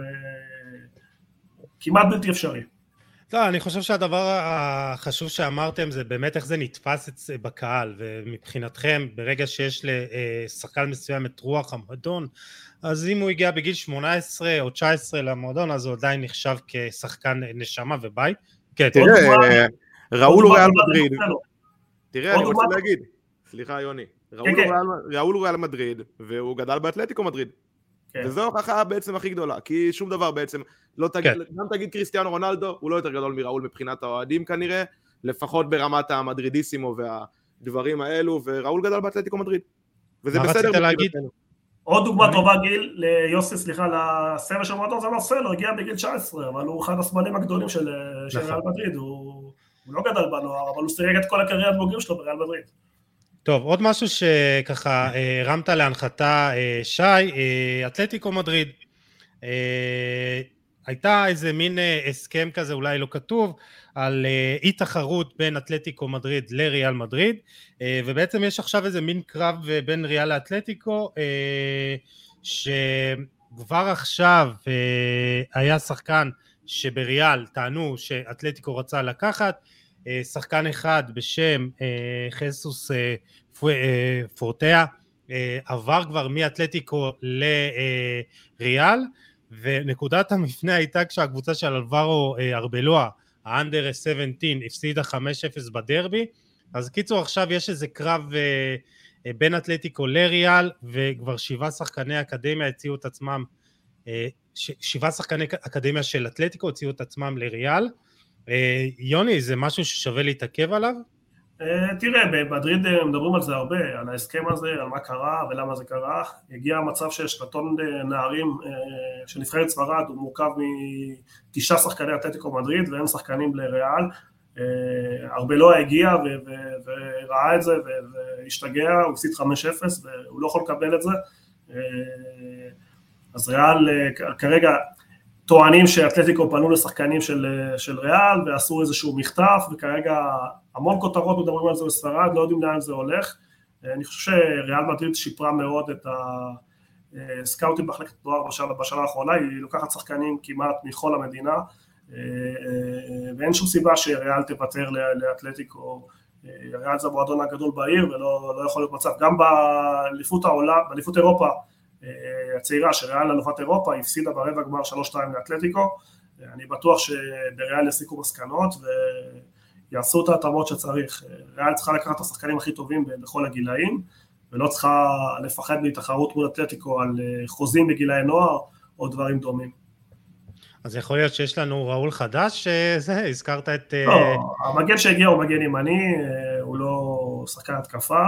כמעט בלתי אפשרי. לא, אני חושב שהדבר החשוב שאמרתם זה באמת איך זה נתפס בקהל, ומבחינתכם ברגע שיש לשחקן מסוים את רוח המועדון, אז אם הוא הגיע בגיל 18 או 19 למועדון, אז הוא עדיין נחשב כשחקן נשמה ובית. כן, תראה, ראול הוא ריאל מדריד. תראה, אני רוצה להגיד, סליחה יוני, ראול הוא ריאל מדריד, והוא גדל באתלטיקו מדריד. וזו ההוכחה בעצם הכי גדולה, כי שום דבר בעצם, גם תגיד קריסטיאנו רונלדו, הוא לא יותר גדול מראול מבחינת האוהדים כנראה, לפחות ברמת המדרידיסימו והדברים האלו, וראול גדל באתלטיקו מדריד. וזה בסדר. עוד דוגמה טובה גיל, ליוסי, סליחה, לסבב של מועדון, זה מרסלו, הגיע בגיל 19, אבל הוא אחד הסמלים הגדולים של ריאל מדריד, הוא לא גדל בנוער, אבל הוא סייג את כל הקריירת בוגרים שלו בריאל מדריד. טוב, עוד משהו שככה הרמת להנחתה שי, אתלטיקו מדריד, הייתה איזה מין הסכם כזה, אולי לא כתוב, על אי תחרות בין אתלטיקו מדריד לריאל מדריד, ובעצם יש עכשיו איזה מין קרב בין ריאל לאתלטיקו, שכבר עכשיו היה שחקן שבריאל טענו שאתלטיקו רצה לקחת, שחקן אחד בשם חסוס פורטיה, עבר כבר מאתלטיקו לריאל, ונקודת המפנה הייתה כשהקבוצה של אלברו ארבלואה, האנדר 17, הפסידה 5-0 בדרבי, אז קיצור עכשיו יש איזה קרב בין אתלטיקו לריאל, וכבר 7 שחקני אקדמיה הציעו את עצמם, 7 שחקני אקדמיה של אתלטיקו הציעו את עצמם לריאל. יוני, זה משהו ששווה להתעכב עליו? תראה, במדריד מדברים על זה הרבה, על ההסכם הזה, על מה קרה ולמה זה קרה. הגיע המצב ששנתון נערים של נבחרת ספרד, הוא מורכב מ9 שחקני אתלטיקו מדריד ואין שחקנים לריאל. ארבלואה הגיע וראה את זה והשתגע, הוא הפסיד 5-0 והוא לא יכול לקבל את זה. אז ריאל כרגע טוענים שאתלטיקו פנו לשחקנים של ריאל ועשו איזשהו מכתב, וכרגע המון כותרות מדברים על זה בספרד, לא יודעים לאן זה הולך. אני חושב שריאל מדריד שיפרה מאוד את הסקאוטים בחלקת נוער בשנה האחרונה, היא לוקחת שחקנים כמעט מכל המדינה, ואין שום סיבה שריאל תוותר לאתלטיקו. ריאל זה המועדון הגדול בעיר ולא יכול להיות מצב, גם באליפות העולם, באליפות אירופה, הצעירה שריאל אלופת אירופה הפסידה ברבע גמר 3-2 לאתלטיקו. אני בטוח שבריאל יסיקו מסקנות ויעשו את ההתאמות שצריך. ריאל צריכה לקחת את השחקנים הכי טובים בכל הגילאים, ולא צריכה לפחד מתחרות מול אתלטיקו על חוזים בגילאי נוער או דברים דומים. אז יכול להיות שיש לנו ראול חדש, הזכרת את... לא, המגן שהגיע הוא מגן ימני, הוא לא שחקן התקפה.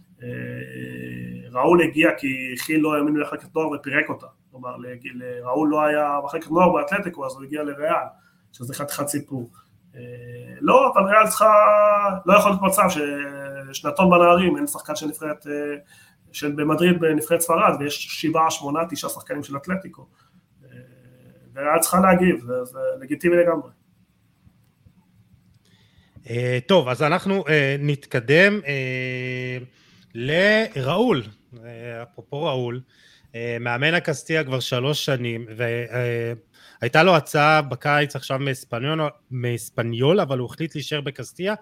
ראול הגיע כי חיל לא האמין למחלקת נוער ופירק אותה, כלומר לראול לא היה מחלקת נוער באתלטיקו, אז הוא הגיע לריאל, שזה חתיכת סיפור. לא, אבל ריאל צריכה, לא יכול להיות מצב ששנתון בנערים, אין שחקן של נבחרת, במדריד בנבחרת ספרד, ויש 7, 8, 9 שחקנים של אתלטיקו, וריאל צריכה להגיב, זה לגיטימי לגמרי. טוב, אז אנחנו נתקדם לראול, אפרופו ראול, מאמן הקסטיה כבר 3 שנים, והייתה לו הצעה בקיץ עכשיו מאספניול, אבל הוא החליט להישאר בקסטיה.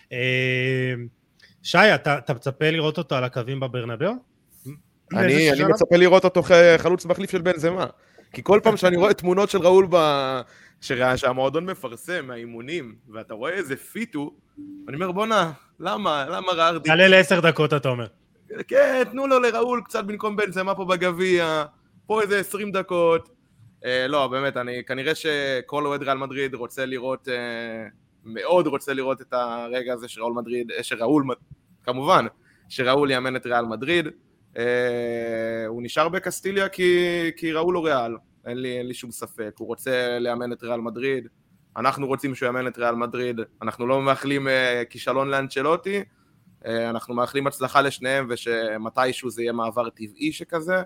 שי, אתה מצפה לראות אותו על הקווים בברנבאו? אני מצפה לראות אותו חלוץ מחליף של בנזמה, כי כל פעם שאני רואה תמונות של ראול שהמועדון מפרסם מהאימונים, ואתה רואה איזה פיטו, אני אומר בונה, למה רערדי? תעלה ל10 דקות אתה אומר. כן, תנו לו לראול קצת במקום בנזמה פה בגביע, פה איזה 20 דקות. לא, באמת, כנראה שכל אוהד ריאל מדריד רוצה לראות, מאוד רוצה לראות את הרגע הזה שראול, כמובן, שראול יאמן את ריאל מדריד. הוא נשאר בקסטיליה כי ראול לא ריאל, אין לי שום ספק, הוא רוצה לאמן את ריאל מדריד, אנחנו רוצים שהוא יאמן את ריאל מדריד, אנחנו לא מאחלים כישלון לאנצ'לוטי, אנחנו מאחלים הצלחה לשניהם, ושמתישהו זה יהיה מעבר טבעי שכזה.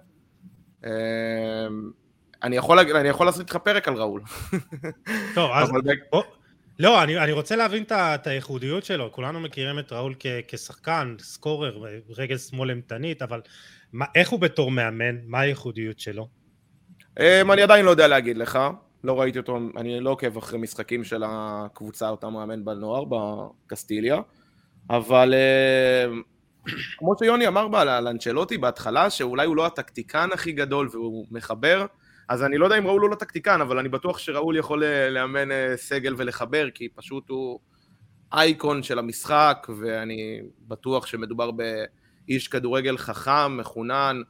אני יכול לעשות איתך פרק על ראול. טוב, אז... לא, אני רוצה להבין את הייחודיות שלו, כולנו מכירים את ראול כשחקן, סקורר, רגל שמאל אמתנית, אבל איך הוא בתור מאמן, מה הייחודיות שלו? אני עדיין לא יודע להגיד לך, לא ראיתי אותו, אני לא עוקב אחרי משחקים של הקבוצה, אותה מאמן בנוער, בקסטיליה, אבל כמו שיוני אמר על אנצ'לוטי בהתחלה, שאולי הוא לא הטקטיקן הכי גדול והוא מחבר, אז אני לא יודע אם ראול הוא לא טקטיקן, אבל אני בטוח שראול יכול לאמן סגל ולחבר, כי פשוט הוא אייקון של המשחק, ואני בטוח שמדובר באיש כדורגל חכם, מחונן,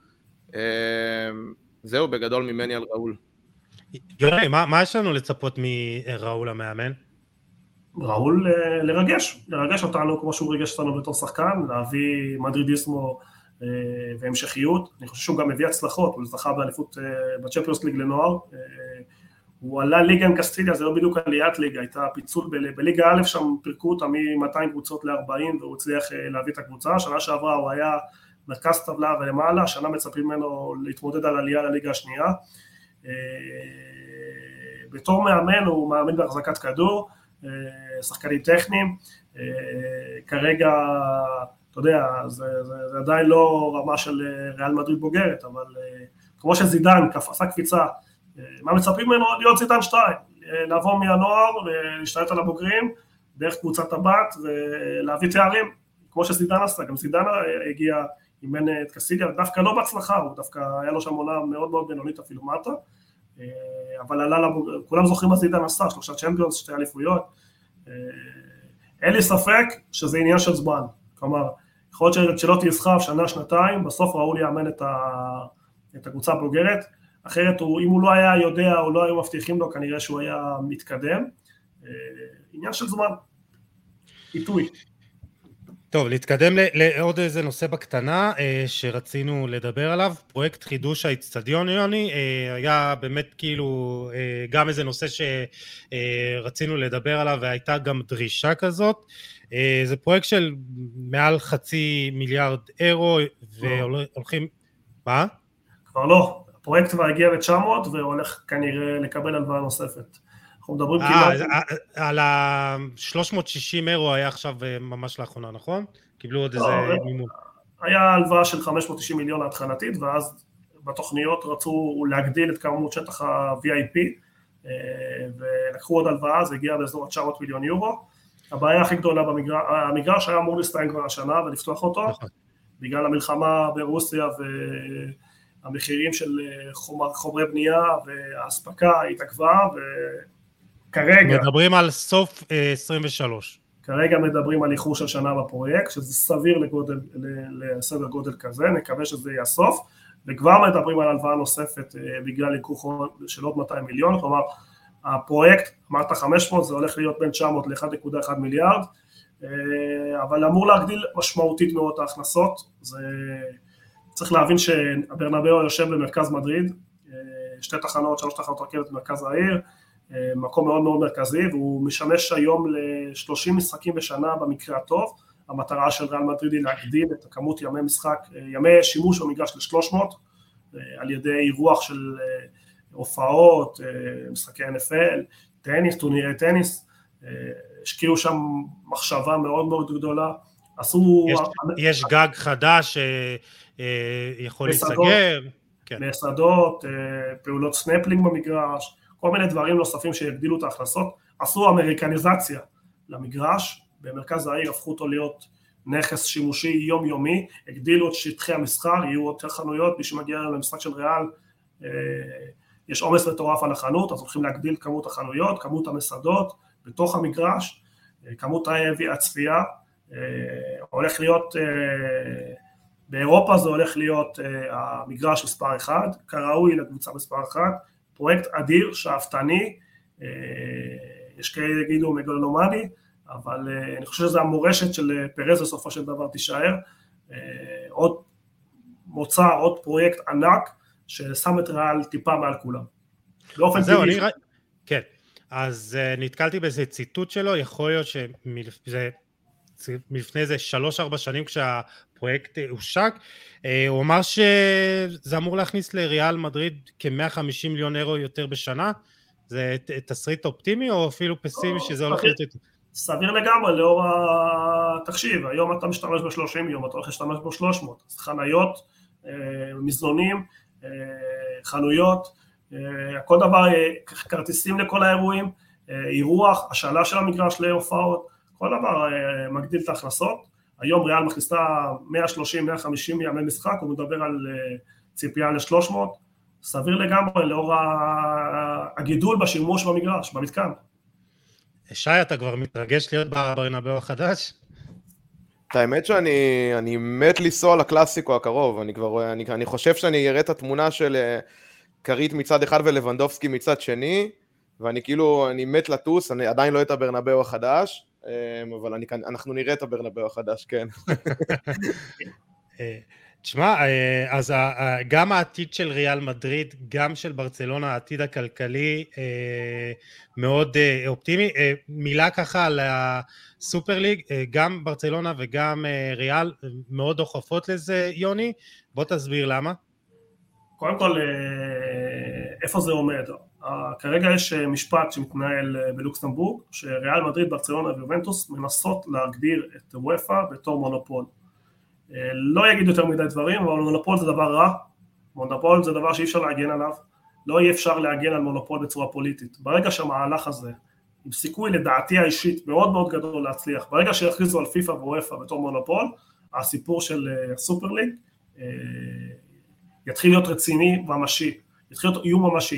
זהו בגדול ממני על ראול. יוני, מה יש לנו לצפות מראול המאמן? ראול לרגש אותנו כמו שהוא ריגש אותנו בתור שחקן, להביא מדרידיסמו והמשכיות. אני חושב שהוא גם מביא הצלחות, הוא זכה באליפות בצ'מפיונס ליג לנוער, הוא עלה ליגה עם קסטיליה, זה לא בדיוק עליית ליגה, הייתה פיצול בליגה א', שם פירקו אותה מ-200 קבוצות ל-40 והוא הצליח להביא את הקבוצה. שנה שעברה הוא היה מרכז טבלה ולמעלה, שנה מצפים ממנו להתמודד על עלייה לליגה השנייה. בתור מאמן הוא מאמן בהחזקת כדור, שחקנים טכניים, כרגע אתה יודע, זה עדיין לא רמה של ריאל מדריד בוגרת, אבל כמו שזידן עשה קפיצה, מה מצפים ממנו? להיות זידן 2, לעבור מהנוער ולהשתלט על הבוגרים, דרך קבוצת הבת ולהביא תארים, כמו שזידן עשה. גם זידן הגיע, אימן את קסטיליה, דווקא לא בהצלחה, הוא דווקא היה לו שם עונה מאוד מאוד בינונית אפילו מטה, אבל כולם זוכרים מה זה עידן עשה, 3 צ'מפיונס, 2 אליפויות, אין לי ספק שזה עניין של זמן, כלומר, יכול להיות שלא תסחב שנה, שנתיים, בסוף ראול יאמן את הקבוצה הבוגרת, אחרת אם הוא לא היה יודע או לא היו מבטיחים לו, כנראה שהוא היה מתקדם, עניין של זמן, עיתוי. טוב, להתקדם לעוד איזה נושא בקטנה שרצינו לדבר עליו, פרויקט חידוש האצטדיון, יוני, היה באמת כאילו גם איזה נושא שרצינו לדבר עליו והייתה גם דרישה כזאת, זה פרויקט של מעל 500 מיליארד אירו והולכים, מה? כבר לא, הפרויקט כבר הגיע ב-900 והולך כנראה לקבל הלוואה נוספת. אנחנו מדברים על ה-360 אירו היה עכשיו ממש לאחרונה, נכון? קיבלו עוד איזה מימון. היה הלוואה של 590 מיליון ההתחלתית, ואז בתוכניות רצו להגדיל את כמות שטח ה-VIP, ולקחו עוד הלוואה, זה הגיע באזור 900 מיליון יורו. הבעיה הכי גדולה המגרש היה אמור להסתיים כבר השנה ולפתוח אותו, בגלל המלחמה ברוסיה והמחירים של חומרי בנייה וההספקה התעכבה, כרגע, מדברים על סוף 23. כרגע מדברים על איחור של שנה בפרויקט, שזה סביר לסדר גודל כזה, נקווה שזה יהיה הסוף, וכבר מדברים על הלוואה נוספת בגלל איחור של עוד 200 מיליון, כלומר, הפרויקט, אמרת 500, זה הולך להיות בין 900 ל-1.1 מיליארד, אבל אמור להגדיל משמעותית מאוד ההכנסות, צריך להבין שהברנבאו יושב במרכז מדריד, 2 תחנות, 3 תחנות רכבת במרכז העיר, מקום מאוד מאוד מרכזי, והוא משמש היום ל-30 משחקים בשנה במקרה הטוב, המטרה של ריאל מדריד היא להגדיל את כמות ימי משחק, ימי שימוש במגרש ל-300, על ידי אירוח של הופעות, משחקי NFL, טניס, טורנירי טניס, השקיעו שם מחשבה מאוד מאוד גדולה, יש גג חדש שיכול להיסגר, מסעדות, פעולות סנפלינג במגרש, כל מיני דברים נוספים שיגדילו את ההכנסות, עשו אמריקניזציה למגרש, במרכז העיר הפכו אותו להיות נכס שימושי יומיומי, הגדילו את שטחי המסחר, יהיו יותר חנויות, מי שמגיע למשחק של ריאל, יש עומס מטורף על החנות, אז הולכים להגדיל כמות החנויות, כמות המסעדות, בתוך המגרש, כמות הצפייה, הולך להיות, באירופה זה הולך להיות המגרש מספר 1, כראוי לקבוצה מספר 1, פרויקט אדיר, שאפתני, יש כאלה יגידו מגלומני, אבל אני חושב שזה המורשת של פרז בסופו של דבר תישאר, עוד מוצר, עוד פרויקט ענק, ששם את ריאל טיפה מעל כולם. באופן טבעי. כן, אז נתקלתי באיזה ציטוט שלו, יכול להיות מלפני זה 3-4 שנים כשהפרויקט הושק, הוא אמר שזה אמור להכניס לריאל מדריד כ-150 מיליון אירו יותר בשנה, זה תסריט אופטימי או אפילו פסימי שזה הולך להיות? סביר לגמרי לאור התחשיב, היום אתה משתמש ב-30 יום, אתה הולך להשתמש ב-300, חניות, מזנונים, חנויות, כל דבר, כרטיסים לכל האירועים, אירוח, השאלה של המגרש להופעות, כל דבר מגדיל את ההכנסות, היום ריאל מכניסה 130-150 ימי משחק, הוא מדבר על ציפייה ל-300, סביר לגמרי לאור הגידול בשימוש במגרש, במתקן. שי, אתה כבר מתרגש להיות בברנבאו החדש? האמת שאני מת לנסוע לקלאסיקו הקרוב, אני חושב שאני אראה את התמונה של קרית מצד אחד ולבנדובסקי מצד שני, ואני כאילו, אני מת לטוס, אני עדיין לא את הברנבאו החדש, אבל אנחנו נראה את הברנבאו החדש, כן. תשמע, אז גם העתיד של ריאל מדריד, גם של ברצלונה, העתיד הכלכלי מאוד אופטימי, מילה ככה על הסופר ליג, גם ברצלונה וגם ריאל מאוד דוחפות לזה, יוני, בוא תסביר למה. קודם כל, איפה זה עומד? כרגע יש משפט שמתנהל בלוקסמבורג, שריאל מדריד, ברצלונה ויובנטוס מנסות להגדיר את וופא בתור מונופול. לא יגיד יותר מדי דברים, אבל מונופול זה דבר רע, מונופול זה דבר שאי אפשר להגן עליו, לא יהיה אפשר להגן על מונופול בצורה פוליטית. ברגע שהמהלך הזה, עם סיכוי לדעתי האישית מאוד מאוד גדול להצליח, ברגע שיכריזו על פיפא וופא בתור מונופול, הסיפור של סופר ליג יתחיל להיות רציני וממשי, יתחיל להיות איום ממשי.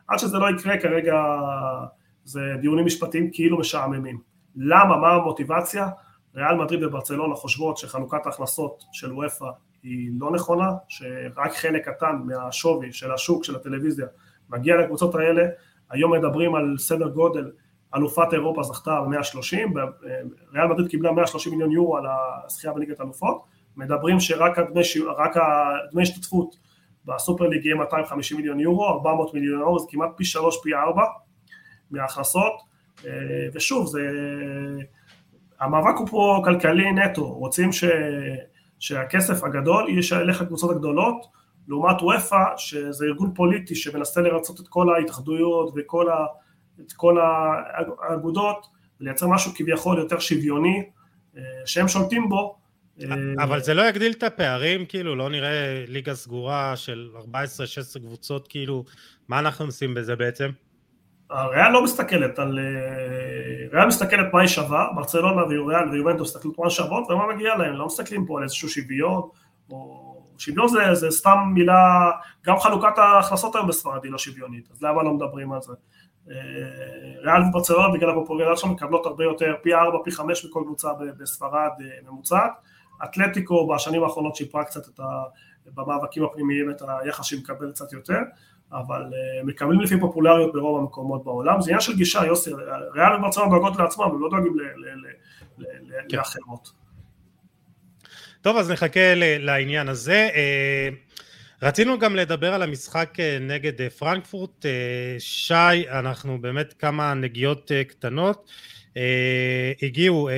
עד שזה לא יקרה כרגע זה דיונים משפטיים כאילו משעממים. למה? מה המוטיבציה? ריאל מדריד וברצלונה חושבות שחלוקת ההכנסות של וופא היא לא נכונה, שרק חלק קטן מהשווי של השוק של הטלוויזיה מגיע לקבוצות האלה. היום מדברים על סדר גודל, אלופת אירופה זכתה ב-130, ריאל מדריד קיבלה 130 מיליון יורו על הזכייה בליגת אלופות, מדברים שרק הדמי השתתפות בסופר ליג יהיה 250 מיליון יורו, 400 מיליון יורו, זה כמעט פי 3 פי 4 מההכנסות, ושוב, המאבק הוא פה כלכלי נטו, רוצים שהכסף הגדול ילך לקבוצות הגדולות, לעומת וופא, שזה ארגון פוליטי שמנסה לרצות את כל ההתאחדויות ואת כל האגודות, ולייצר משהו כביכול יותר שוויוני, שהם שולטים בו. אבל זה לא יגדיל את הפערים, כאילו, לא נראה ליגה סגורה של 14-16 קבוצות, כאילו, מה אנחנו עושים בזה בעצם? ריאל לא מסתכלת על... ריאל מסתכלת מה היא שווה, ברצלונה וריאל ויובנטוס מסתכלות מה שוות, ומה מגיע להם, לא מסתכלים פה על איזשהו שוויון, או... שוויון זה סתם מילה, גם חלוקת ההכנסות היום בספרד היא לא שוויונית, אז למה לא מדברים על זה? ריאל וברצלונה בגלל הפופולריות שם מקבלות הרבה יותר, פי 4, פי 5 מכל קבוצה בספרד ממוצעת, אתלטיקו בשנים האחרונות שיפרה קצת במאבקים הפנימיים את היחס שהיא מקבל קצת יותר, אבל מקבלים לפי פופולריות ברוב המקומות בעולם, זה עניין של גישה, יוסי, ריאל וברצלונה דואגות לעצמם, הם לא דואגים לאחרות. טוב, אז נחכה לעניין הזה. רצינו גם לדבר על המשחק נגד פרנקפורט. שי, אנחנו באמת כמה נגיעות קטנות. הגיעו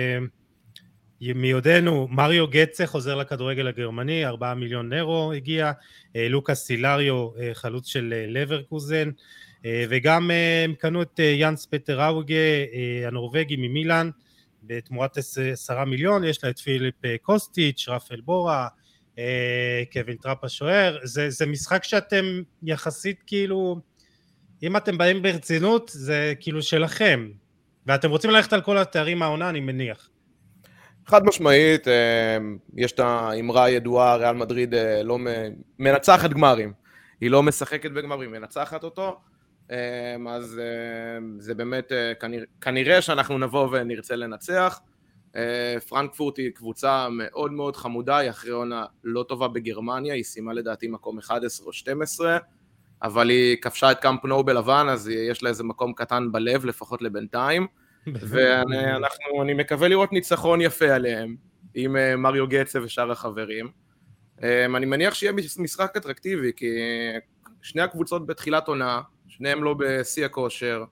מיודנו, מריו גצה חוזר לכדורגל הגרמני, 4 מיליון אירו הגיע, לוקאס סילריו חלוץ של לברקוזן, וגם הם קנו את ינס פטר אוגה הנורווגי ממילאן, בתמורת 10 מיליון, יש לה את פיליפ קוסטיץ', רפאל בורה, קווין טראפ השוער, זה משחק שאתם יחסית כאילו, אם אתם באים ברצינות, זה כאילו שלכם, ואתם רוצים ללכת על כל התארים העונה, אני מניח. חד משמעית, יש את האמרה הידועה, ריאל מדריד לא מנצחת גמרים, היא לא משחקת בגמרים, מנצחת אותו, אז זה באמת כנראה שאנחנו נבוא ונרצה לנצח. פרנקפורט היא קבוצה מאוד מאוד חמודה, היא אחרי עונה לא טובה בגרמניה, היא סיימה לדעתי מקום 11 או 12, אבל היא כבשה את קאמפ נו בלבן, אז יש לה איזה מקום קטן בלב, לפחות לבינתיים, ואני מקווה לראות ניצחון יפה עליהם, עם מריו גצה ושאר החברים. אני מניח שיהיה משחק אטרקטיבי, כי שני הקבוצות בתחילת עונה, שניהם לא בשיא הכושר,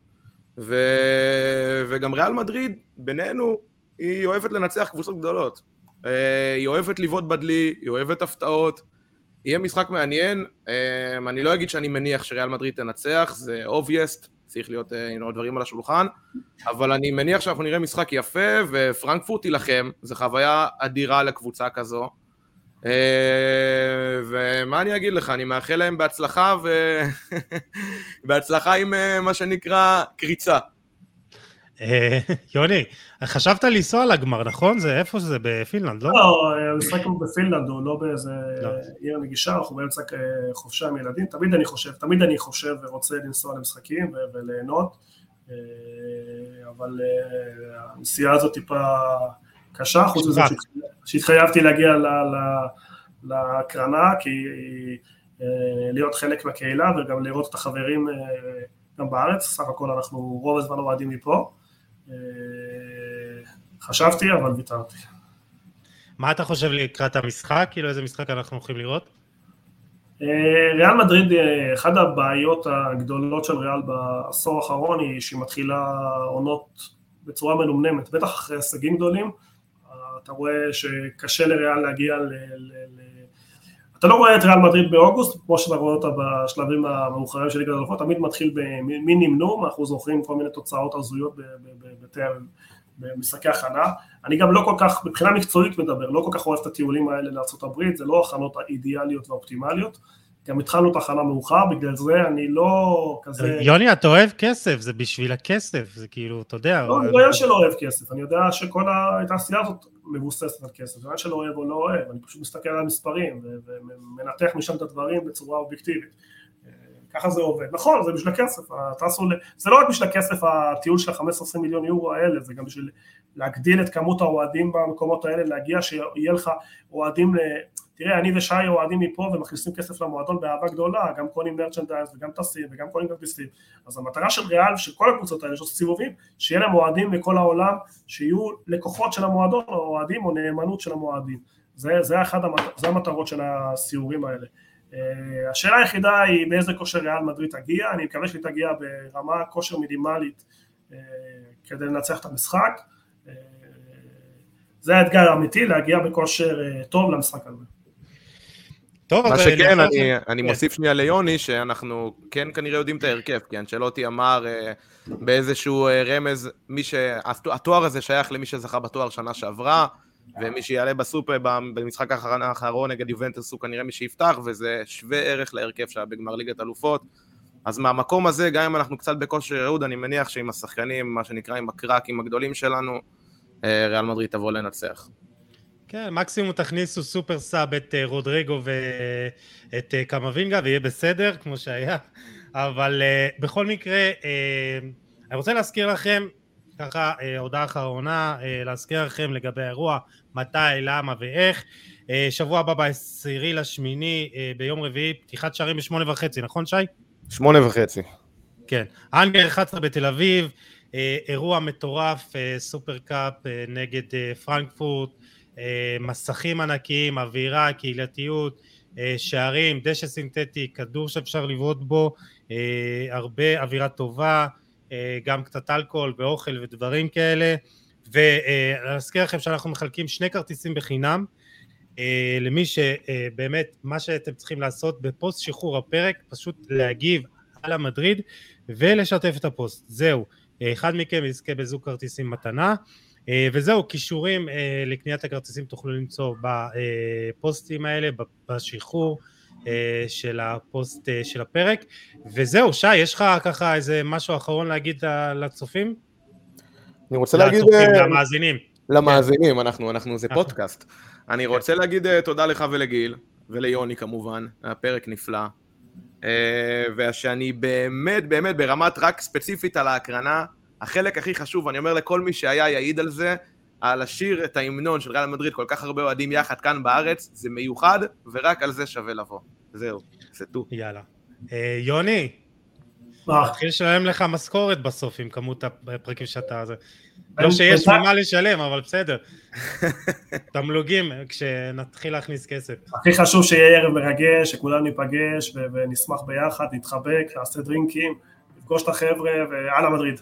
וגם ריאל מדריד, בינינו, היא אוהבת לנצח קבוצות גדולות. היא אוהבת לבעוט בדלי, היא אוהבת הפתעות, יהיה משחק מעניין. אני לא אגיד שאני מניח שריאל מדריד תנצח, זה obvious, צריך להיות דברים על השולחן, אבל אני מניח שאנחנו נראה משחק יפה, ופרנקפורט תילחם, זו חוויה אדירה לקבוצה כזו, ומה אני אגיד לך, אני מאחל להם בהצלחה, בהצלחה עם מה שנקרא קריצה. יוני, חשבת לנסוע לגמר, נכון? איפה זה? בפינלנד, לא? לא, המשחק הוא בפינלנד, הוא לא באיזה עיר נגישה, אנחנו באמצע חופשה עם ילדים, תמיד אני חושב ורוצה לנסוע למשחקים וליהנות, אבל הנסיעה הזאת טיפה קשה, חוץ מזה שהתחייבתי להגיע להקרנה, כי להיות חלק מהקהילה וגם לראות את החברים גם בארץ, סך הכל אנחנו רוב הזמן אוהדים מפה, חשבתי אבל ויתרתי. מה אתה חושב לקראת המשחק? כאילו איזה משחק אנחנו הולכים לראות? ריאל מדריד, אחד הבעיות הגדולות של ריאל בעשור האחרון היא שהיא מתחילה עונות בצורה מנומנמת, בטח אחרי הישגים גדולים, אתה רואה שקשה לריאל להגיע אתה לא רואה את ריאל מדריד באוגוסט, כמו שאתה רואה אותה בשלבים המאוחרים של ליגת האלופות, תמיד מתחיל במינימום, אנחנו זוכרים כל מיני תוצאות הזויות במשחקי הכנה. אני גם לא כל כך, מבחינה מקצועית מדבר, לא כל כך אוהב את הטיולים האלה לארצות הברית, זה לא הכנות האידיאליות והאופטימליות, גם התחלנו את הכנה מאוחר, בגלל זה אני לא כזה... יוני, אתה אוהב כסף, זה בשביל הכסף, זה כאילו, אתה יודע... לא, אני לא יודע שלא אוהב כסף, אני יודע שכל התעשייה הזאת מבוססת על כסף, זה לא שלא אוהב או לא אוהב, אני פשוט מסתכל על המספרים, ומנתח משם את הדברים בצורה אובייקטיבית. ככה זה עובד. נכון, זה בשביל הכסף, זה לא רק בשביל הכסף הטיול של 15-20 מיליון יורו האלה, זה גם בשביל להגדיל את כמות האוהדים במקומות האלה, להגיע שיהיה לך אוהדים, תראה, אני ושי אוהדים מפה ומכניסים כסף למועדון באהבה גדולה, גם קונים מרצ'נדייז וגם טסים וגם קונים כרטיסים. אז המטרה של ריאל, של כל הקבוצות האלה, שיש סיבובים, שיהיה להם אוהדים בכל העולם, שיהיו לקוחות של המועדון, או אוהדים או נאמנות של המועדים. זה המטרות של הסיורים האלה. השאלה היחידה היא באיזה כושר ריאל מדריד תגיע, אני מקווה שהיא תגיע ברמה כושר מינימלית כדי לנצח את המשחק. זה האתגר האמיתי, להגיע בכושר טוב למשחק הזה. מה שכן, אני מוסיף שנייה ליוני, שאנחנו כן כנראה יודעים את ההרכב, כי אנצ'לוטי אמר באיזשהו רמז, התואר הזה שייך למי שזכה בתואר שנה שעברה, ומי שיעלה בסופר במשחק האחרון נגד יובנטוס הוא כנראה מי שיפתח, וזה שווה ערך להרכב שהיה בגמר ליגת אלופות. אז מהמקום הזה, גם אם אנחנו קצת בכושר ירוד, אני מניח שעם השחקנים, מה שנקרא עם הקרקים הגדולים שלנו, ריאל מדריד תבוא לנצח. כן, מקסימום תכניסו סופר סאב את רודריגו ואת קמבינגה, ויהיה בסדר, כמו שהיה. אבל בכל מקרה, אני רוצה להזכיר לכם, ככה הודעה אחרונה, להזכיר לכם לגבי האירוע, מתי, למה ואיך. שבוע הבא ב10/8, ביום רביעי, פתיחת שערים ב8:30, נכון שי? 8:30. כן, אנגליה 11 בתל אביב, אירוע מטורף, סופר קאפ נגד פרנקפורט, מסכים ענקיים, אווירה, קהילתיות, שערים, דשא סינתטי, כדור שאפשר לבעוט בו, הרבה אווירה טובה, גם קצת אלכוהול ואוכל ודברים כאלה, ולהזכיר לכם שאנחנו מחלקים 2 כרטיסים בחינם, למי שבאמת מה שאתם צריכים לעשות בפוסט שחרור הפרק, פשוט להגיב על המדריד ולשתף את הפוסט, זהו, אחד מכם יזכה בזוג כרטיסים מתנה, וזהו, קישורים לקניית הכרטיסים תוכלו למצוא בפוסטים האלה, בשחרור של הפוסט של הפרק, וזהו, שי, יש לך ככה איזה משהו אחרון להגיד לצופים? אני רוצה להגיד... למאזינים. למאזינים, אנחנו זה פודקאסט. אני רוצה להגיד תודה לך ולגיל, וליוני כמובן, הפרק נפלא, ושאני באמת, באמת, ברמת רק ספציפית על ההקרנה, החלק הכי חשוב, אני אומר לכל מי שהיה יעיד על זה, על לשיר את ההמנון של ריאל מדריד, כל כך הרבה אוהדים יחד כאן בארץ, זה מיוחד, ורק על זה שווה לבוא. זהו, זה טו. יאללה. יוני, תתחיל לשלם לך משכורת בסוף עם כמות הפרקים שאתה... לא שיש ממה לשלם, אבל בסדר. תמלוגים, כשנתחיל להכניס כסף. הכי חשוב שיהיה ערב מרגש, שכולנו ניפגש ונשמח ביחד, נתחבק, נעשה דרינקים, נפגוש את החבר'ה, ועל המדריד.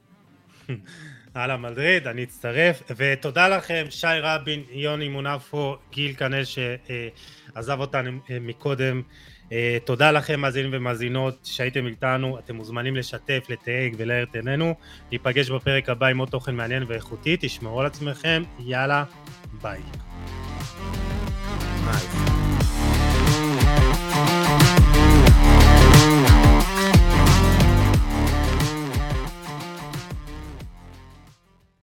הלאה מדריד, אני אצטרף, ותודה לכם, שי רבין, יוני מונפו, גיל קנל שעזב אותנו מקודם, תודה לכם מאזינים ומאזינות שהייתם איתנו, אתם מוזמנים לשתף, לתייג ולהאיר את עינינו, ניפגש בפרק הבא עם עוד תוכן מעניין ואיכותי, תשמרו על עצמכם, יאללה, ביי.